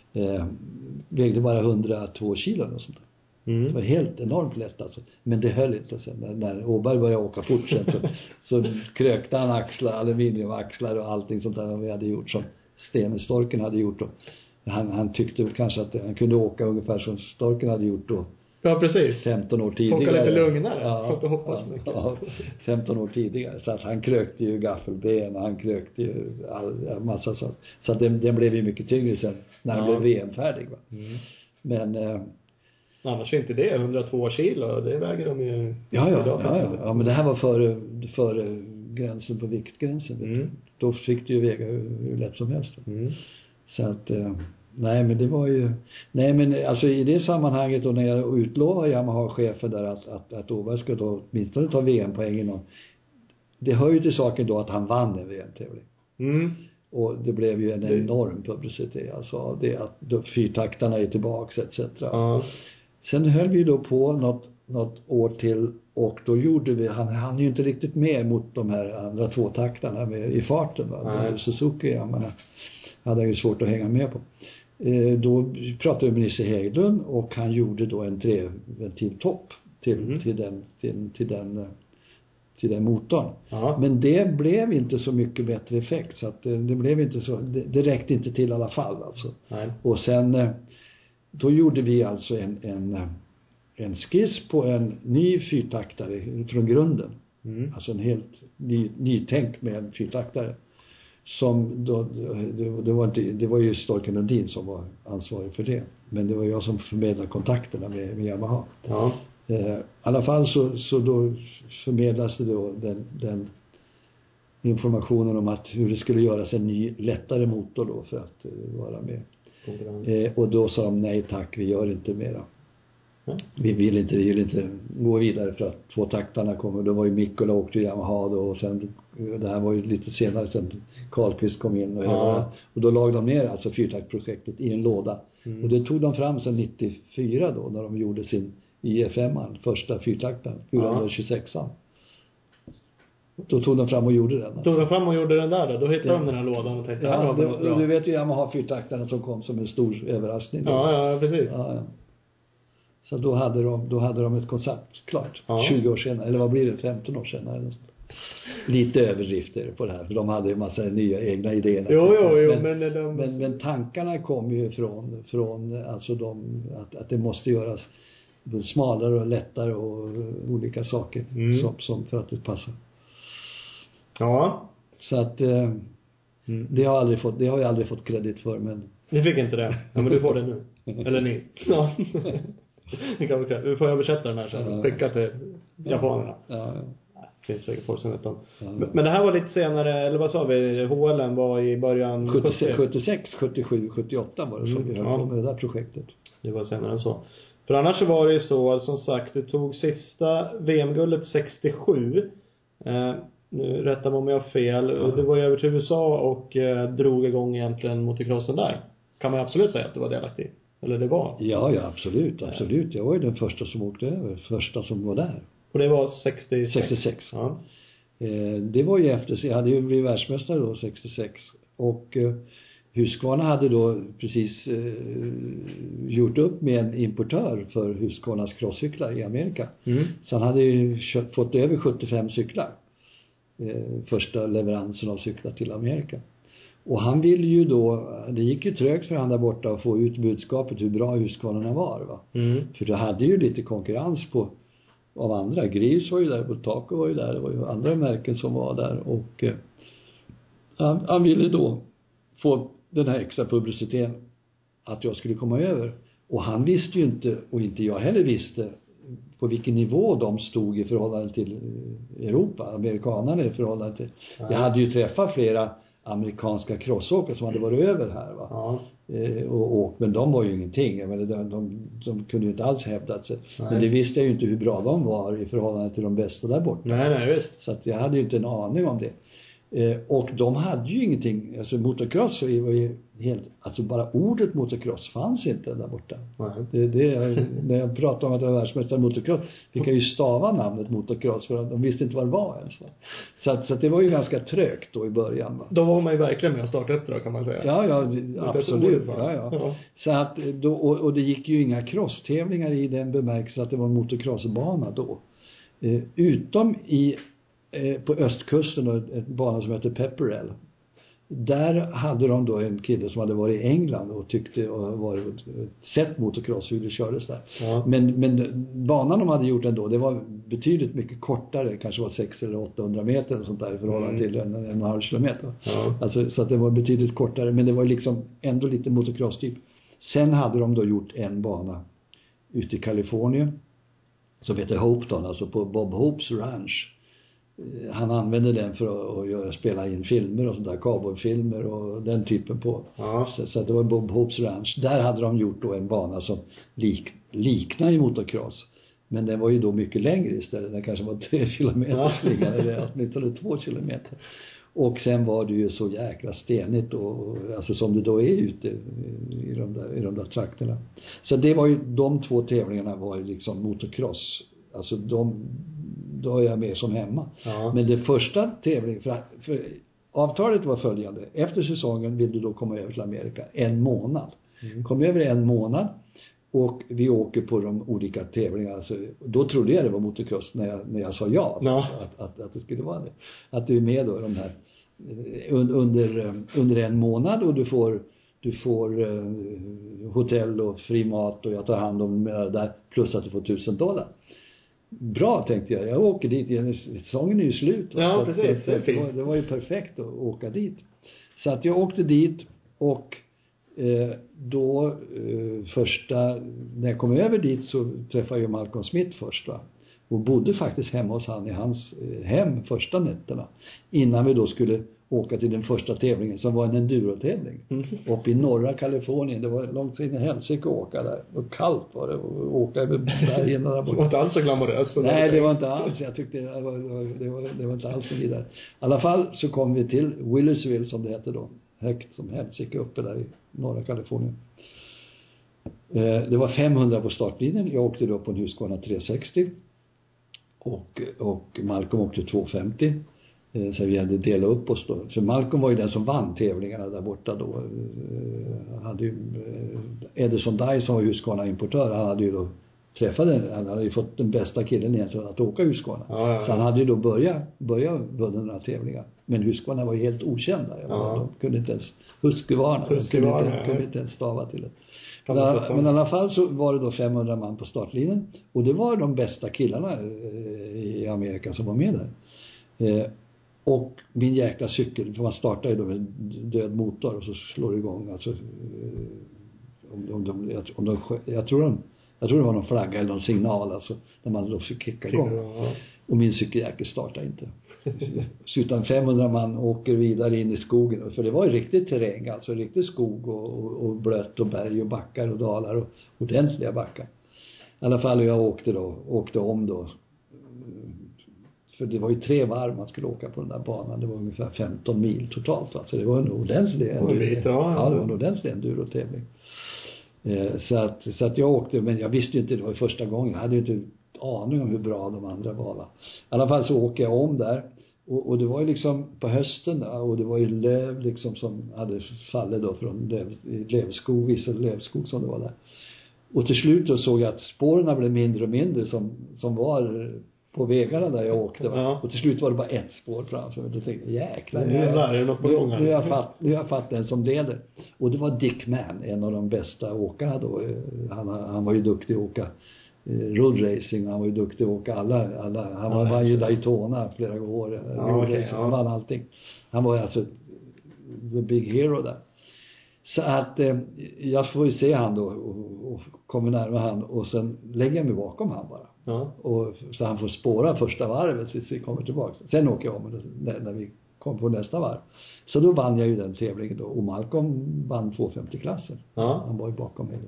vägde bara 102 kilo och sånt där. Det var helt enormt lätt alltså. Men det höll inte sen. När Åberg började åka fort sen så krökte han aluminiumaxlar och allting sånt där vi hade gjort som Storken hade gjort då. Han tyckte väl kanske att han kunde åka ungefär som Storken hade gjort då. Ja, precis. 15 år tidigare. Folk är lite lugnare. Får inte hoppas mycket. Ja, 15 år tidigare. Så att han krökte ju gaffelben och han krökte ju massa saker. Så att den blev ju mycket tyngre sen när han blev VM-färdig, va. Men annars är inte det 102 kilo. Det väger de ju. Ja, men det här var före gränsen på viktgränsen. Då fick du ju väga hur lätt som helst. Så att nej, men det var ju... Nej, men alltså i det sammanhanget då när jag utlovade Yamaha-chefen där att Åberg ska då åtminstone ta VM-poängen. Det hör ju till saken då att han vann en VM-tävling. Och det blev ju en enorm publicitet. Alltså det att fyrtaktarna är tillbaka etc. Sen höll vi då på något år till och då gjorde vi, han är ju inte riktigt med mot de här andra tvåtaktarna i farten, va. Suzuki, jag menar. hade jag ju svårt att hänga med på. Då pratade jag med Nisse Hägglund och han gjorde då en 3-ventil-topp till den motorn. Ja. Men det blev inte så mycket bättre effekt, så att det blev inte så, det räckte inte till i alla fall alltså. Nej. Och sen då gjorde vi alltså en skiss på en ny fyrtaktare från grunden. Alltså en helt nytänk med en fyrtaktare. Som då, det var ju Storken Lundin som var ansvarig för det. Men det var jag som förmedlade kontakterna med Yamaha. Ja. I alla fall så då förmedlas det då den informationen om att hur det skulle göras en ny lättare motor då för att vara med. Och då sa de nej tack, vi gör inte mera. Vi vill inte gå vidare för att tvåtaktarna kommer. Då var ju Mikkola åkte till Yamaha då, och sen det här var ju lite senare sen Karlqvist kom in och då lagde de ner alltså fyrtaktprojektet i en låda. Och det tog de fram sen 94 då när de gjorde sin IF5, första fyrtaktaren, 426an. Då tog de fram och gjorde den. Tog de fram och gjorde den där då hittade de den här lådan och tänkte du vet ju Yamaha fyrtaktaren som kom som en stor överraskning då. Ja, precis. Ja. Så då hade de ett koncept klart. 20 år senare, eller vad blir det, 15 år senare. Lite överdrifter på det här, för de hade ju massa nya egna idéer. Jo, men tankarna kom ju från alltså att det måste göras smalare och lättare och olika saker som för att det passar. Ja. Så att det har jag aldrig fått kredit för, men ni fick inte det. Ja, men du får det nu. Eller ni. Ja. Du får översätta den här sen. Skicka till japanerna. Ja. Det finns säkert folk som vet om. Men det här var lite senare, eller vad sa vi? HLM var i början 76, 77, 78 var det som vi höll på med det där projektet. Det var senare än så. För annars så var det ju så, som sagt, det tog sista VM-guldet 67. Nu rättar man om jag har fel. Det var ju över till USA och drog igång egentligen motocrossen där. Kan man absolut säga att det var delaktig? Eller det var? Ja, absolut. Jag var ju den första som åkte över. Första som var där. Och det var 66? Ja. Det var ju efter, jag hade ju blivit världsmästare då 66. Och Husqvarna hade då precis gjort upp med en importör för Husqvarnas crosscyklar i Amerika. Så han hade ju fått över 75 cyklar. Första leveransen av cyklar till Amerika. Och han ville ju då, det gick ju trögt för han där borta att få ut budskapet hur bra Husqvarna var, va. För det hade ju lite konkurrens av andra. Gris var ju där, Bultaco var ju där, det var ju andra märken som var där. Och han ville då få den här extra publiciteten att jag skulle komma över. Och han visste ju inte, och inte jag heller visste, på vilken nivå de stod i förhållande till Europa, amerikanerna i förhållande till. Jag hade ju träffat flera amerikanska crossåkare som hade varit över här, va. Och men de var ju ingenting. Jag menar, de kunde ju inte alls hävdat sig. Men det visste jag ju inte hur bra de var i förhållande till de bästa där borta. Nej, visst. Så att jag hade ju inte en aning om det. Och de hade ju ingenting, alltså motocross var ju helt, alltså bara ordet motocross fanns inte där borta. När jag pratade om att jag var världsmästare motocross, fick jag ju stava namnet motocross för att de visste inte vad det var ens. Så att det var ju ganska trögt då i början, va? Då var man ju verkligen med att starta upp det då, kan man säga. Ja, absolut. Ja. Så att då, och det gick ju inga crosstävlingar i den bemärkelsen att det var en motocrossbana då. Utom på östkusten och en bana som heter Pepperell. Där hade de då en kille som hade varit i England och tyckte och sett motocross hur det kördes där. Ja. Men banan de hade gjort ändå, det var betydligt mycket kortare, kanske var 600 eller 800 meter och sånt där i förhållande till en halv kilometer. Ja. Alltså, så att det var betydligt kortare, men det var liksom ändå lite motocross typ. Sen hade de då gjort en bana ute i Kalifornien som heter Hopeton, alltså på Bob Hopes ranch. Han använde den för att spela in filmer och sånt där, cowboyfilmer och den typen på. Ja. Så det var Bob Hopes ranch. Där hade de gjort då en bana som liknar i motocross. Men den var ju då mycket längre istället. Den kanske var 3 kilometer slingare, eller åtminstone 2 kilometer. Och sen var det ju så jäkla stenigt och alltså som det då är ute i de där trakterna. Så det var ju, de 2 tävlingarna var ju liksom motocross. Alltså då är jag med som hemma. Ja. Men det första tävlingen, för avtalet var följande. Efter säsongen vill du då komma över till Amerika 1 månad. Kom över 1 månad och vi åker på de olika tävlingarna. Alltså, då trodde jag det var motocross när jag sa ja. No. Att det skulle vara det. Att du är med då de här under 1 månad och du får hotell och fri mat och jag tar hand om det där plus att du får $1,000. Bra, tänkte jag. Jag åker dit. Säsongen är ju slut. Ja, precis. Det var ju perfekt att åka dit. Så att jag åkte dit och då när jag kom över dit så träffade jag Malcolm Smith först, va? Och bodde faktiskt hemma hos han i hans hem första nätterna. Innan vi då skulle åka till den första tävlingen som var en enduro-tävling. Uppe i norra Kalifornien. Det var långt in i helsike att åka där. Och kallt var det att åka över bergen där borta. Det var inte alls så glamoröst. Nej, det var inte alls. Jag tyckte det var inte alls så vidare. I alla fall så kom vi till Willisville som det hette då. Högt som helsike uppe där i norra Kalifornien. Det var 500 på startlinjen. Jag åkte då på en Husqvarna 360. Och Malcolm åkte 250. Så vi hade delat upp oss då. Så Malcolm var ju den som vann tävlingarna där borta då. Han hade ju Edison Dyson var Husqvarna-importör. Han hade ju då han hade ju fått den bästa killen egentligen att åka Husqvarna. Ja. Så han hade ju då börjat vinna några tävlingar. Men Husqvarna var ju helt okända. De kunde inte ens Husqvarna kunde inte ens stava till det. Men i alla fall så var det då 500 man på startlinjen. Och det var de bästa killarna i Amerika som var med där. Och min jäkla cykel, för man startar ju då med död motor och så slår det igång. Alltså, jag tror det var någon flagga eller någon signal alltså, när man då fick kicka igång. Och min cykeljäkel startade inte. Så utan 500 man åker vidare in i skogen. För det var ju riktigt terräng, alltså riktigt skog och blött och berg och backar och dalar och ordentliga backar. I alla fall jag åkte om då. För det var ju 3 varv man skulle åka på den där banan. Det var ungefär 15 mil totalt. Alltså det var en ordentlig enduro-tävling. Så att jag åkte, men jag visste ju inte, det var första gången. Jag hade ju inte aning om hur bra de andra var. Va? I alla fall så åker jag om där. Och det var ju liksom på hösten där, och det var ju löv liksom som hade fallit då från lövskog, vissa lövskog som det var där. Och till slut då såg jag att spåren blev mindre och mindre som var på vägarna där jag åkte. Va? Och till slut var det bara ett spår framför mig. Då tänkte jag, jäklar, nu har jag fatt den som leder. Och det var Dick Mann, en av de bästa åkarna då. Han var ju duktig att åka road racing, han var ju duktig att åka alla. Han var ju Daytona flera år. Han vann allting. Han var alltså the big hero där. Så att jag får ju se han då och kommer närmare han och sen lägger jag mig bakom han bara. Ja. Och så han får spåra första varvet tills vi kommer tillbaka. Sen åker jag om när vi kom på nästa varv. Så då vann jag ju den tävlingen då. Och Malcolm vann 250-klassen. Ja. Han var ju bakom mig då.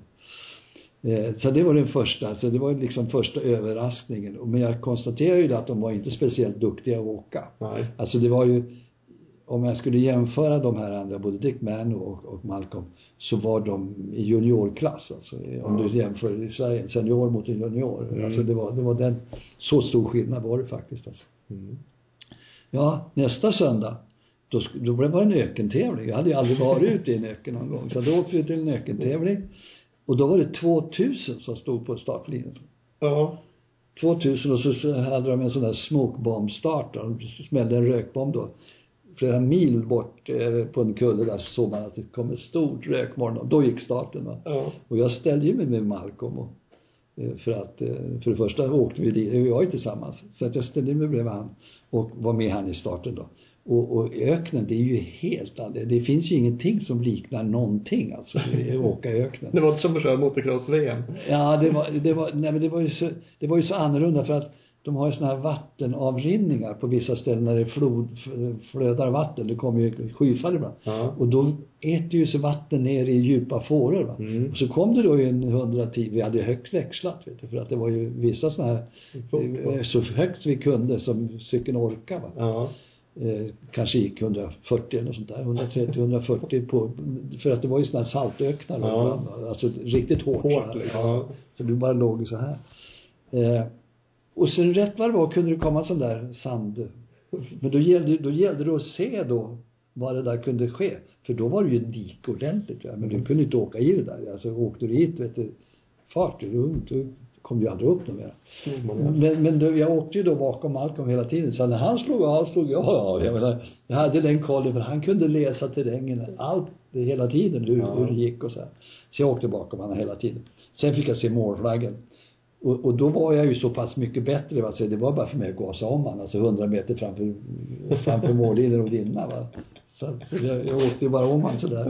Så det var den första. Så det var liksom första överraskningen. Men jag konstaterar ju att de var inte speciellt duktiga att åka. Nej. Alltså det var ju, om jag skulle jämföra de här andra, både Dick Mann och Malcolm, så var de i juniorklass. Alltså, om du jämför i Sverige, en senior mot en junior. Alltså det var den, så stor skillnad var det faktiskt. Alltså. Ja, nästa söndag, då blev det en ökentävling. Jag hade ju aldrig varit ute i en öken någon gång. Så då åkte vi till en ökentävling. Och då var det 2000 som stod på startlinjen. Ja. 2000, och så hade de en sån där smokebombstart. De smällde en rökbomb då. Flera mil bort på en kulle där så såg man att det kom ett stort rökmoln. Och då gick starten. Va? Ja. Och jag ställde ju mig med Malcolm. För det första åkte vi var ju tillsammans. Så att jag ställde mig bredvid han. Och var med han i starten då. Och öknen, det är ju helt annorlunda. Det finns ju ingenting som liknar någonting alltså. Åka i öknen. Det var inte som att köra motocross-VM. Ja, det var ju så annorlunda för att de har ju såna här vattenavrinningar på vissa ställen när det flödar vatten. Det kommer ju skyfall ibland. Ja. Och då äter ju så vatten ner i djupa fåror. Va? Och så kom det då en 110. Vi hade högt växlat, vet du, för att det var ju vissa såna här så högt vi kunde som cykeln orkar. Va? Ja. Kanske gick 140 eller sånt där, 130-140 på, för att det var ju såna här saltöknar. Ja. Alltså riktigt hårt liksom. Ja. Så du bara låg så här. Och sen rätt vad det var kunde det komma sån där sand. Men då gällde det att se då vad det där kunde ske. För då var det ju dik ordentligt. Ja. Men du kunde inte åka i det där. Alltså åkte du hit, vet du, fart, du kom ju aldrig upp någon mer. Men då, jag åkte ju då bakom Malcolm hela tiden. Så när han slog av, slog jag av. Jag hade den kollen, för han kunde läsa terrängen allt hela tiden, hur det gick och så här. Så jag åkte bakom honom hela tiden. Sen fick jag se målflaggen. Och då var jag ju så pass mycket bättre, alltså det var bara för mig att gasa om han, alltså 100 meter framför mållinjen och vinna, va. Så jag åkte ju bara om han sådär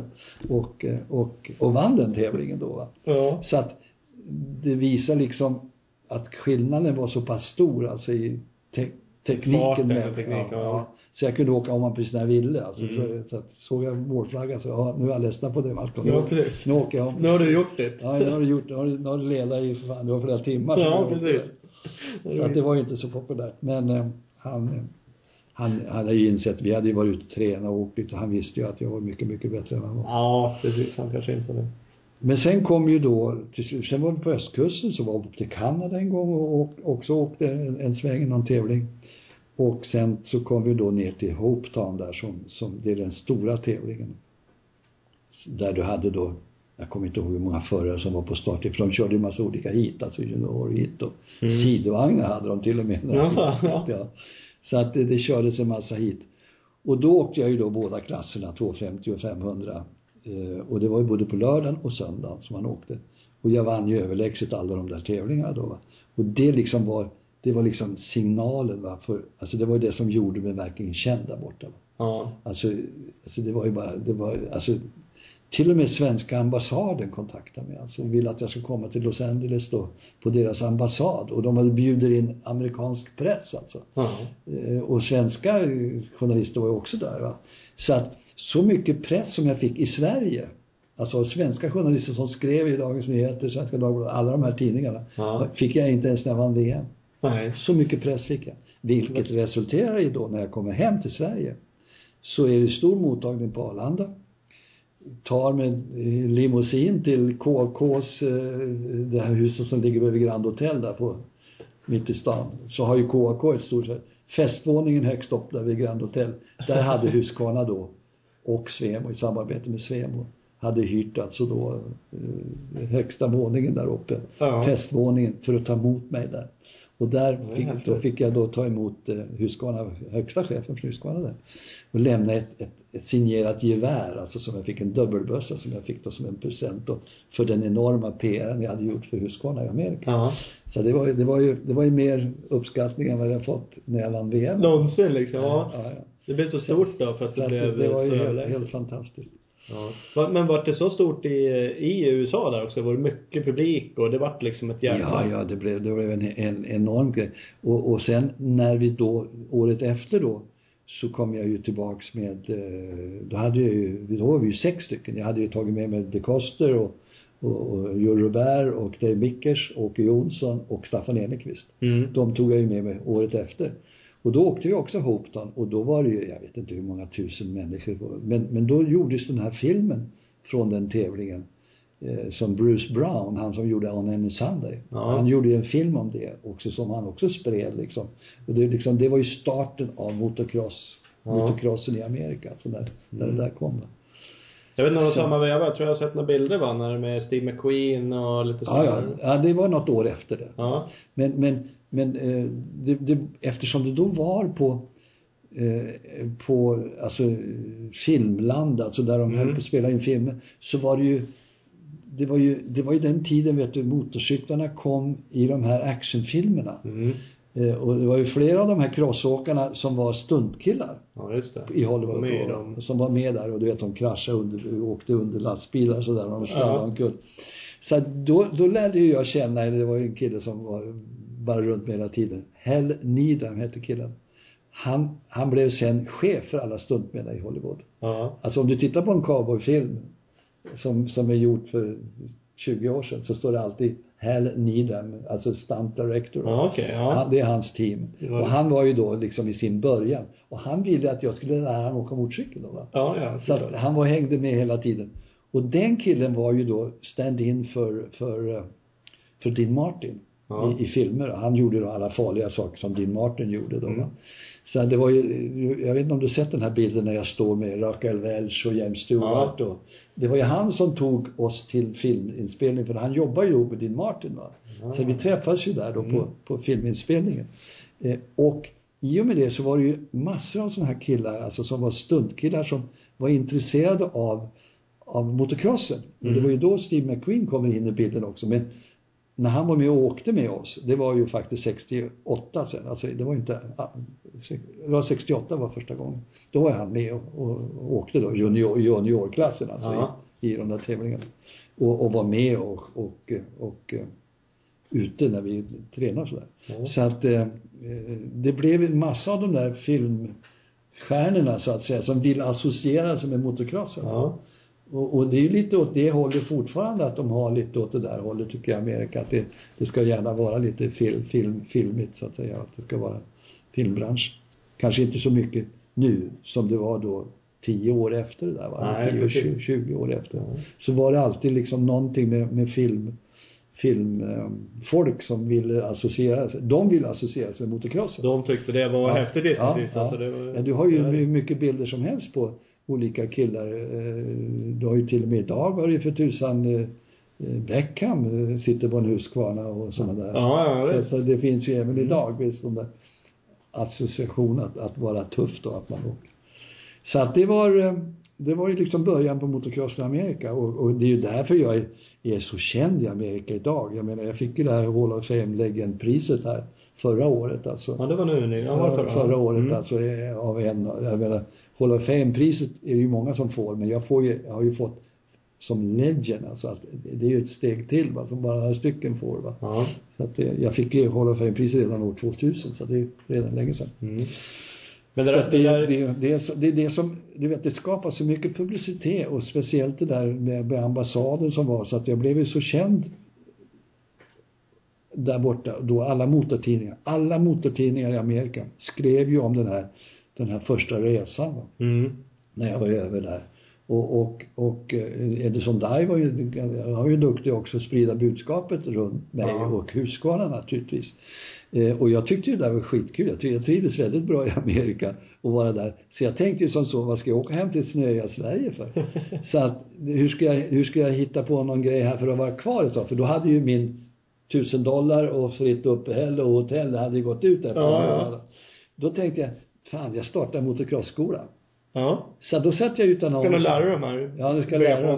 och vann den tävlingen då, va. Ja. Så att det visar liksom att skillnaden var så pass stor, alltså i tekniken med teknik, ja. Så jag kunde åka om man precis när jag ville, alltså. Så att såg jag målflaggan så nu är jag ledsna på det, Malcolm. Ja, precis. Nu åker jag om. Nu har du gjort det. Ja, nu har du gjort det. Nu har du ledat i fan, det var flera timmar. Ja, precis. Så att det var ju inte så populärt. Men han hade ju insett, vi hade ju varit ute och tränat och åkt lite, och han visste ju att jag var mycket, mycket bättre än han var. Ja, precis. Han kanske insåg det. Men sen kom ju då, sen var vi på östkusten, så var vi upp till Kanada en gång och också åkte en sväng i någon tävling. Och sen så kom vi då ner till Hopetown där som det är den stora tävlingen. Där du hade då, jag kommer inte ihåg hur många förare som var på start, för de körde ju massa olika hit, alltså junior-hit och sidovagnar hade de till och med. Ja. Så att det kördes en massa hit. Och då åkte jag ju då båda klasserna, 250 och 500. Och det var ju både på lördagen och söndagen som man åkte. Och jag vann ju överlägset alla de där tävlingarna då, va. Och det liksom var liksom signalen, va, för alltså det var det som gjorde mig verkligen känd där borta, va? Ja. Alltså det var ju bara, alltså till och med svenska ambassaden kontaktade mig, alltså ville att jag skulle komma till Los Angeles då på deras ambassad, och de hade bjudit in amerikansk press alltså. Och svenska journalister var ju också där, va. Så att så mycket press som jag fick i Sverige, alltså svenska journalister som skrev i Dagens Nyheter, Svenska Dagbladet, alla de här tidningarna, fick jag inte ens när jag vann VM. Nej. Så mycket press fick jag. Vilket resulterar i då, när jag kommer hem till Sverige, så är det stor mottagning på Arlanda. Tar med limousin till KKs, det här huset som ligger över Grand Hotel där på mitt i stan. Så har ju KK ett stort festvåningen högst upp där vid Grand Hotel. Där hade Husqvarna då och Svemo i samarbete med Svemo hade hyrt alltså då högsta våningen där uppe. Festvåningen, för att ta emot mig där. Och där fick jag då ta emot Husqvarna, högsta chefen för Husqvarna där. Och lämna ett signerat gevär, alltså som jag fick, en dubbelbössa som jag fick då som en present då, för den enorma PR:en jag hade gjort för Husqvarna i Amerika. Så det var ju mer uppskattning än vad jag fått när jag vann VM. Någonsin liksom, ja. Det blev så stort då för att det var ju helt fantastiskt. Ja. Men var det så stort i USA där också? Var det mycket publik och det var liksom ett jävla... Ja, det blev en enorm grej. Och sen när vi då, året efter då, så kom jag ju tillbaks med, då var vi ju 6 stycken. Jag hade ju tagit med mig De Koster och Joe Robert och Dave Mickers, Åke Jonsson och Staffan Enekvist. De tog jag ju med mig året efter. Och då åkte jag också Hopetown, och då var det ju, jag vet inte hur många tusen människor, men då gjordes den här filmen från den tävlingen som Bruce Brown, han som gjorde On Any Sunday. Han gjorde ju en film om det också, som han också spred liksom. Och det var ju starten av motocrossen i Amerika, så där det där kom. Jag vet inte om samma veva, jag tror jag har sett några bilder, va, när med Steve McQueen och lite sådär. Ja, det var något år efter det. Men det, eftersom det då var på alltså filmland, alltså där de höll på att spela in filmer, så var det var ju den tiden, vet du, motorcyklarna kom i de här actionfilmerna. Och det var ju flera av de här crossåkarna som var stuntkillar. Ja, just det. I Hollywood som var med där, och du vet, de kraschade åkte under lastbilar så där, de sladde omkull. Så då lärde ju jag känna, det var en kille som var bara runt med hela tiden. Hal Needham hette killen. Han blev sen chef för alla stuntmän i Hollywood. Alltså om du tittar på en cowboyfilm som är gjort för 20 år sedan, så står det alltid Hal Needham, alltså stunt director. Det är hans team. Och han var ju då liksom i sin början. Och han ville att jag skulle lära han åka motorcykel då, va? Så att han hängde med hela tiden. Och den killen var ju då stand-in för Dean Martin i filmer. Han gjorde då alla farliga saker som Dean Martin gjorde då, va? Så det var ju, jag vet inte om du sett den här bilden när jag står med Raquel Welch och James Stewart. Och det var ju han som tog oss till filminspelning, för han jobbar ju med Dean Martin, va. Så vi träffades ju där då på filminspelningen. Och i och med det så var det ju massor av såna här killar, alltså som var stuntkillar som var intresserade av motocrossen. Och det var ju då Steve McQueen kommer in i bilden också. Men när han var med och åkte med oss, det var ju faktiskt 68 sen. Alltså det var inte, det var 68 var första gången. Då var han med och åkte då juniorklassen alltså i de där tävlingarna. Och var med och ute när vi tränade sådär. Så att det blev en massa av de där filmstjärnorna så att säga som vill associera sig med motocrossen. Och det är ju lite åt det hållet fortfarande, att de har lite åt det där hållet, tycker jag, Amerika, att det ska gärna vara lite filmigt så att säga, att det ska vara filmbransch. Kanske inte så mycket nu som det var då 10 år efter det där, va? Nej, 20 år efter. Så var det alltid liksom någonting med filmfolk som ville associera sig. De ville associera sig med motocrossen. De tyckte det var häftigt precis. Alltså det var, du har ju mycket bilder som helst på olika killar. Du har ju till och med idag var det för tusan Beckham sitter på en Husqvarna och sådana där. Så det finns ju även idag visst de där association att vara tuff då, att man åker. Så att det var ju liksom början på motocrossen i Amerika, och det är ju därför jag är så känd i Amerika idag. Jag menar, jag fick ju det här Hall of Fame-priset här förra året alltså. Ja, det var nu. Förra året alltså av en, jag menar, Hall of Fame-priset är det ju många som får, men jag har ju fått som legend alltså, det är ju ett steg till, va, som bara några stycken får, va. Så att jag fick ju Hall of Fame-priset redan år 2000, så det är redan länge sedan. Men det är det som, du vet, det skapar så mycket publicitet, och speciellt det där med ambassaden som var, så att jag blev ju så känd där borta då. Alla motortidningar i Amerika skrev ju om den här första resan, va? När jag var över där. Och Edison Dye var ju duktig också att sprida budskapet runt mig och Husqvarna naturligtvis. Och jag tyckte ju det där var skitkul. Jag trivdes väldigt bra i Amerika och vara där. Så jag tänkte ju som så, vad ska jag åka hem till snöiga Sverige för? Så att hur ska jag hitta på någon grej här för att vara kvar ett tag? För då hade ju min $1,000 och fritt uppehälle och hotell, det hade ju gått ut där. Då tänkte jag, fan, jag startar motocross-skola. Så då satt jag utan någon. Ska du lära dem här? Ja, du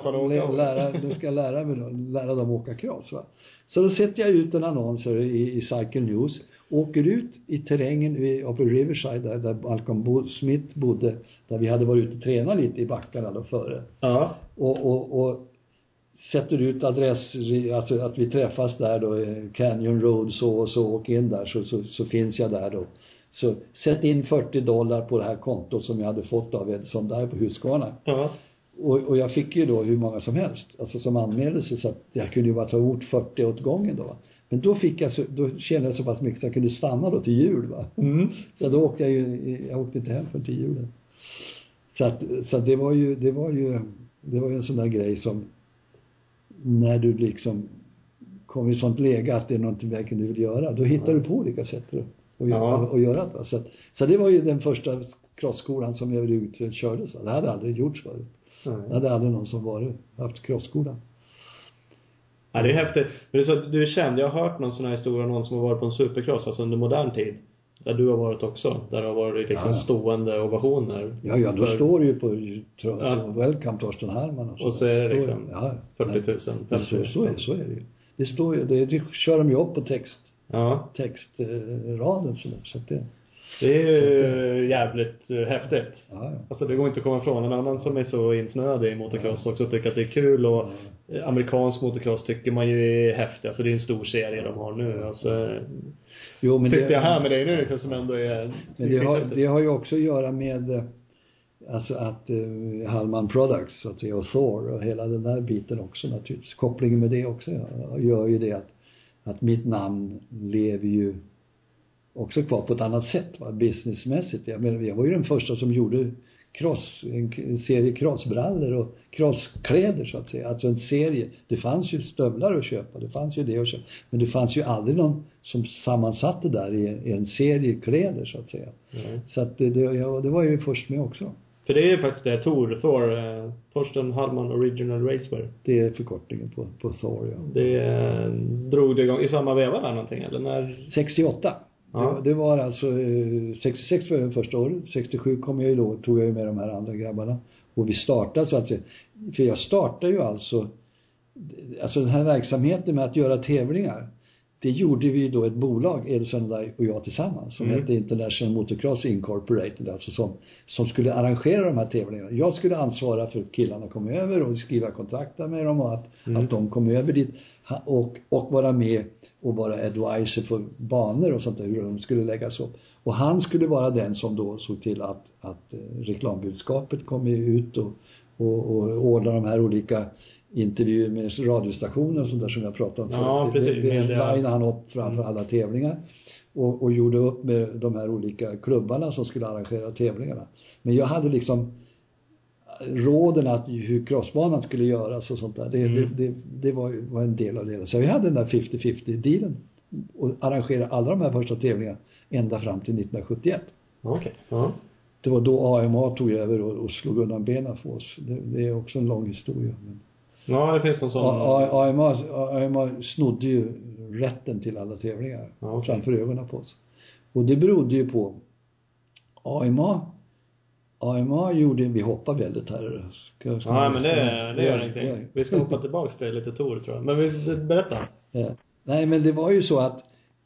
ska lära dem åka cross, va. Så då sätter jag ut en annons i Cycle News, åker ut i terrängen uppe i Riverside där Malcolm Smith bodde, där vi hade varit ute och tränat lite i backarna då före. Och sätter ut adress, alltså att vi träffas där då, Canyon Road så åker in där, så finns jag där då. Så sätt in $40 på det här kontot som jag hade fått av Edson där på Husqvarna. Och jag fick ju då hur många som helst, alltså som anmälde sig, så att jag kunde ju bara ta ort 40 åt gången då. Men då kände jag så pass mycket så jag kunde stanna då till jul, va. Så då åkte jag åkte inte hem för till julen. Så det var ju en sån där grej som, när du liksom kommer i sånt läge att det är någonting verkligen du vill göra, då hittar du på olika sätt och göra det. Så det var ju den första crossskolan som jag överhuvudtaget körde, så det hade aldrig gjorts förut. Det hade aldrig någon som haft crossskolan. Ja, det är häftigt. Men det är så, du är känd, jag har hört någon sån här historia, någon som har varit på en supercross, alltså under modern tid, där du har varit också, där det har varit liksom stående ovationer. Ja, då står det ju på Welcome Torsten Hermann och så är det liksom 40 000. Så är det ju. Det står ju, det kör de ju upp på textraden så att det är ju jävligt häftigt. Alltså det går inte att komma ifrån. En annan som är så insnöad i motocross också tycker att det är kul, och amerikansk motocross tycker man ju är häftigt. Alltså det är en stor serie de har nu. Alltså, men sitter jag här med dig nu liksom, som ändå är... Men det har ju också att göra med alltså att Hallman Products och Thor och hela den där biten också naturligtvis. Kopplingen med det också gör ju det att mitt namn lever ju också kvar på ett annat sätt, va, businessmässigt. Jag menar, jag var ju den första som gjorde en serie crossbrallor och crosskläder så att säga. Alltså en serie. Det fanns ju stövlar att köpa. Det fanns ju det att köpa. Men det fanns ju aldrig någon som sammansatte där i en serie kläder så att säga. Så att det var ju först med också. För det är ju faktiskt det, Thor, Torsten Hallman Original Racewear. Det är förkortningen på Thor, ja. Det drog det igång i samma veva där någonting, eller när? 68. Ja. Det var alltså 66 var det första året. 67 kom jag ju då, tog jag ju med de här andra grabbarna. Och vi startade så att säga. För jag startade ju alltså den här verksamheten med att göra tävlingar. Det gjorde vi då ett bolag, Edson och jag tillsammans, som hette International Motocross Incorporated, alltså som skulle arrangera de här tävlingarna. Jag skulle ansvara för killarna kom över och skriva kontrakter med dem och att de kom över dit och vara med och vara advisor för banor och sånt där, hur de skulle läggas upp. Och han skulle vara den som då såg till att reklambudskapet kom ut och ordna de här olika intervjuer med radiostationer och sånt där som jag pratade om. Ja, precis. Det linade han upp framför alla tävlingar och gjorde upp med de här olika klubbarna som skulle arrangera tävlingarna. Men jag hade liksom råden att hur crossbanan skulle göras och sånt där. Det var en del av det. Så vi hade den där 50-50-dealen och arrangerade alla de här första tävlingarna ända fram till 1971. Okej. Ja. Det var då AMA tog över och slog undan benen för oss. Det är också en lång historia. Men ja, det finns någon sån. AMA snodde ju rätten till alla tävlingar framför ögonen på oss. Och det berodde ju på AMA gjorde, vi hoppar väldigt här. Ja, men det gör ingenting. Vi ska hoppa tillbaka till lite Tor, tror jag. Men vi berättar. Ja. Nej, men det var ju så att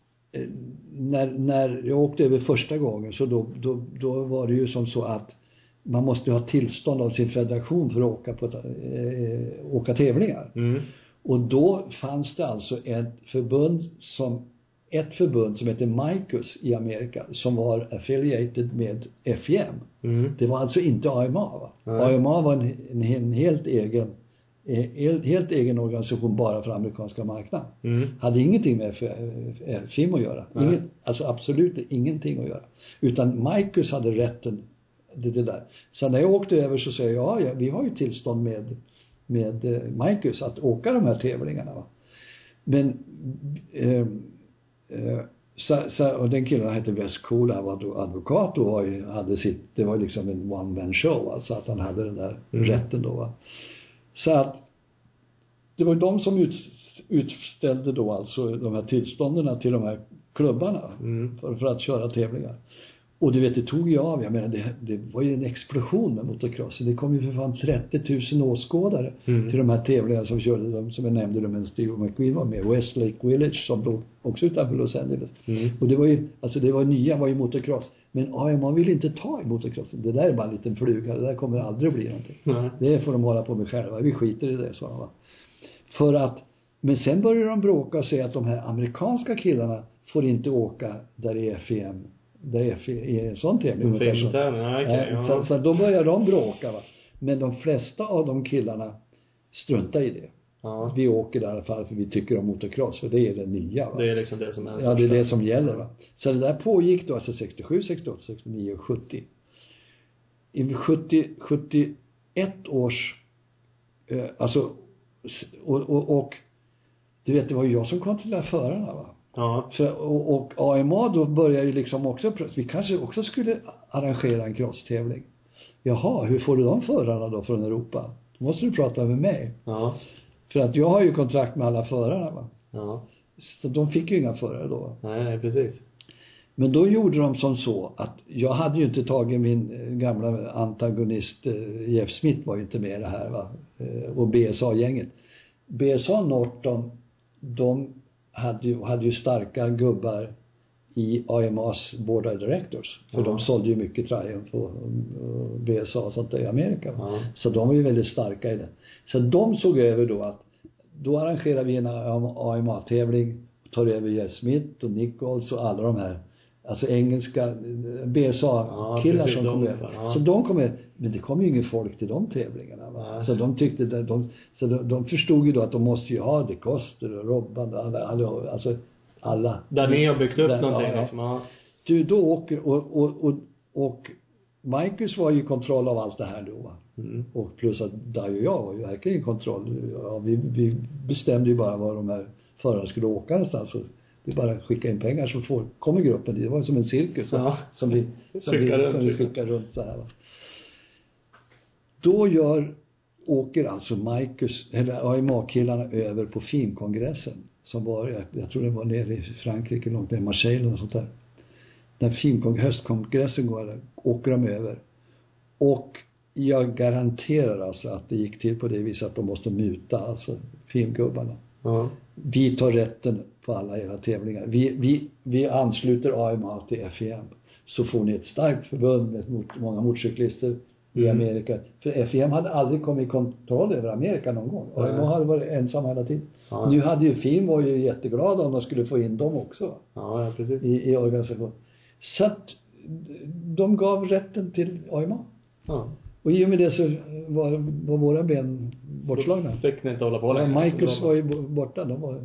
när jag åkte över första gången så då var det ju som så att man måste ha tillstånd av sin federation för att åka tävlingar. Och då fanns det alltså ett förbund som heter MICUS i Amerika som var affiliated med FIM. Det var alltså inte AMA, va? AMA var en helt egen organisation bara för amerikanska marknaden. Hade ingenting med FIM att göra. Alltså absolut ingenting att göra. Utan MICUS hade rätten det där. Så när jag åkte över så säger jag, ja, vi har ju tillstånd med MICUS att åka de här tävlingarna, va? Men och den killen hette West Cool, han var advokat och det var liksom en one man show, alltså att han hade den där rätten då, va? Så att det var de som utställde då alltså de här tillstånden till de här klubbarna för att köra tävlingar. Och du vet, det tog ju av. Jag menar, det var ju en explosion med motocross. Det kom ju för fan 30 000 åskådare till de här tävlingarna som körde dem, som jag nämnde, men Steve McQueen var med. Westlake Village som låg också utanför Los Angeles. Och det var ju, alltså det var ju motocross. Men AMA vill inte ta i motocrossen. Det där är bara en liten fluga. Det där kommer aldrig att bli någonting. Det får de hålla på med själva. Vi skiter i det, sa han. Men sen började de bråka och säga att de här amerikanska killarna får inte åka där det är FIM. Det är en sån tävling. Så då börjar de bråka, va? Men de flesta av de killarna struntar i det. Ja. Vi åker där i alla fall för vi tycker om motocross, för det är det nya, va? Det är liksom det som är. Ja, det är det som gäller, va? Så det där pågick då alltså 67, 68, 69 och 70. I 71 års alltså och du vet, det var ju jag som kontrollerade förarna, va? Ja. Så, och AMA då börjar ju liksom också, vi kanske också skulle arrangera en crosstävling. Jaha, hur får du de förarna då från Europa? Då måste du prata med mig. Ja. För att jag har ju kontrakt med alla förarna, va? Ja. Så de fick ju inga förare då, va? Nej, precis. Men då gjorde de som så att jag hade ju inte tagit min gamla antagonist Jeff Smith var ju inte med i det här, va? Och BSA-gänget. BSA Norton, de hade ju starka gubbar i AMAs board of directors. För de sålde ju mycket Triumph och BSA och sånt där i Amerika. Så de var ju väldigt starka i det. Så de såg över då att då arrangerar vi en AMA-tävling och tar över Jeff Smith och Nichols och alla de här, alltså engelska BSA-killar som kom över. Så de kom över. Men det kom ju ingen folk till de tävlingarna, va? Så de tyckte de förstod ju då att de måste ju ha det Koster och Robban alltså alla. Där ni har byggt upp någonting liksom. Du då åker och Marcus var ju i kontroll av allt det här då, va? Och plus att Dai och jag var ju verkligen i kontroll. Ja, vi bestämde ju bara var de här förarna skulle åka någonstans. Det är bara att skicka in pengar så kommer gruppen. Det var som en cirkus som vi skickar runt så här, va? Då åker alltså Marcus eller AIMA-killarna över på FIM-kongressen som var, jag tror det var nere i Frankrike, långt ner i Marseille och sånt där. När höstkongressen åker de över. Och jag garanterar alltså att det gick till på det viset att de måste muta alltså FIM-gubbarna. Vi tar rätten på alla era tävlingar. Vi ansluter AIMA till FIM. Så får ni ett starkt förbund med många motorcyklister i Amerika. För FIM hade aldrig kommit i kontroll över Amerika någon gång. AIMA hade varit ensam hela tiden. Nu hade ju FIM var ju jätteglada om de skulle få in dem också. Ja, precis. I organisationen. Så att de gav rätten till AIMA. Ja. Och i och med det så var våra ben bortslagna. Fick ni inte hålla på längre. Marcus var ju borta. De var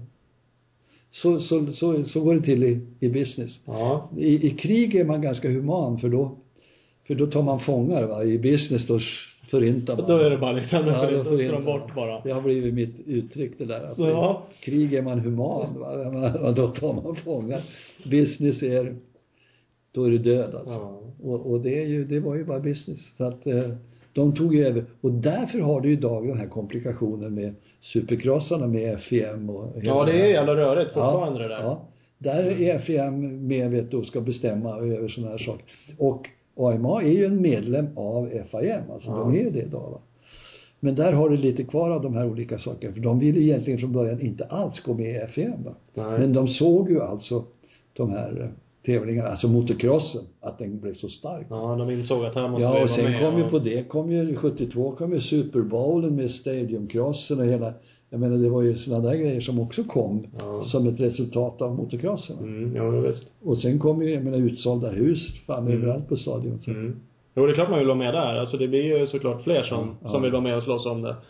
så går det till i business. Ja. I krig är man ganska human för då tar man fångar, va? I business då förintar man. Då är det bara liksom då ska de bort bara. Det har blivit mitt uttryck det där. Alltså, krig är man human, va? Då tar man fångar. Business då är det död alltså. Och det var ju bara business. Så att de tog över. Och därför har du idag den här komplikationen med supercrossarna med FIM och ja, det är jävla rörigt fortfarande det där. Ja. Där är FIM med och ska bestämma över såna här saker. Och AIMA är ju en medlem av FIM. Alltså de är ju det idag, va? Men där har du lite kvar av de här olika sakerna. För de ville egentligen från början inte alls gå med i FIM, va? Men de såg ju alltså de här tävlingarna, alltså motocrossen, att den blev så stark. Ja, de insåg att här måste vi vara med. Ja, och sen kom ju 72 kom ju Super Bowlen med stadiumcrossen och hela, jag menar det var ju sådana där grejer som också kom som ett resultat av motocrossen. Ja, visst. Och sen kom ju, jag menar, utsålda hus överallt på stadion. Jo, det är klart man vill vara med där. Alltså det blir ju såklart fler som vill vara med och slåss om det.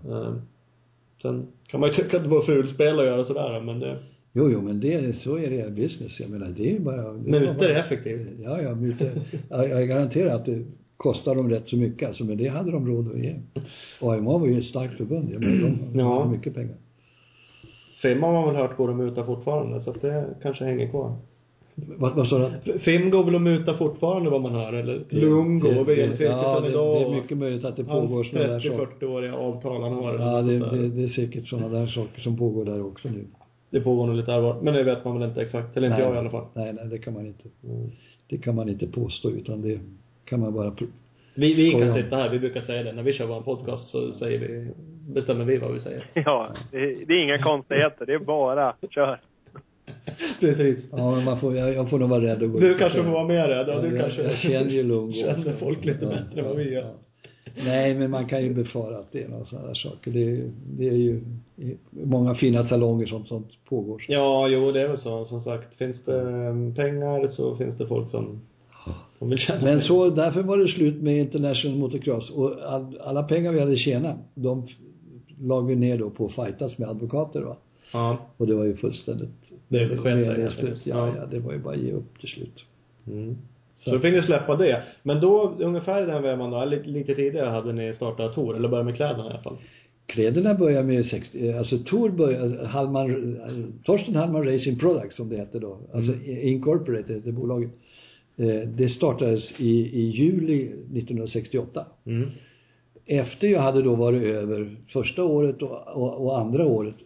Sen kan man ju tycka att det var fulspel att göra sådär, men det... Jo, men så är det business. Jag menar, det är ju bara... Mutor är effektivt. Ja, mutor. Jag garanterar att det kostar dem rätt så mycket. Alltså, men det hade de råd att ge. Och AIMA var ju ett starkt förbund. Jag menar, de har mycket pengar. FIM har man väl hört går och muta fortfarande. Så att det kanske hänger kvar. Vad sa du? FIM går väl och muta fortfarande vad man hör. Eller Lungo och VL-cirkusen idag. Det är mycket möjligt att det pågår sådana där saker. 30-40-åriga avtal han har. Ja, det är säkert sådana där saker som pågår där också nu. Det pågår nog lite här, men det vet man väl inte exakt. Eller inte jag i alla fall. Nej, det kan man inte. Det kan man inte påstå, utan det kan man bara... Vi kan sitta här, vi brukar säga det. När vi kör vår podcast så bestämmer vi vad vi säger. Ja, det är inga konstigheter. Det är bara, kör. Precis. Ja, men jag får nog vara rädd att gå. Du kanske får vara mer rädd. Jag känner ju lugn. Känner folk lite bättre än vad vi gör. Ja. Nej, men man kan ju befara att det är några sådana där saker. Det är ju många fina salonger sånt pågår. Ja, jo, det är väl så. Som sagt, finns det pengar så finns det folk som vill tjäna. Men så, därför var det slut med International Motocross. Och alla pengar vi hade tjänat, de lag vi ner då på fightas med advokater, va? Ja. Och det var ju fullständigt... Det skedde slut. Ja, det var ju bara att ge upp till slut. Så då fick ni släppa det. Men då, ungefär i den vägen då, lite tidigare hade ni startat Tor, eller började med kläderna i alla fall? Kläderna började med 60, alltså Tor började, Torsten Hallman Racing Products som det hette då. Alltså Incorporated, det bolaget. Det startades i juli 1968. Efter jag hade då varit över första året och andra året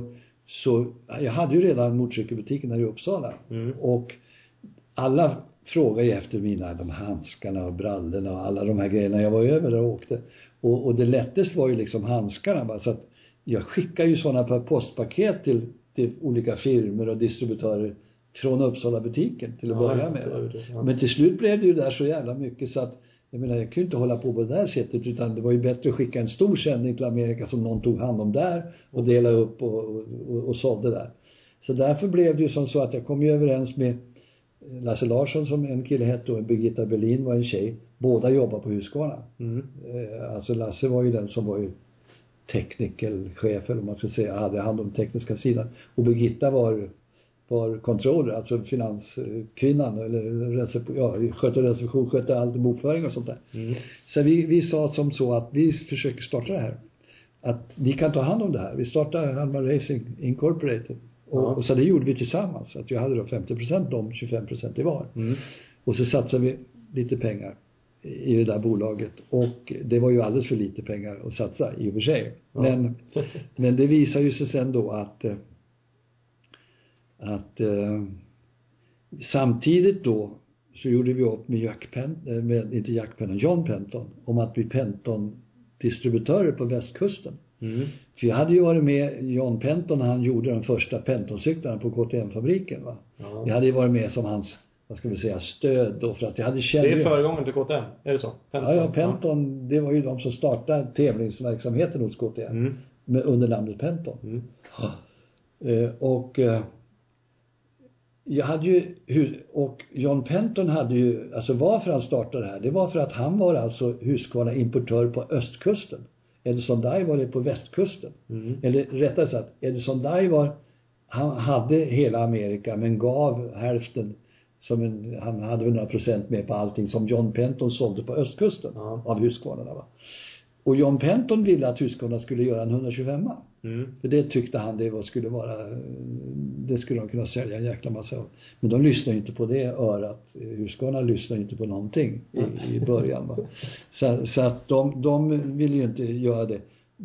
så jag hade ju redan motorcykelbutiken här i Uppsala. Och alla frågade ju efter de handskarna och brallorna och alla de här grejerna. Jag var över där och åkte. Och det lättaste var ju liksom handskarna. Bara, så att jag skickar ju sådana postpaket till olika firmor och distributörer från Uppsala butiken till att börja med. Men till slut blev det ju där så jävla mycket så att jag menar, jag kunde inte hålla på det där sättet, utan det var ju bättre att skicka en stor sändning till Amerika som någon tog hand om där och delade upp och sålde där. Så därför blev det ju som så att jag kom ju överens med Lasse Larsson som en kille hette och Birgitta Berlin var en tjej. Båda jobbade på Husqvarna. Alltså Lasse var ju den som var ju teknikerchef, eller om man ska säga, hade hand om tekniska sidan. Och Birgitta var var controller, alltså finanskvinnan eller skötte reception, skötte all bokföring och sånt där. Så vi sa som så att vi försöker starta det här. Att ni kan ta hand om det här. Vi startar Halmar Racing Incorporated. Och så det gjorde vi tillsammans. Att jag hade då 50%, de 25% det var. Och så satsade vi lite pengar i det där bolaget. Och det var ju alldeles för lite pengar att satsa i och för sig. Men det visar ju sig sen då att samtidigt då så gjorde vi upp med John Penton om att bli Penton-distributörer på västkusten. För jag hade ju varit med John Penton när han gjorde de första Penton-cyklarna på KTM-fabriken, va. Jag hade ju varit med som hans, vad ska vi säga, stöd då, för att jag hade känt. Det är föregångaren till KTM, är det så? Penton. Penton, det var ju de som startade tävlingsverksamheten hos KTM under namnet Penton. Jag hade ju, och John Penton hade ju, alltså varför han startade det här, det var för att han var alltså Husqvarna importör på östkusten. Edison Dye var det på västkusten. Eller rättare sagt, Edison Dye han hade hela Amerika men gav hälften han hade väl några procent med på allting som John Penton sålde på östkusten av Husqvarna, va. Och John Penton ville att Husqvarna skulle göra en 125. För det tyckte han det skulle de kunna sälja en jäkla massa av. Men de lyssnar inte på det örat. Husqvarna lyssnar inte på någonting i början, va. Så att de ville ju inte göra det.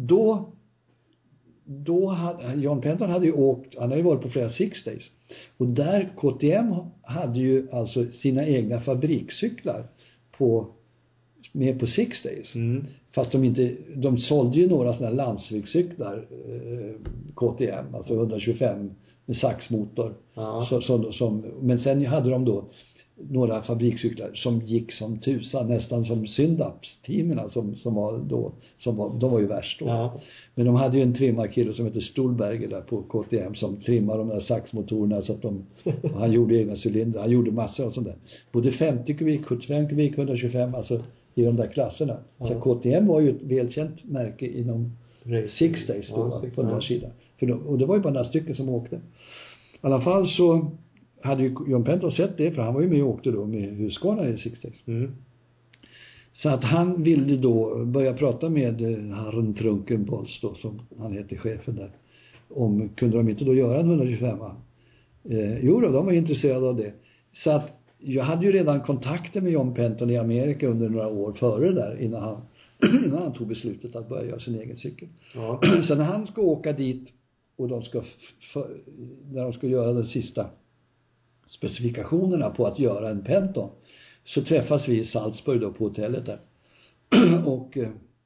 Då hade John Penton hade ju han hade ju varit på flera Six Days. Och där KTM hade ju alltså sina egna fabrikscyklar med på Six Days. Fast de sålde ju några sådana landsvägscyklar KTM, alltså 125 med saxmotor. Men sen hade de då några fabrikscyklar som gick som tusan, nästan som Syndaps-teamerna de var ju värst då. Men de hade ju en trimmarkille som heter Stolberger där på KTM som trimmade de där saxmotorerna så att han gjorde egna cylindrar, han gjorde massor av sånt där. Både 50 kubik, 75 kubik, 125, alltså i de där klasserna. Så KTM var ju ett välkänt märke inom Six Days då, på den här sidan. Och det var ju bara några stycken som åkte. I alla fall så hade ju John Penton sett det, för han var ju med och åkte då med Husqvarna i Six Days. Så att han ville då börja prata med Harren Trunkenbols då, som han heter, chefen där. Kunde de inte då göra en 125? Jo då, de var intresserade av det. Så att jag hade ju redan kontakter med John Penton i Amerika under några år före där, innan han tog beslutet att börja göra sin egen cykel. Så när han ska åka dit och när de ska göra de sista specifikationerna på att göra en Penton, så träffas vi i Salzburg då på hotellet där. Och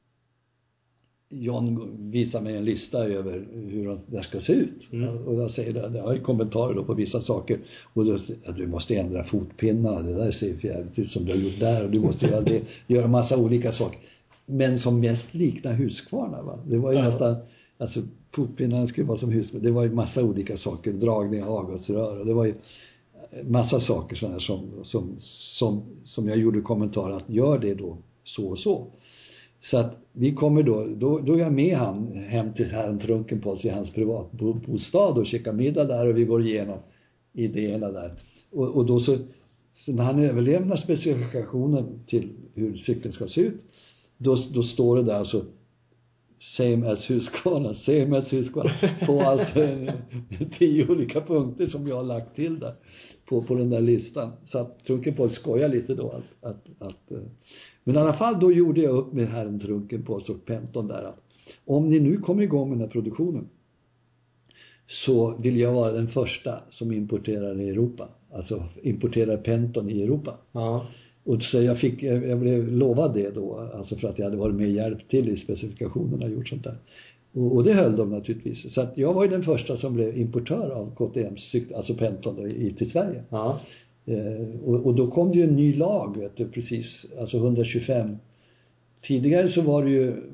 John visar mig en lista över hur det ska se ut. Och jag säger det har ju kommentarer då på vissa saker. Och då att du måste ändra fotpinnarna. Det där ser jävligt ut som du har gjort där. Och du måste göra massa olika saker. Men som mest liknar Husqvarna, va. Det var ju nästan, alltså fotpinnarna skulle vara som Husqvarna. Det var ju massa olika saker. Dragning av avgasrör. Och det var ju massa saker sådana som jag gjorde kommentarer att gör det då så och så. Så att vi kommer då är jag med han hem till herrn Trunkenbols i hans privatbostad och käkar middag där och vi går igenom idéerna där. Och då så när han överlämnar specifikationen till hur cykeln ska se ut, då står det där så same as Husqvarna på alltså 10 olika punkter som jag har lagt till där på den där listan. Så att Trunkenbols skojar lite då men i alla fall då gjorde jag upp med herren Trunkenbols och Penton där att om ni nu kommer igång med den här produktionen så vill jag vara den första som importerar i Europa. Alltså importerar Penton i Europa. Och så jag blev lovad det då, alltså för att jag hade varit med hjälp till i specifikationerna och gjort sånt där. Och det höll de naturligtvis. Så att jag var ju den första som blev importör av KTMs alltså Penton då, till Sverige. Och då kom det ju en ny lag, vet du, precis, alltså 125. Tidigare så var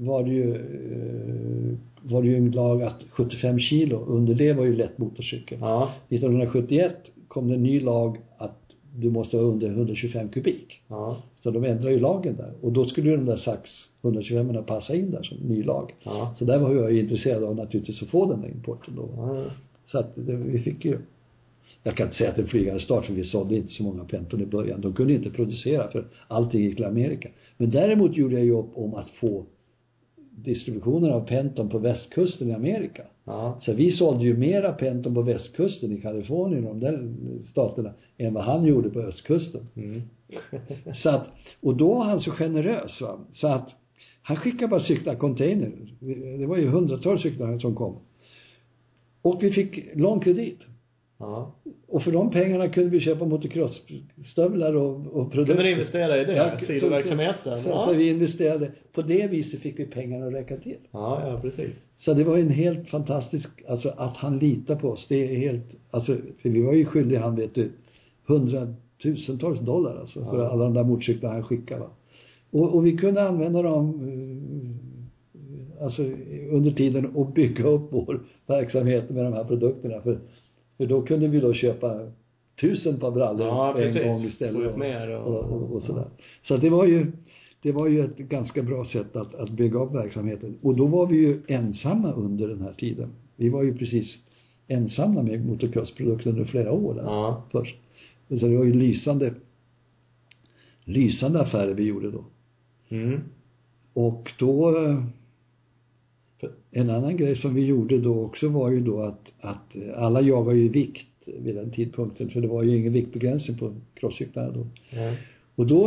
det ju en lag att 75 kilo, under det var ju lätt motorcykel. 1971 kom det en ny lag att du måste vara under 125 kubik. Så de ändrade ju lagen där. Och då skulle ju de där Sax 125 passa in där som ny lag. Så där var jag intresserad av naturligtvis att få den där importen då. Så att vi fick ju jag kan inte säga att det är en flygande start, för vi sålde inte så många Penton i början. De kunde inte producera för allting gick till Amerika. Men däremot gjorde jag jobb om att få distributionen av Penton på västkusten i Amerika. Ja. Så vi sålde ju mera Penton på västkusten i Kalifornien och de där staterna än vad han gjorde på östkusten. Så att, och då var han så generös, va? Så att han skickade bara cyklar container. Det var ju hundratals cyklar som kom. Och vi fick lång kredit. Ja. Och för de pengarna kunde vi köpa motocrossstövlar och produkter. Kunde du investera i det? Sidoverksamheten? Så vi investerade. På det viset fick vi pengarna att räcka till. Ja, precis. Så det var en helt fantastisk, alltså att han litar på oss. Det är helt, alltså, för vi var ju skyldiga, han vet du, $100,000 alltså, för alla de där motorcyklar han skickade, va. Och vi kunde använda dem alltså under tiden och bygga upp vår verksamhet med de här produkterna, för då kunde vi då köpa 1000 par brallor en gång istället och sådär. Så det var ju ett ganska bra sätt att bygga upp verksamheten. Och då var vi ju ensamma under den här tiden. Vi var ju precis ensamma med motocrossprodukter under flera år där först. Så det var ju lysande affärer vi gjorde då. Och då en annan grej som vi gjorde då också var ju då att alla jagade ju vikt vid den tidpunkten, för det var ju ingen viktbegränsning på crosscyklarna då. Och då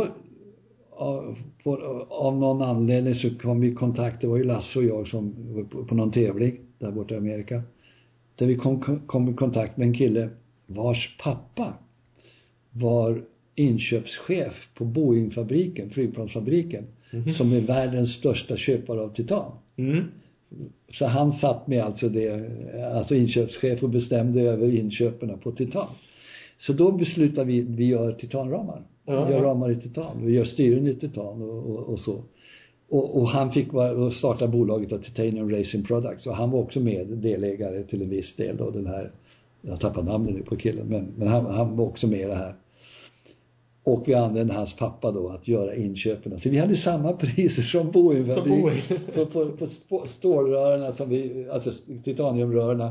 av någon anledning så kom vi i kontakt, det var ju Lasse och jag som var på någon tävling där borta i Amerika, där vi kom i kontakt med en kille vars pappa var inköpschef på Boeing-fabriken, flygplansfabriken, som är världens största köpare av titan. Så han satt med alltså inköpschef och bestämde över inköperna på titan. Så då beslutade vi gör titanramar. Vi gör ramar i titan. Vi gör styren i titan och så. Och han fick starta bolaget av Titanium Racing Products. Och han var också med delägare till en viss del då, den här, jag tappar namnet nu på killen, men han var också med i det här. Och vi använde hans pappa då att göra inköpen. Så vi hade samma priser som Boeing på stålrörarna som alltså titaniumrörarna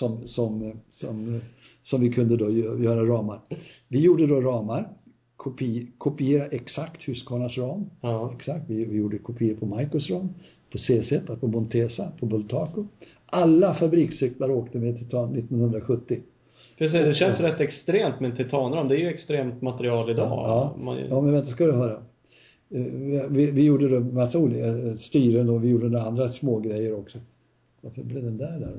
som vi kunde då göra ramar. Vi gjorde då ramar, kopiera exakt Husqvarnas ram. Exakt, vi gjorde kopior på Maikos ram, på CZ, på Montesa, på Bultaco. Alla fabrikscyklar åkte med titan 1970. Det känns rätt extremt med titanram. Det är ju extremt material idag. Ja, men vänta, ska du höra. Vi gjorde då massa olika styren och vi gjorde några andra små grejer också. Varför blev den där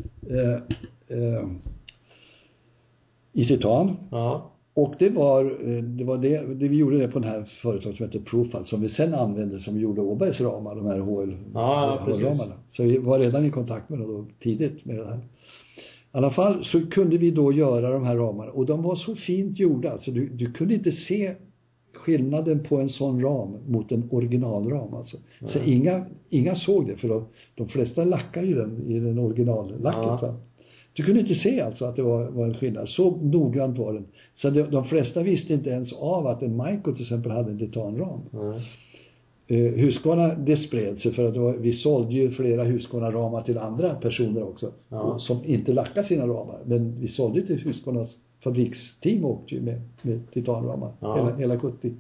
i titan. Ja. Och det var det vi gjorde det på den här företaget som heter Profile, som vi sen använde som gjorde Åbergs ramar, de här HL-ramarna. Så vi var redan i kontakt med dem då tidigt med det här. I alla fall så kunde vi då göra de här ramarna, och de var så fint gjorda, alltså du kunde inte se skillnaden på en sån ram mot en originalram alltså. Så inga såg det, för de flesta lackar ju den i den originallacket, va? Du kunde inte se alltså att det var en skillnad. Så noggrant var den. Så de flesta visste inte ens av att en Maiko till exempel hade en titanram. Husqvarna, det spred sig för att vi sålde ju flera Husqvarna-ramar till andra personer också. Som inte lackade sina ramar. Men vi sålde ju till Husqvarnas fabriksteam åkte ju med titanramar. Hela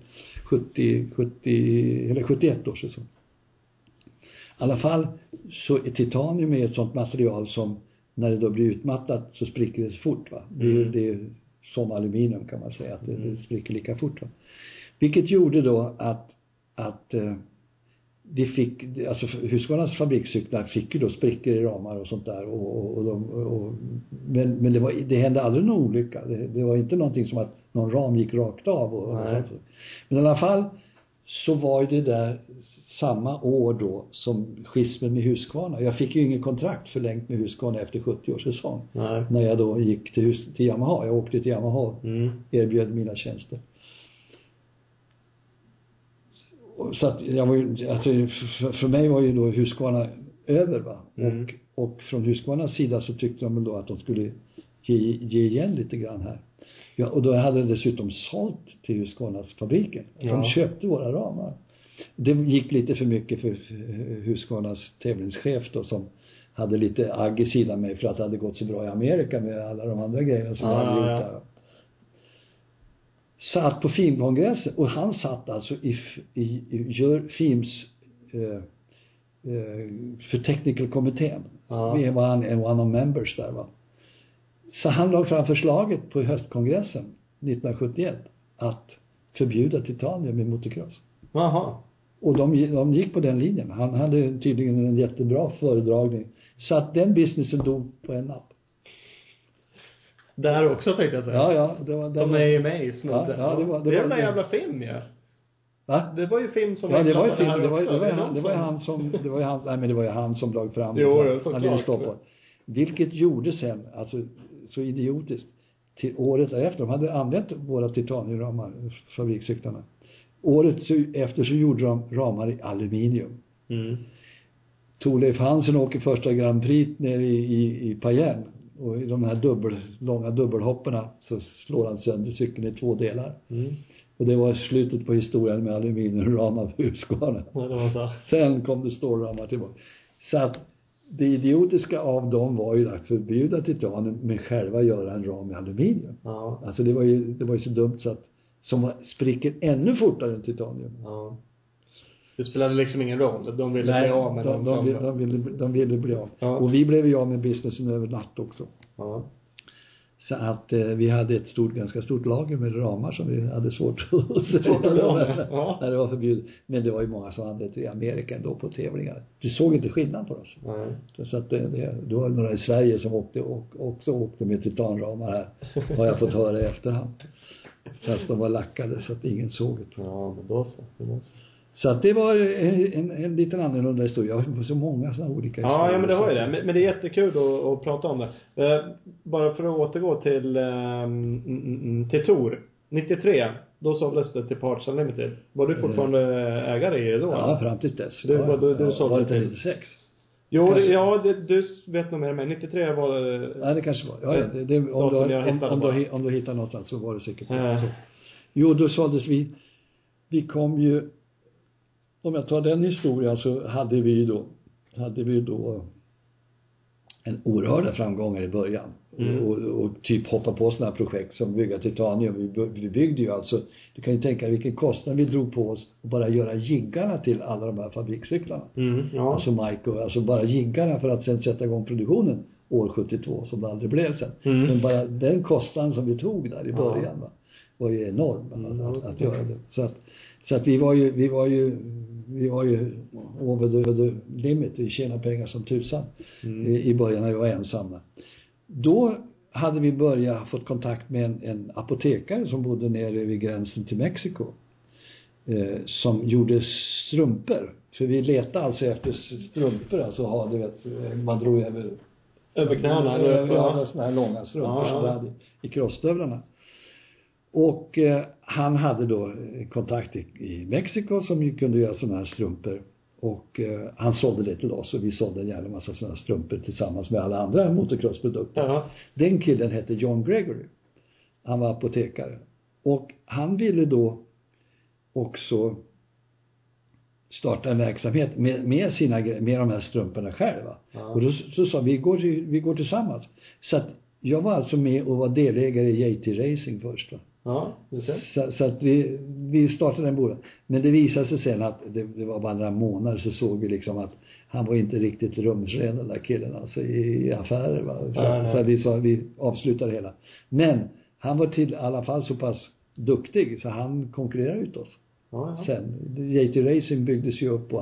71 år så. I alla fall så är titanium ett sånt material som när det då blir utmattat så spricker det så fort, va. Det är som aluminium kan man säga, att det spricker lika fort, va? Vilket gjorde då att de fick, alltså Husqvarnas fabrikscyklar fick ju då sprickor i ramar och sånt där men det hände aldrig någon olycka. Det var inte någonting som att någon ram gick rakt av men i alla fall så var det där samma år då som schismen med Husqvarna. Jag fick ju ingen kontrakt förlängt med Husqvarna efter 70 års säsong. När jag då gick till Yamaha. Jag åkte till Yamaha, erbjöd mina tjänster. Så att jag var ju, alltså för mig var ju då Husqvarna över, va. Och från Husqvarnas sida så tyckte de då att de skulle ge igen lite grann här. Ja, och då hade jag dessutom sålt till Husqvarnas fabriken. De köpte våra ramar. Det gick lite för mycket för Husqvarnas tävlingschef då, som hade lite agg i sidan mig för att det hade gått så bra i Amerika med alla de andra grejerna som jag hade gjort där. Satt på filmkongressen, och han satt alltså gör films för technical kommittén. Vi var en one of members där, va. Så han lade fram förslaget på höstkongressen 1971 att förbjuda titanium i motocross. Jaha. Och de gick på den linjen. Han hade tydligen en jättebra föredragning. Så att den businessen dog på en natt. Där också, tänkte jag säga. Ja. Det var, som är med i snodde. Ja, det var den där jävla film, ja. Va? Det var ju film som... Ja, det var ju film. Det var ju han som lag fram. Jo, han ville stoppa. Vilket gjorde sen, alltså så idiotiskt, till året efter. De hade använt våra titaniumramar, fabrikscyklarna. Året efter så gjorde de ramar i aluminium. Thorleif Hansen åker första Grand Prix nere i Payerne. Och i de här långa dubbelhopparna så slår han sönder cykeln i 2 delar. Och det var slutet på historien med aluminiumramar för Husqvarna. Ja, det var så. Sen kom det stålramar tillbaka. Så att det idiotiska av dem var ju att förbjuda titanium men själva göra en ram med aluminium. Ja. Alltså det var ju så dumt så att som spricker ännu fortare än titanium. Ja. Det spelade liksom ingen roll. De ville bli av med de ville bli av. Ja. Och vi blev ju av med businessen över natt också. Ja. Så att vi hade ett ganska stort lager med ramar som vi hade svårt att när det var förbjudet. Men det var ju många som hade det i Amerika ändå på tävlingar. Du såg inte skillnad på oss. Nej. Så att det var några i Sverige som också åkte med titanramar här. Har jag fått höra i efterhand. Fast de var lackade så att ingen såg det. Ja, men då så. Så att det var en liten annorlunda historia. Jag har så många sådana olika historier. Ja, men det var ju det. Men det är jättekul att prata om det. Bara för att återgå till Tor. 93, då såldes det till Parts Unlimited. Var du fortfarande ägare i det då? Ja, fram till dess. Du sålde det till 96. Jo, du vet nog mer än mig. 93 var det... Nej, det kanske var. Om du hittar något annat så var det säkert så. Jo, då såldes vi kom ju, om jag tar den historien, så hade vi då en oerhörda framgångar i början. Och typ hoppa på sådana här projekt som bygga titanium. Vi byggde ju alltså, du kan ju tänka vilken kostnad vi drog på oss att bara göra jiggarna till alla de här fabrikscyklarna. Ja. Alltså Mike och alltså bara jiggarna för att sen sätta igång produktionen år 72 som det aldrig blev sen. Men bara den kostnaden som vi tog där i början var ju enorm att göra det. Så att vi var ju over the limit. Vi tjänade pengar som tusan i början när vi var ensamma. Då hade vi fått kontakt med en apotekare som bodde nere vid gränsen till Mexiko. Som gjorde strumpor. För vi letade alltså efter strumpor. Alltså man drog över knäna. Över sådana här långa strumpor som vi hade i crossstövlarna. Och han hade då kontakt i Mexiko som kunde göra sådana här strumpor. Och han sålde det till oss och vi sålde en jävla massa sådana här strumpor tillsammans med alla andra motocrossprodukter. Den killen hette John Gregory. Han var apotekare. Och han ville då också starta en verksamhet med de här strumporna själva. Och då så sa vi går tillsammans. Så att jag var alltså med och var delägare i JT Racing först, va? Ja, det ser. Så att vi startade den bolaget. Men det visade sig sen att det var bara några månader så såg vi liksom att han var inte riktigt rumsren, den där killen, alltså i affärer, va? Så vi avslutade hela. Men han var till i alla fall så pass duktig så han konkurrerade ut oss. Sen JT Racing byggdes ju upp och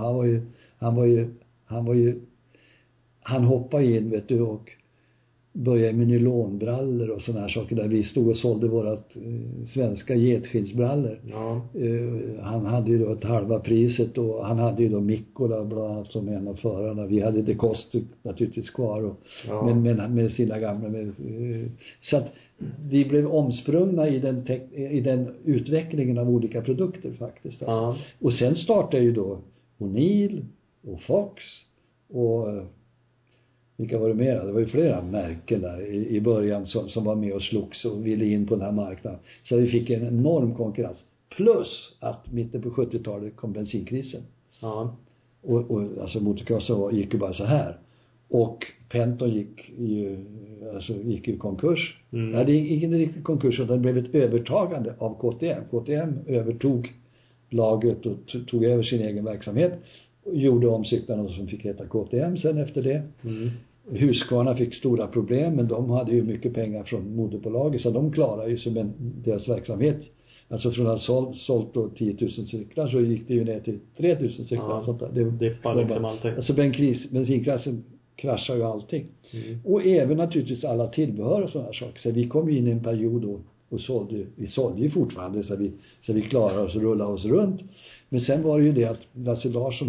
han hoppade in, vet du, och började med nylonbrallor och såna här saker där vi stod och sålde vårat svenska getskinsbrallor. Han hade ju då ett halva priset och han hade ju då Mikkola bland annat som en av förarna. Vi hade det kost naturligtvis kvar och med sina gamla så att vi blev omsprungna i den utvecklingen av olika produkter faktiskt alltså. Och sen startade ju då O'Neill och Fox och vilka var det mer? Det var ju flera märken där i början som var med och slogs och ville in på den här marknaden. Så vi fick en enorm konkurrens. Plus att mitten på 70-talet kom bensinkrisen. Och alltså motocrossen gick ju bara så här. Och Penton gick i konkurs. Det är ingen riktig konkurs, utan det blev ett övertagande av KTM. KTM övertog lagret och tog över sin egen verksamhet och gjorde om cyklarna som fick heta KTM sen efter det. Husqvarna fick stora problem, men de hade ju mycket pengar från moderbolaget, så de klarade ju sig med deras verksamhet. Alltså från att ha sålt då 10 000 cyklar så gick det ju ner till 3 000 cyklar. Sånt där. Det är liksom allting. Alltså bensinklassen kraschar ju allting. Och även naturligtvis alla tillbehör och sådana saker. Så vi kom in i en period då och vi sålde ju fortfarande så vi klarade oss och rullade oss runt. Men sen var det ju det att Lasse Larsson,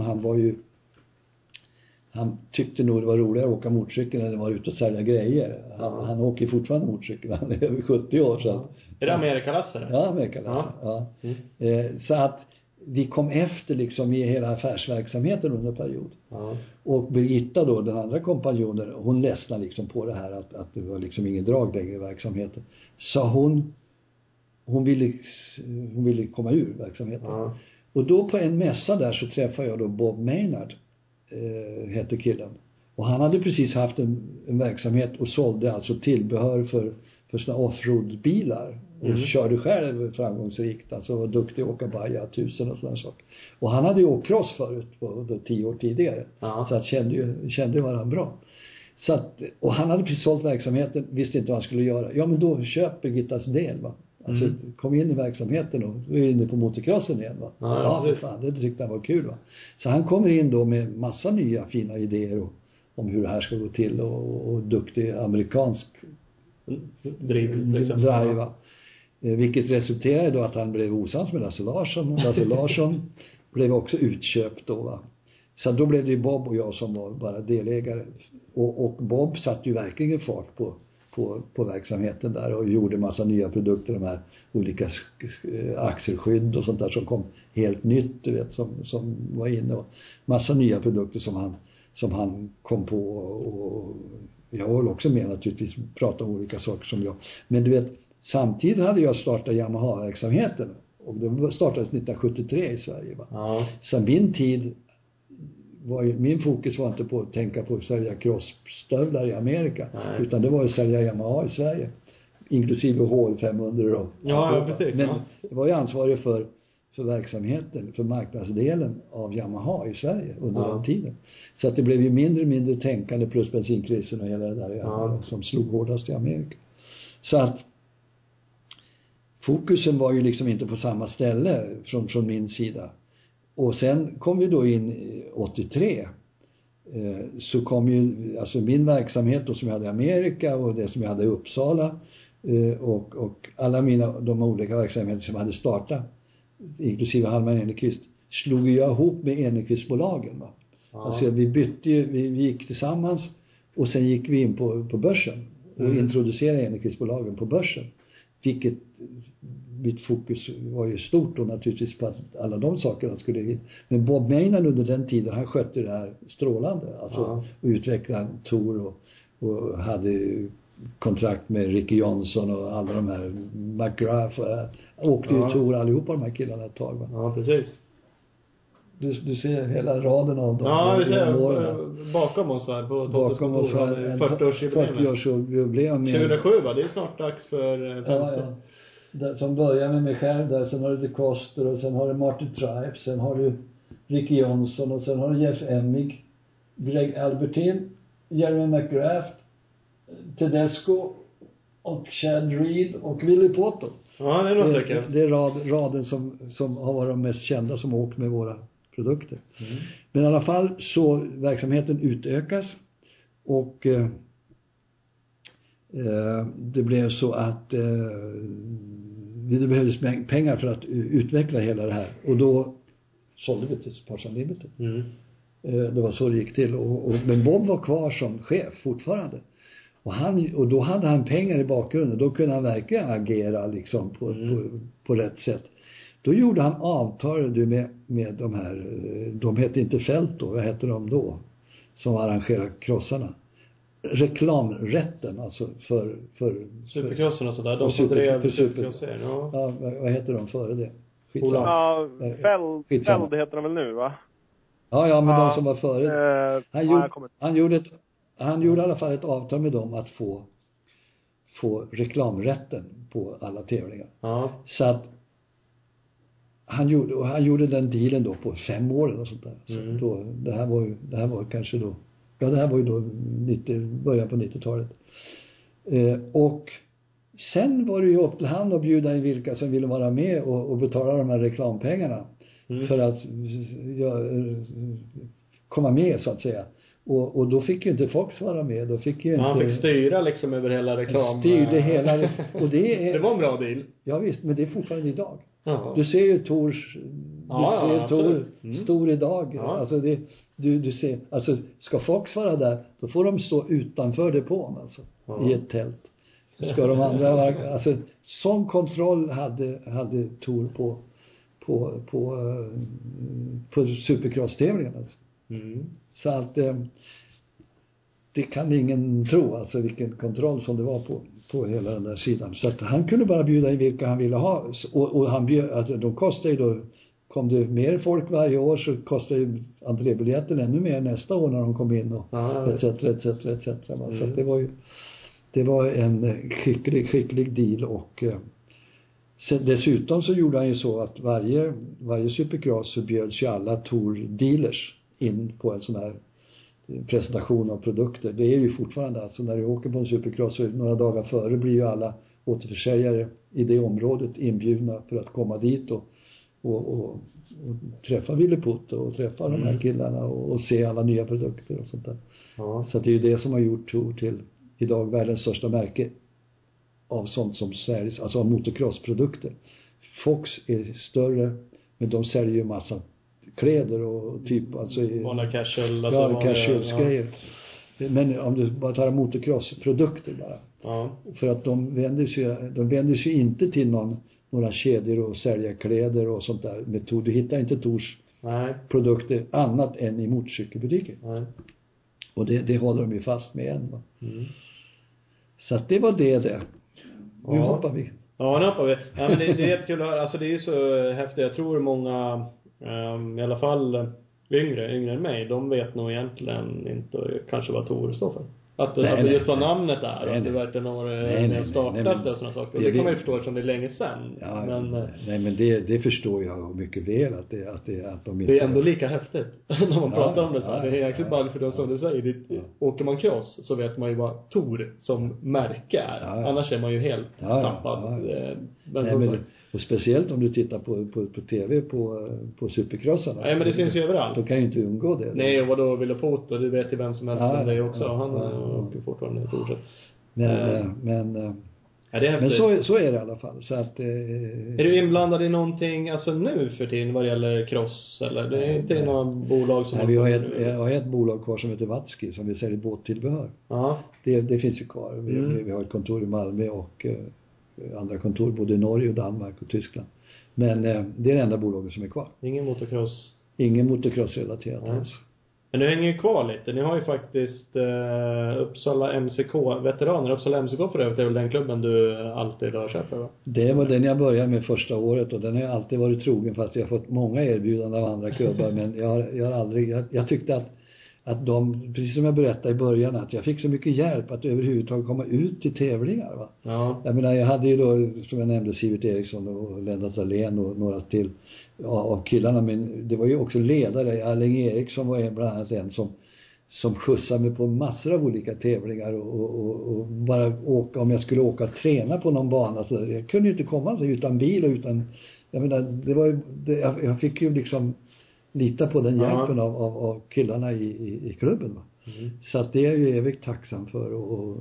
han tyckte nog det var roligare att åka motorcykel än att vara ute och sälja grejer. Han åker fortfarande motorcykel, han är över 70 år. Så att, är det Amerikalasse? Ja, Amerikalasse. Ja. Så att vi kom efter liksom i hela affärsverksamheten under en period. Och Birgitta då, den andra kompanjonen, hon ledsnade liksom på det här att det var liksom ingen drag längre i verksamheten. Så hon ville komma ur verksamheten. Och då på en mässa där så träffade jag då Bob Maynard, hette killen. Och han hade precis haft en verksamhet och sålde alltså tillbehör för såna offroad-bilar. Och körde själv framgångsrikt. Alltså var duktig att åka Baja 1000 och sådana saker. Och han hade ju åkt cross förut på 10 år tidigare. Så att kände varandra bra. Så att, och han hade precis sålt verksamheten, visste inte vad han skulle göra. Ja, men då köp Birgittas del, va. Alltså kom in i verksamheten och är inne på motocrossen igen, va. För fan, det tyckte han var kul, va. Så han kommer in då med massa nya fina idéer om hur det här ska gå till och duktig amerikansk drive, va. Vilket resulterade då att han blev osams med Lasse Larsson. Och Lasse Larsson blev också utköpt då, va. Så då blev det ju Bob och jag som var bara delägare. Och Bob satt ju verkligen fart på verksamheten där och gjorde massa nya produkter, de här olika axelskydd och sånt där som kom helt nytt, du vet, som var inne, och massa nya produkter som han kom på, och jag var också med naturligtvis, prata om olika saker som jag, men du vet, samtidigt hade jag startat Yamaha-verksamheten och det startades 1973 i Sverige, va. Så min fokus var inte på att tänka på att sälja crossstövlar i Amerika. Utan det var att sälja Yamaha i Sverige, inklusive HL500 och precis. Men det var ju ansvarig för verksamheten, för marknadsdelen av Yamaha i Sverige under den tiden. Så att det blev ju mindre tänkande, plus bensinkrisen och hela det där som slog hårdast i Amerika. Så att fokusen var ju liksom inte på samma ställe från min sida. Och sen kom vi då in 83. Så kom ju alltså min verksamhet då, som jag hade i Amerika, och det som jag hade i Uppsala, och alla de olika verksamheter som hade startat, inklusive Hallman Enekvist, slog jag ihop med Enekvistbolagen, va. Alltså vi gick tillsammans, och sen gick vi in på börsen och introducerade Enekvistbolagen på börsen. Vilket mitt fokus var ju stort och naturligtvis på att alla de sakerna skulle in. Men Bob Maynard under den tiden, han skötte det här strålande. Alltså och utvecklade Tor och hade kontrakt med Ricky Johnson och alla de här McGrath. Åkte ju Tor allihopa de här killarna ett tag, va? Ja, precis. Du ser hela raden av dem. Ja, vi ser bakom oss här på bakom oss här 40-årsjubileum 2007, va? Det är snart dags för 50. Där, som börjar med mig själv där, sen har du The Coster, och sen har du Martin Tripes, sen har du Ricky Johnson, och sen har du Jeff Emig, Greg Albertin, Jeremy McGrath, Tedesco och Chad Reed och Willie Potter. Ja, det är nog säkert. Det är raden som har varit de mest kända som har åkt med våra produkter. Men i alla fall så verksamheten utökas, och det blev så att det behövdes pengar för att utveckla hela det här, och då sålde vi till Sports Unlimited. Det var så det gick till, men Bob var kvar som chef fortfarande, och då hade han pengar i bakgrunden, då kunde han verkligen agera liksom på rätt sätt. Då gjorde han avtal med de här, de hette inte Fält då, vad hette de då, som arrangerade krossarna, reklamrätten alltså för Supercrossen och sådär, de som drev Supercrossen. Ja, vad heter de före det? Fält heter de väl nu, va? Ja, men de som var före. Han gjorde han gjorde i alla fall ett avtal med dem att få reklamrätten på alla tävlingar. Ja. Så att han gjorde den dealen då på 5 år eller sånt där. Så då, det här var kanske då, ja, det här var ju då början på 90-talet. Och sen var det ju upp till han att bjuda in vilka som ville vara med och betala de här reklampengarna för att komma med så att säga. Och då fick ju inte Fox vara med. Då fick ju inte... Han fick styra liksom över hela reklam. Styrde hela... Och det var en bra deal. Ja visst, men det är fortfarande idag. Ja. Du ser ju Tors... Tor stor idag. Ja. Alltså du ser... Alltså ska Fox vara där, då får de stå utanför depån alltså. I ett tält. Ska de andra vara... Alltså sån kontroll hade Tor på supercross-tävlingarna alltså. Så att det kan ingen tro alltså vilken kontroll som det var på hela den där sidan. Så att han kunde bara bjuda in vilka han ville ha. Och han bjöd, alltså de kostade ju då, kom det mer folk varje år så kostade ju entrébiljetten ännu mer nästa år när de kom in och etc. Så att det var en skicklig deal. Och sen, dessutom så gjorde han ju så att varje supercross så bjöds ju alla Tour-dealers in på en sån här presentation av produkter. Det är ju fortfarande alltså när du åker på en supercross så några dagar före blir ju alla återförsäljare i det området inbjudna för att komma dit och träffa Ville Putt och träffa de här killarna och se alla nya produkter och sånt där. Ja. Så det är ju det som har gjort Tour till idag världens största märke av sånt som säljs, alltså av motocrossprodukter. Fox är större, men de säljer ju massa kläder och typ alltså vanliga casual, alltså casual-grejer. Ja. Men om du bara tar motocross-produkter bara. Ja. För att de vänder sig inte till några kedjor och sälja kläder och sånt där metod. Du hittar inte Tors produkter annat än i motorcykelbutiker. Nej. Och det håller de ju fast med än. Så att det var det. Nu hoppar vi. Ja, nu hoppar vi. Ja, men det är jättekul att höra. Alltså det är ju så häftigt. Jag tror många i alla fall yngre än mig, de vet nog egentligen inte kanske vad Tor står för. Att just vad namnet är, att det verkligen har startat och sådana saker. Och det kan man ju förstå eftersom det är länge sedan. Ja, men det förstår jag mycket väl att de inte... Det är ändå lika häftigt när man pratar om det så här. Det är jäkligt bara för det som du säger. Åker man cross så vet man ju vad Tor som märke är. Annars är man ju helt tappad. Och speciellt om du tittar på tv på supercrossarna. Nej, men det syns ju överallt. Då kan ju inte undgå det. Nej, och vadå Ville Putt, och du vet ju vem som helst om det också. Han åker fortfarande i fortsätt. Men så är det i alla fall. Så att, är du inblandad i någonting alltså nu för tiden vad det gäller cross? Eller det är inte några bolag som... Nej, vi har ett bolag kvar som heter Vatski som vi säljer båttillbehör. Ja. Det finns ju kvar. Vi har ett kontor i Malmö och andra kontor både i Norge och Danmark och Tyskland. Men det är det enda bolaget som är kvar. Ingen motocross? Ingen motocross-relaterat alls. Men nu hänger ju kvar lite. Ni har ju faktiskt Uppsala MCK-veteraner. Uppsala MCK för övrigt är väl den klubben du alltid har köpt för, va? Det var den jag började med första året och den har jag alltid varit trogen fast jag har fått många erbjudanden av andra klubbar. Men jag har aldrig... Jag tyckte att de, precis som jag berättade i början, att jag fick så mycket hjälp att överhuvudtaget komma ut till tävlingar, va? Ja. Jag menar, jag hade ju då, som jag nämnde, Sivert Eriksson och Lennart Salén och några till av killarna, men det var ju också ledare. Erling Eriksson var bland annat en som skjutsade mig på massor av olika tävlingar och bara åka, om jag skulle åka och träna på någon bana så jag kunde ju inte komma så utan bil och utan, jag menar, det var ju, jag fick ju liksom lita på den hjälpen av killarna i klubben, va? Så att det är jag ju evigt tacksam för och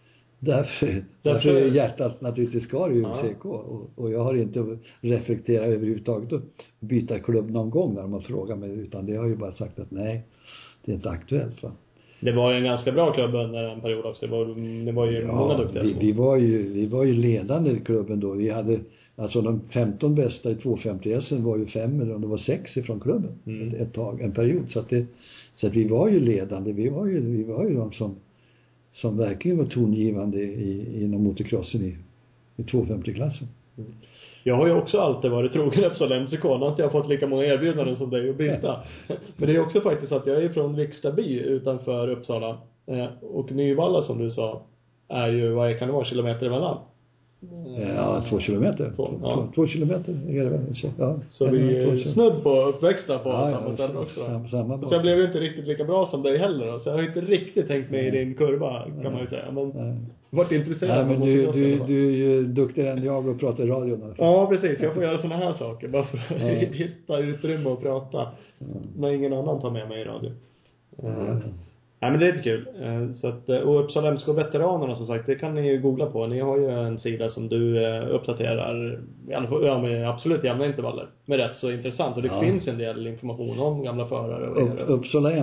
därför är hjärtat naturligtvis kvar i UCK och jag har inte reflekterat överhuvudtaget att byta klubb någon gång när de har frågat mig, utan det har ju bara sagt att nej, det är inte aktuellt, va? Det var ju en ganska bra klubb under en period också. Det var ju många duktiga. Vi var ju ledande i klubben då. Vi hade, alltså de 15 bästa i 250-SM var ju 5 eller om det var 6 ifrån klubben ett tag, en period. Så att vi var ju ledande. Vi var ju de som verkligen var tongivande inom motocrossen i 250-klassen. Jag har ju också alltid varit trogen Uppsala MCK. Nu har inte jag fått lika många erbjudanden som dig att byta. Men det är också faktiskt att jag är från Vikstaby utanför Uppsala. Och Nyvalla som du sa är ju, vad kan det vara, kilometer emellan? Ja, 2 kilometer. 2 kilometer är det väl. Så vi är snudd på uppväxta på samma ställe också. Samma och sen blev det inte riktigt lika bra som dig heller då. Så jag har inte riktigt tänkt med i din kurva, kan man ju säga. Men vart intresserad. Nej, men du är ju duktigare än jag och pratar i radion. Ja, precis. Jag får göra såna här saker. Bara för att hitta utrymme och prata. När ingen annan tar med mig i radio. Nej, men det är lite kul. Så att, och Uppsala MSK-veteranerna som sagt, det kan ni ju googla på. Ni har ju en sida som du uppdaterar med absolut jämna intervaller. Med rätt så intressant. Och det finns en del information om gamla förare. Och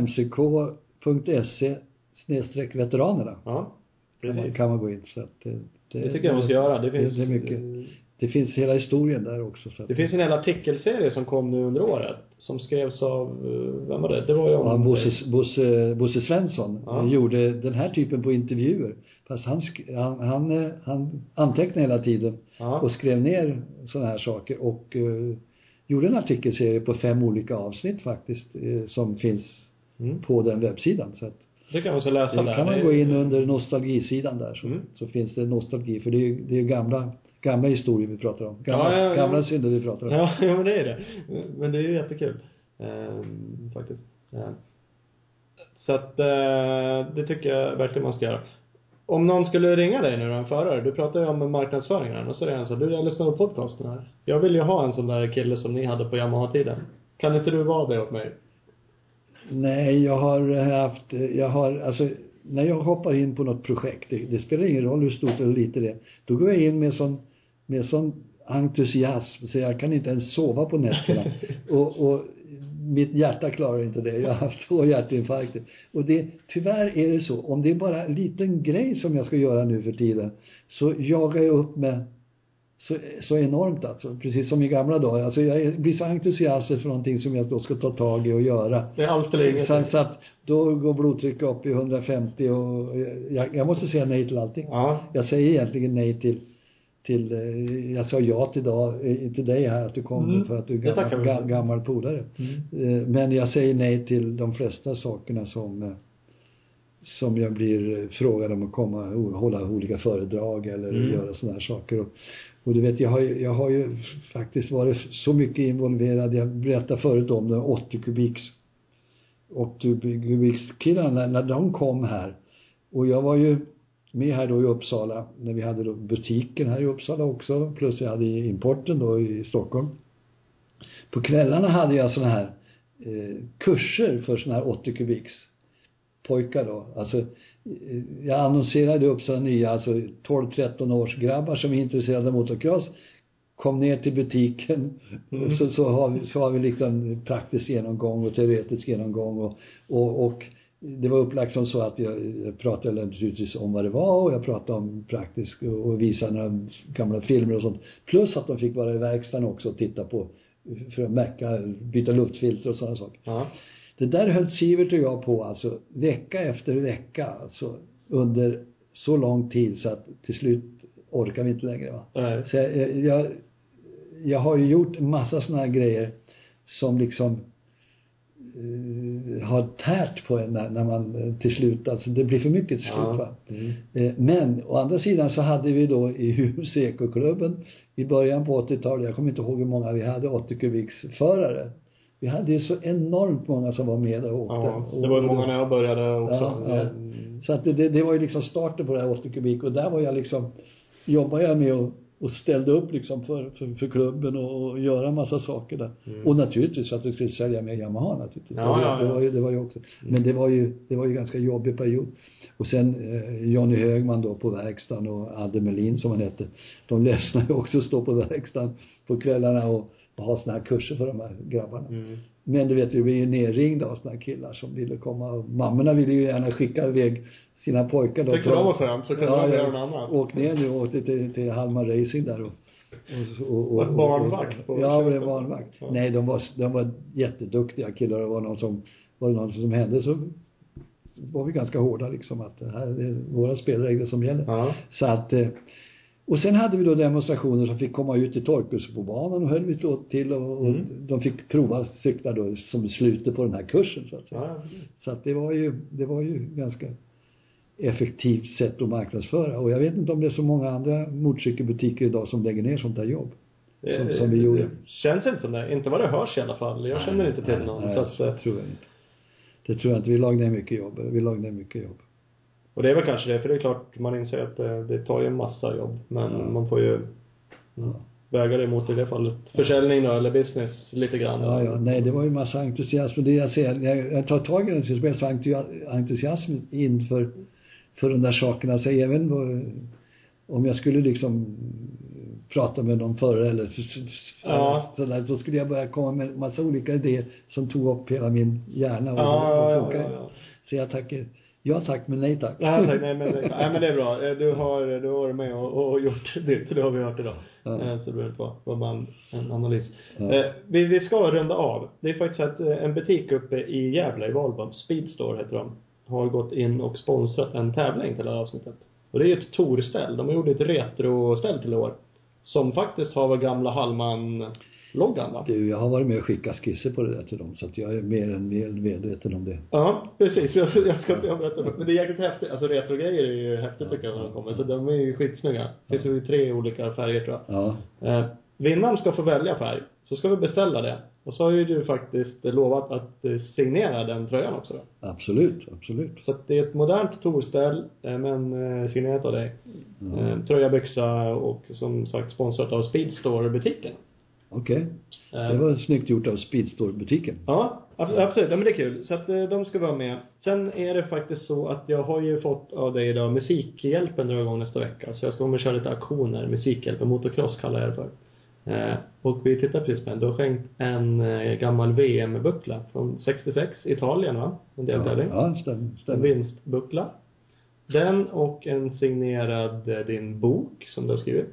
uppsalamck.se/veteranerna. Ja, kan man gå in. Så att det tycker jag man ska göra. Det finns det är mycket. Det finns hela historien där också. Så det finns en hel artikelserie som kom nu under året. Som skrevs av, vem var det? Det var ju om Bosse Svensson gjorde den här typen på intervjuer. Fast han antecknade hela tiden och skrev ner såna här saker. Och gjorde en artikelserie på 5 olika avsnitt faktiskt. Som finns på den webbsidan. Så att det kan man så läsa där. Kan man gå in under nostalgisidan där så finns det nostalgi. För det är ju gamla historier vi pratar om. Gamla synder vi pratar om. Ja, men det är det. Men det är ju jättekul. Faktiskt. Så att det tycker jag verkligen man ska göra. Om någon skulle ringa dig nu, en förare. Du pratar ju om marknadsföringen. Och så är det en så, jag lyssnar på podcasten här. Jag vill ju ha en sån där kille som ni hade på Yamaha-tiden. Kan inte du vara det åt mig? Nej, alltså när jag hoppar in på något projekt, det spelar ingen roll hur stort eller litet det är. Då går jag in med sån entusiasm så jag kan inte ens sova på nätterna. och mitt hjärta klarar inte det. Jag har haft 2 hjärtinfarkter. Och tyvärr är det så. Om det är bara en liten grej som jag ska göra nu för tiden, så jagar jag upp med så enormt alltså. Precis som i gamla dagar. Alltså jag blir så entusiastisk för någonting som jag då ska ta tag i och göra. Det är alltid länge. Så att då går blodtrycket upp i 150 och jag måste säga nej till allting. Ja. Jag säger egentligen nej till jag sa ja till dig här att du kommer för att du är gammal polare. Men jag säger nej till de flesta sakerna som jag blir frågad om att komma och hålla olika föredrag eller göra såna här saker. Och du vet, jag har ju faktiskt varit så mycket involverad. Jag berättade förut om de 80 kubiks killarna när de kom här. Och jag var ju med här då i Uppsala när vi hade då butiken här i Uppsala också. Plus jag hade importen då i Stockholm. På kvällarna hade jag såna här kurser för såna här 80 kubiks pojkar då. Alltså jag annonserade upp så nya, alltså 12-13 års grabbar som är intresserade av motocross, kom ner till butiken. Så har vi liksom praktisk genomgång och teoretisk genomgång och det var upplagt som så att jag pratade naturligtvis om vad det var och jag pratade om praktisk och visade några gamla filmer och sånt. Plus att de fick vara i verkstaden också och titta på för att byta luftfilter och sådana saker. Ja. Det där höll Sivert och jag på alltså vecka efter vecka alltså under så lång tid så att till slut orkar vi inte längre va. Nej. Så jag har ju gjort en massa såna här grejer som liksom har tärt på en när man till slut, alltså det blir för mycket till slut va. Men å andra sidan så hade vi då i Hus Ekoklubben i början på 80-talet, jag kommer inte ihåg hur många vi hade 80 kubiks förare. Vi hade ju så enormt många som var med och åkte. Ja, det var ju många när jag började också. Ja. Så att det var ju liksom starten på det här 80 kubik och där var jag liksom, jobbade jag med och ställde upp liksom för klubben och göra en massa saker där. Och naturligtvis så att vi skulle sälja med Yamaha naturligtvis. Det var ju också. Men det var ju ganska jobbig period. Och sen Johnny Högman då på verkstaden och Adde Melin som han hette. De ledsnade ju också stå på verkstaden på kvällarna och ha såna här kurser för de här grabbarna. Men du vet, vi blev ju nerringda av såna här killar som ville komma. Och mammorna ville ju gärna skicka iväg sina pojkar då. Tyckte de var skönt så kunde de göra något annat. Åk ner nu och åkte till Halmar Racing där och barnvakt på ja, det var barnvakt. Ja. Nej, de var jätteduktiga killar och var det någon som hände så var vi ganska hårda liksom att det här är våra spelregler som gäller. Ja. Så att och sen hade vi då demonstrationer som fick komma ut till Torkus på banan och höll vi till och de fick prova cyklar då som slutet på den här kursen så att säga. Ja. Så att det var ju ganska effektivt sätt att marknadsföra. Och jag vet inte om det är så många andra motorcykelbutiker idag som lägger ner sånt där jobb. Som vi gjorde. Känns inte som det. Inte vad det hörs i alla fall. Jag känner inte till någon. Nej, så att, det tror jag inte. Det tror jag inte. Vi lagde ner mycket jobb. Och det är väl kanske det. För det är klart man inser att det tar ju en massa jobb. Men man får ju väga det emot i det fallet. Försäljning då, eller business lite grann. Ja. Nej, det var ju massa entusiasm. Det jag säger, jag tar tag i den till spel så entusiasm inför de där sakerna. Så även om jag skulle liksom prata med någon förare eller sådär, då skulle jag börja komma med massa olika idéer som tog upp hela min hjärna och funkar. Så jag tackar. Ja tack, men nej tack. Ja, tack, nej men det är bra. Du har varit med och gjort det, för det har vi hört idag. Så det behöver inte vara bara en analys. Vi ska runda av. Det är faktiskt att en butik uppe i Gävle i Valbo, Speedstore heter de, har gått in och sponsrat en tävling till det här avsnittet. Och det är ett torställ. De har gjort ett retroställ till år som faktiskt har varit gamla Hallman-loggan, va? Du, jag har varit med och skickat skisser på det där till dem, så att jag är mer än medveten om det. Ja, precis. Jag ska inte berätta. Men det är jäkligt häftigt. Alltså retrogrejer är ju häftigt tycker jag när de kommer. Så de är ju skitsnygga. Det finns ju 3 olika färger tror jag. Ja. Vinnaren ska få välja färg. Så ska vi beställa det. Och så har ju du faktiskt lovat att signera den tröjan också då. Absolut. Så att det är ett modernt torställ, men signerat av dig. Tröja, byxa och som sagt sponsrat av Speedstore-butiken. Okej. Det var snyggt gjort av Speedstore-butiken. Ja, absolut. Ja, men det är kul. Så att de ska vara med. Sen är det faktiskt så att jag har ju fått av dig idag Musikhjälpen några gånger nästa vecka. Så jag ska köra lite aktioner. Musikhjälpen, motocross kallar jag det för. Och vi tittar precis på den. Du har skänkt en gammal VM-buckla från 66, Italien, va? En deltävling. Ja, stämmer. En vinstbuckla. Den och en signerad din bok som du har skrivit.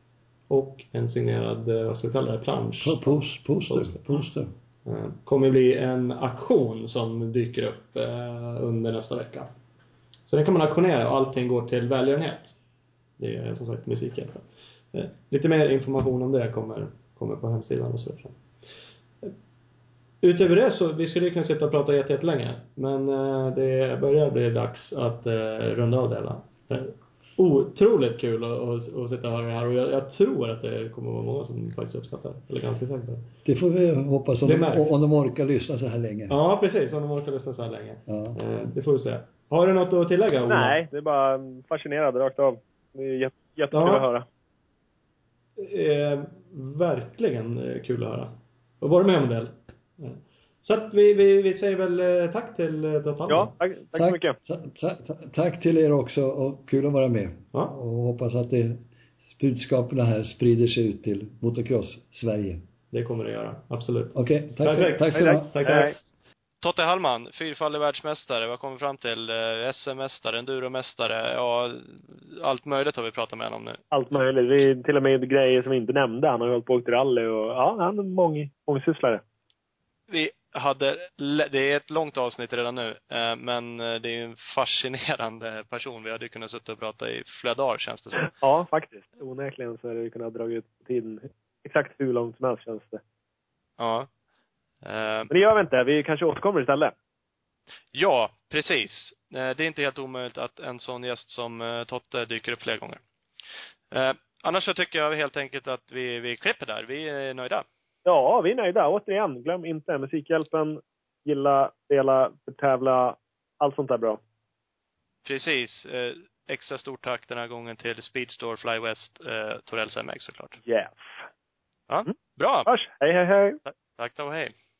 Och en signerad, vad ska vi kalla det, plansch. Poster. Kommer bli en aktion som dyker upp under nästa vecka. Så den kan man aktionera och allting går till välgörenhet. Det är som sagt Musikhjälpen. Lite mer information om det kommer på hemsidan och så. Utöver det så vi skulle kunna sitta och prata jättelänge. Men det börjar bli dags att runda av det hela. Otroligt kul att sitta och höra det här. Och jag tror att det kommer att vara många som faktiskt uppskattar. Eller ganska säkert. Det får vi hoppas om de orkar lyssna så här länge. Ja, precis. Om de orkar lyssna så här länge. Det får vi se. Har du något att tillägga, Ola? Nej, det är bara fascinerad rakt av. Det är jättekul att höra. Verkligen kul att höra. Och var du med om det? Så att vi säger väl tack till Dottan. Ja, tack så mycket. Tack till er också och kul att vara med. Ja. Och hoppas att budskapen här sprider sig ut till motocross Sverige. Det kommer det göra, absolut. Okej, tack så mycket. Tack. Totte Hallman, 4-fallig världsmästare. Vad kommer fram till? SM-mästare, enduromästare. Ja, allt möjligt har vi pratat med honom nu. Allt möjligt. Det är till och med grejer som vi inte nämnde. Han har ju hållit på åkt rally och ja, han är mångsysslare. Det är ett långt avsnitt redan nu. Men det är en fascinerande person. Vi hade kunnat sitta och prata i flera dagar, känns det så. Ja, faktiskt. Onekligen så hade vi kunnat dra ut tiden exakt hur långt som helst, känns det. Ja. Men det gör vi inte. Vi kanske återkommer istället. Ja, precis. Det är inte helt omöjligt att en sån gäst som Totte dyker upp fler gånger. Annars så tycker jag helt enkelt att vi klipper där. Vi är nöjda. Ja, vi är nöjda. Återigen, glöm inte Musikhjälpen. Gilla, dela, tävla. Allt sånt där bra. Precis. Extra stort tack den här gången till Speedstore, Fly West, Torell MX såklart. Yes. Ja, bra. Hörs. Hej. Tack och hej.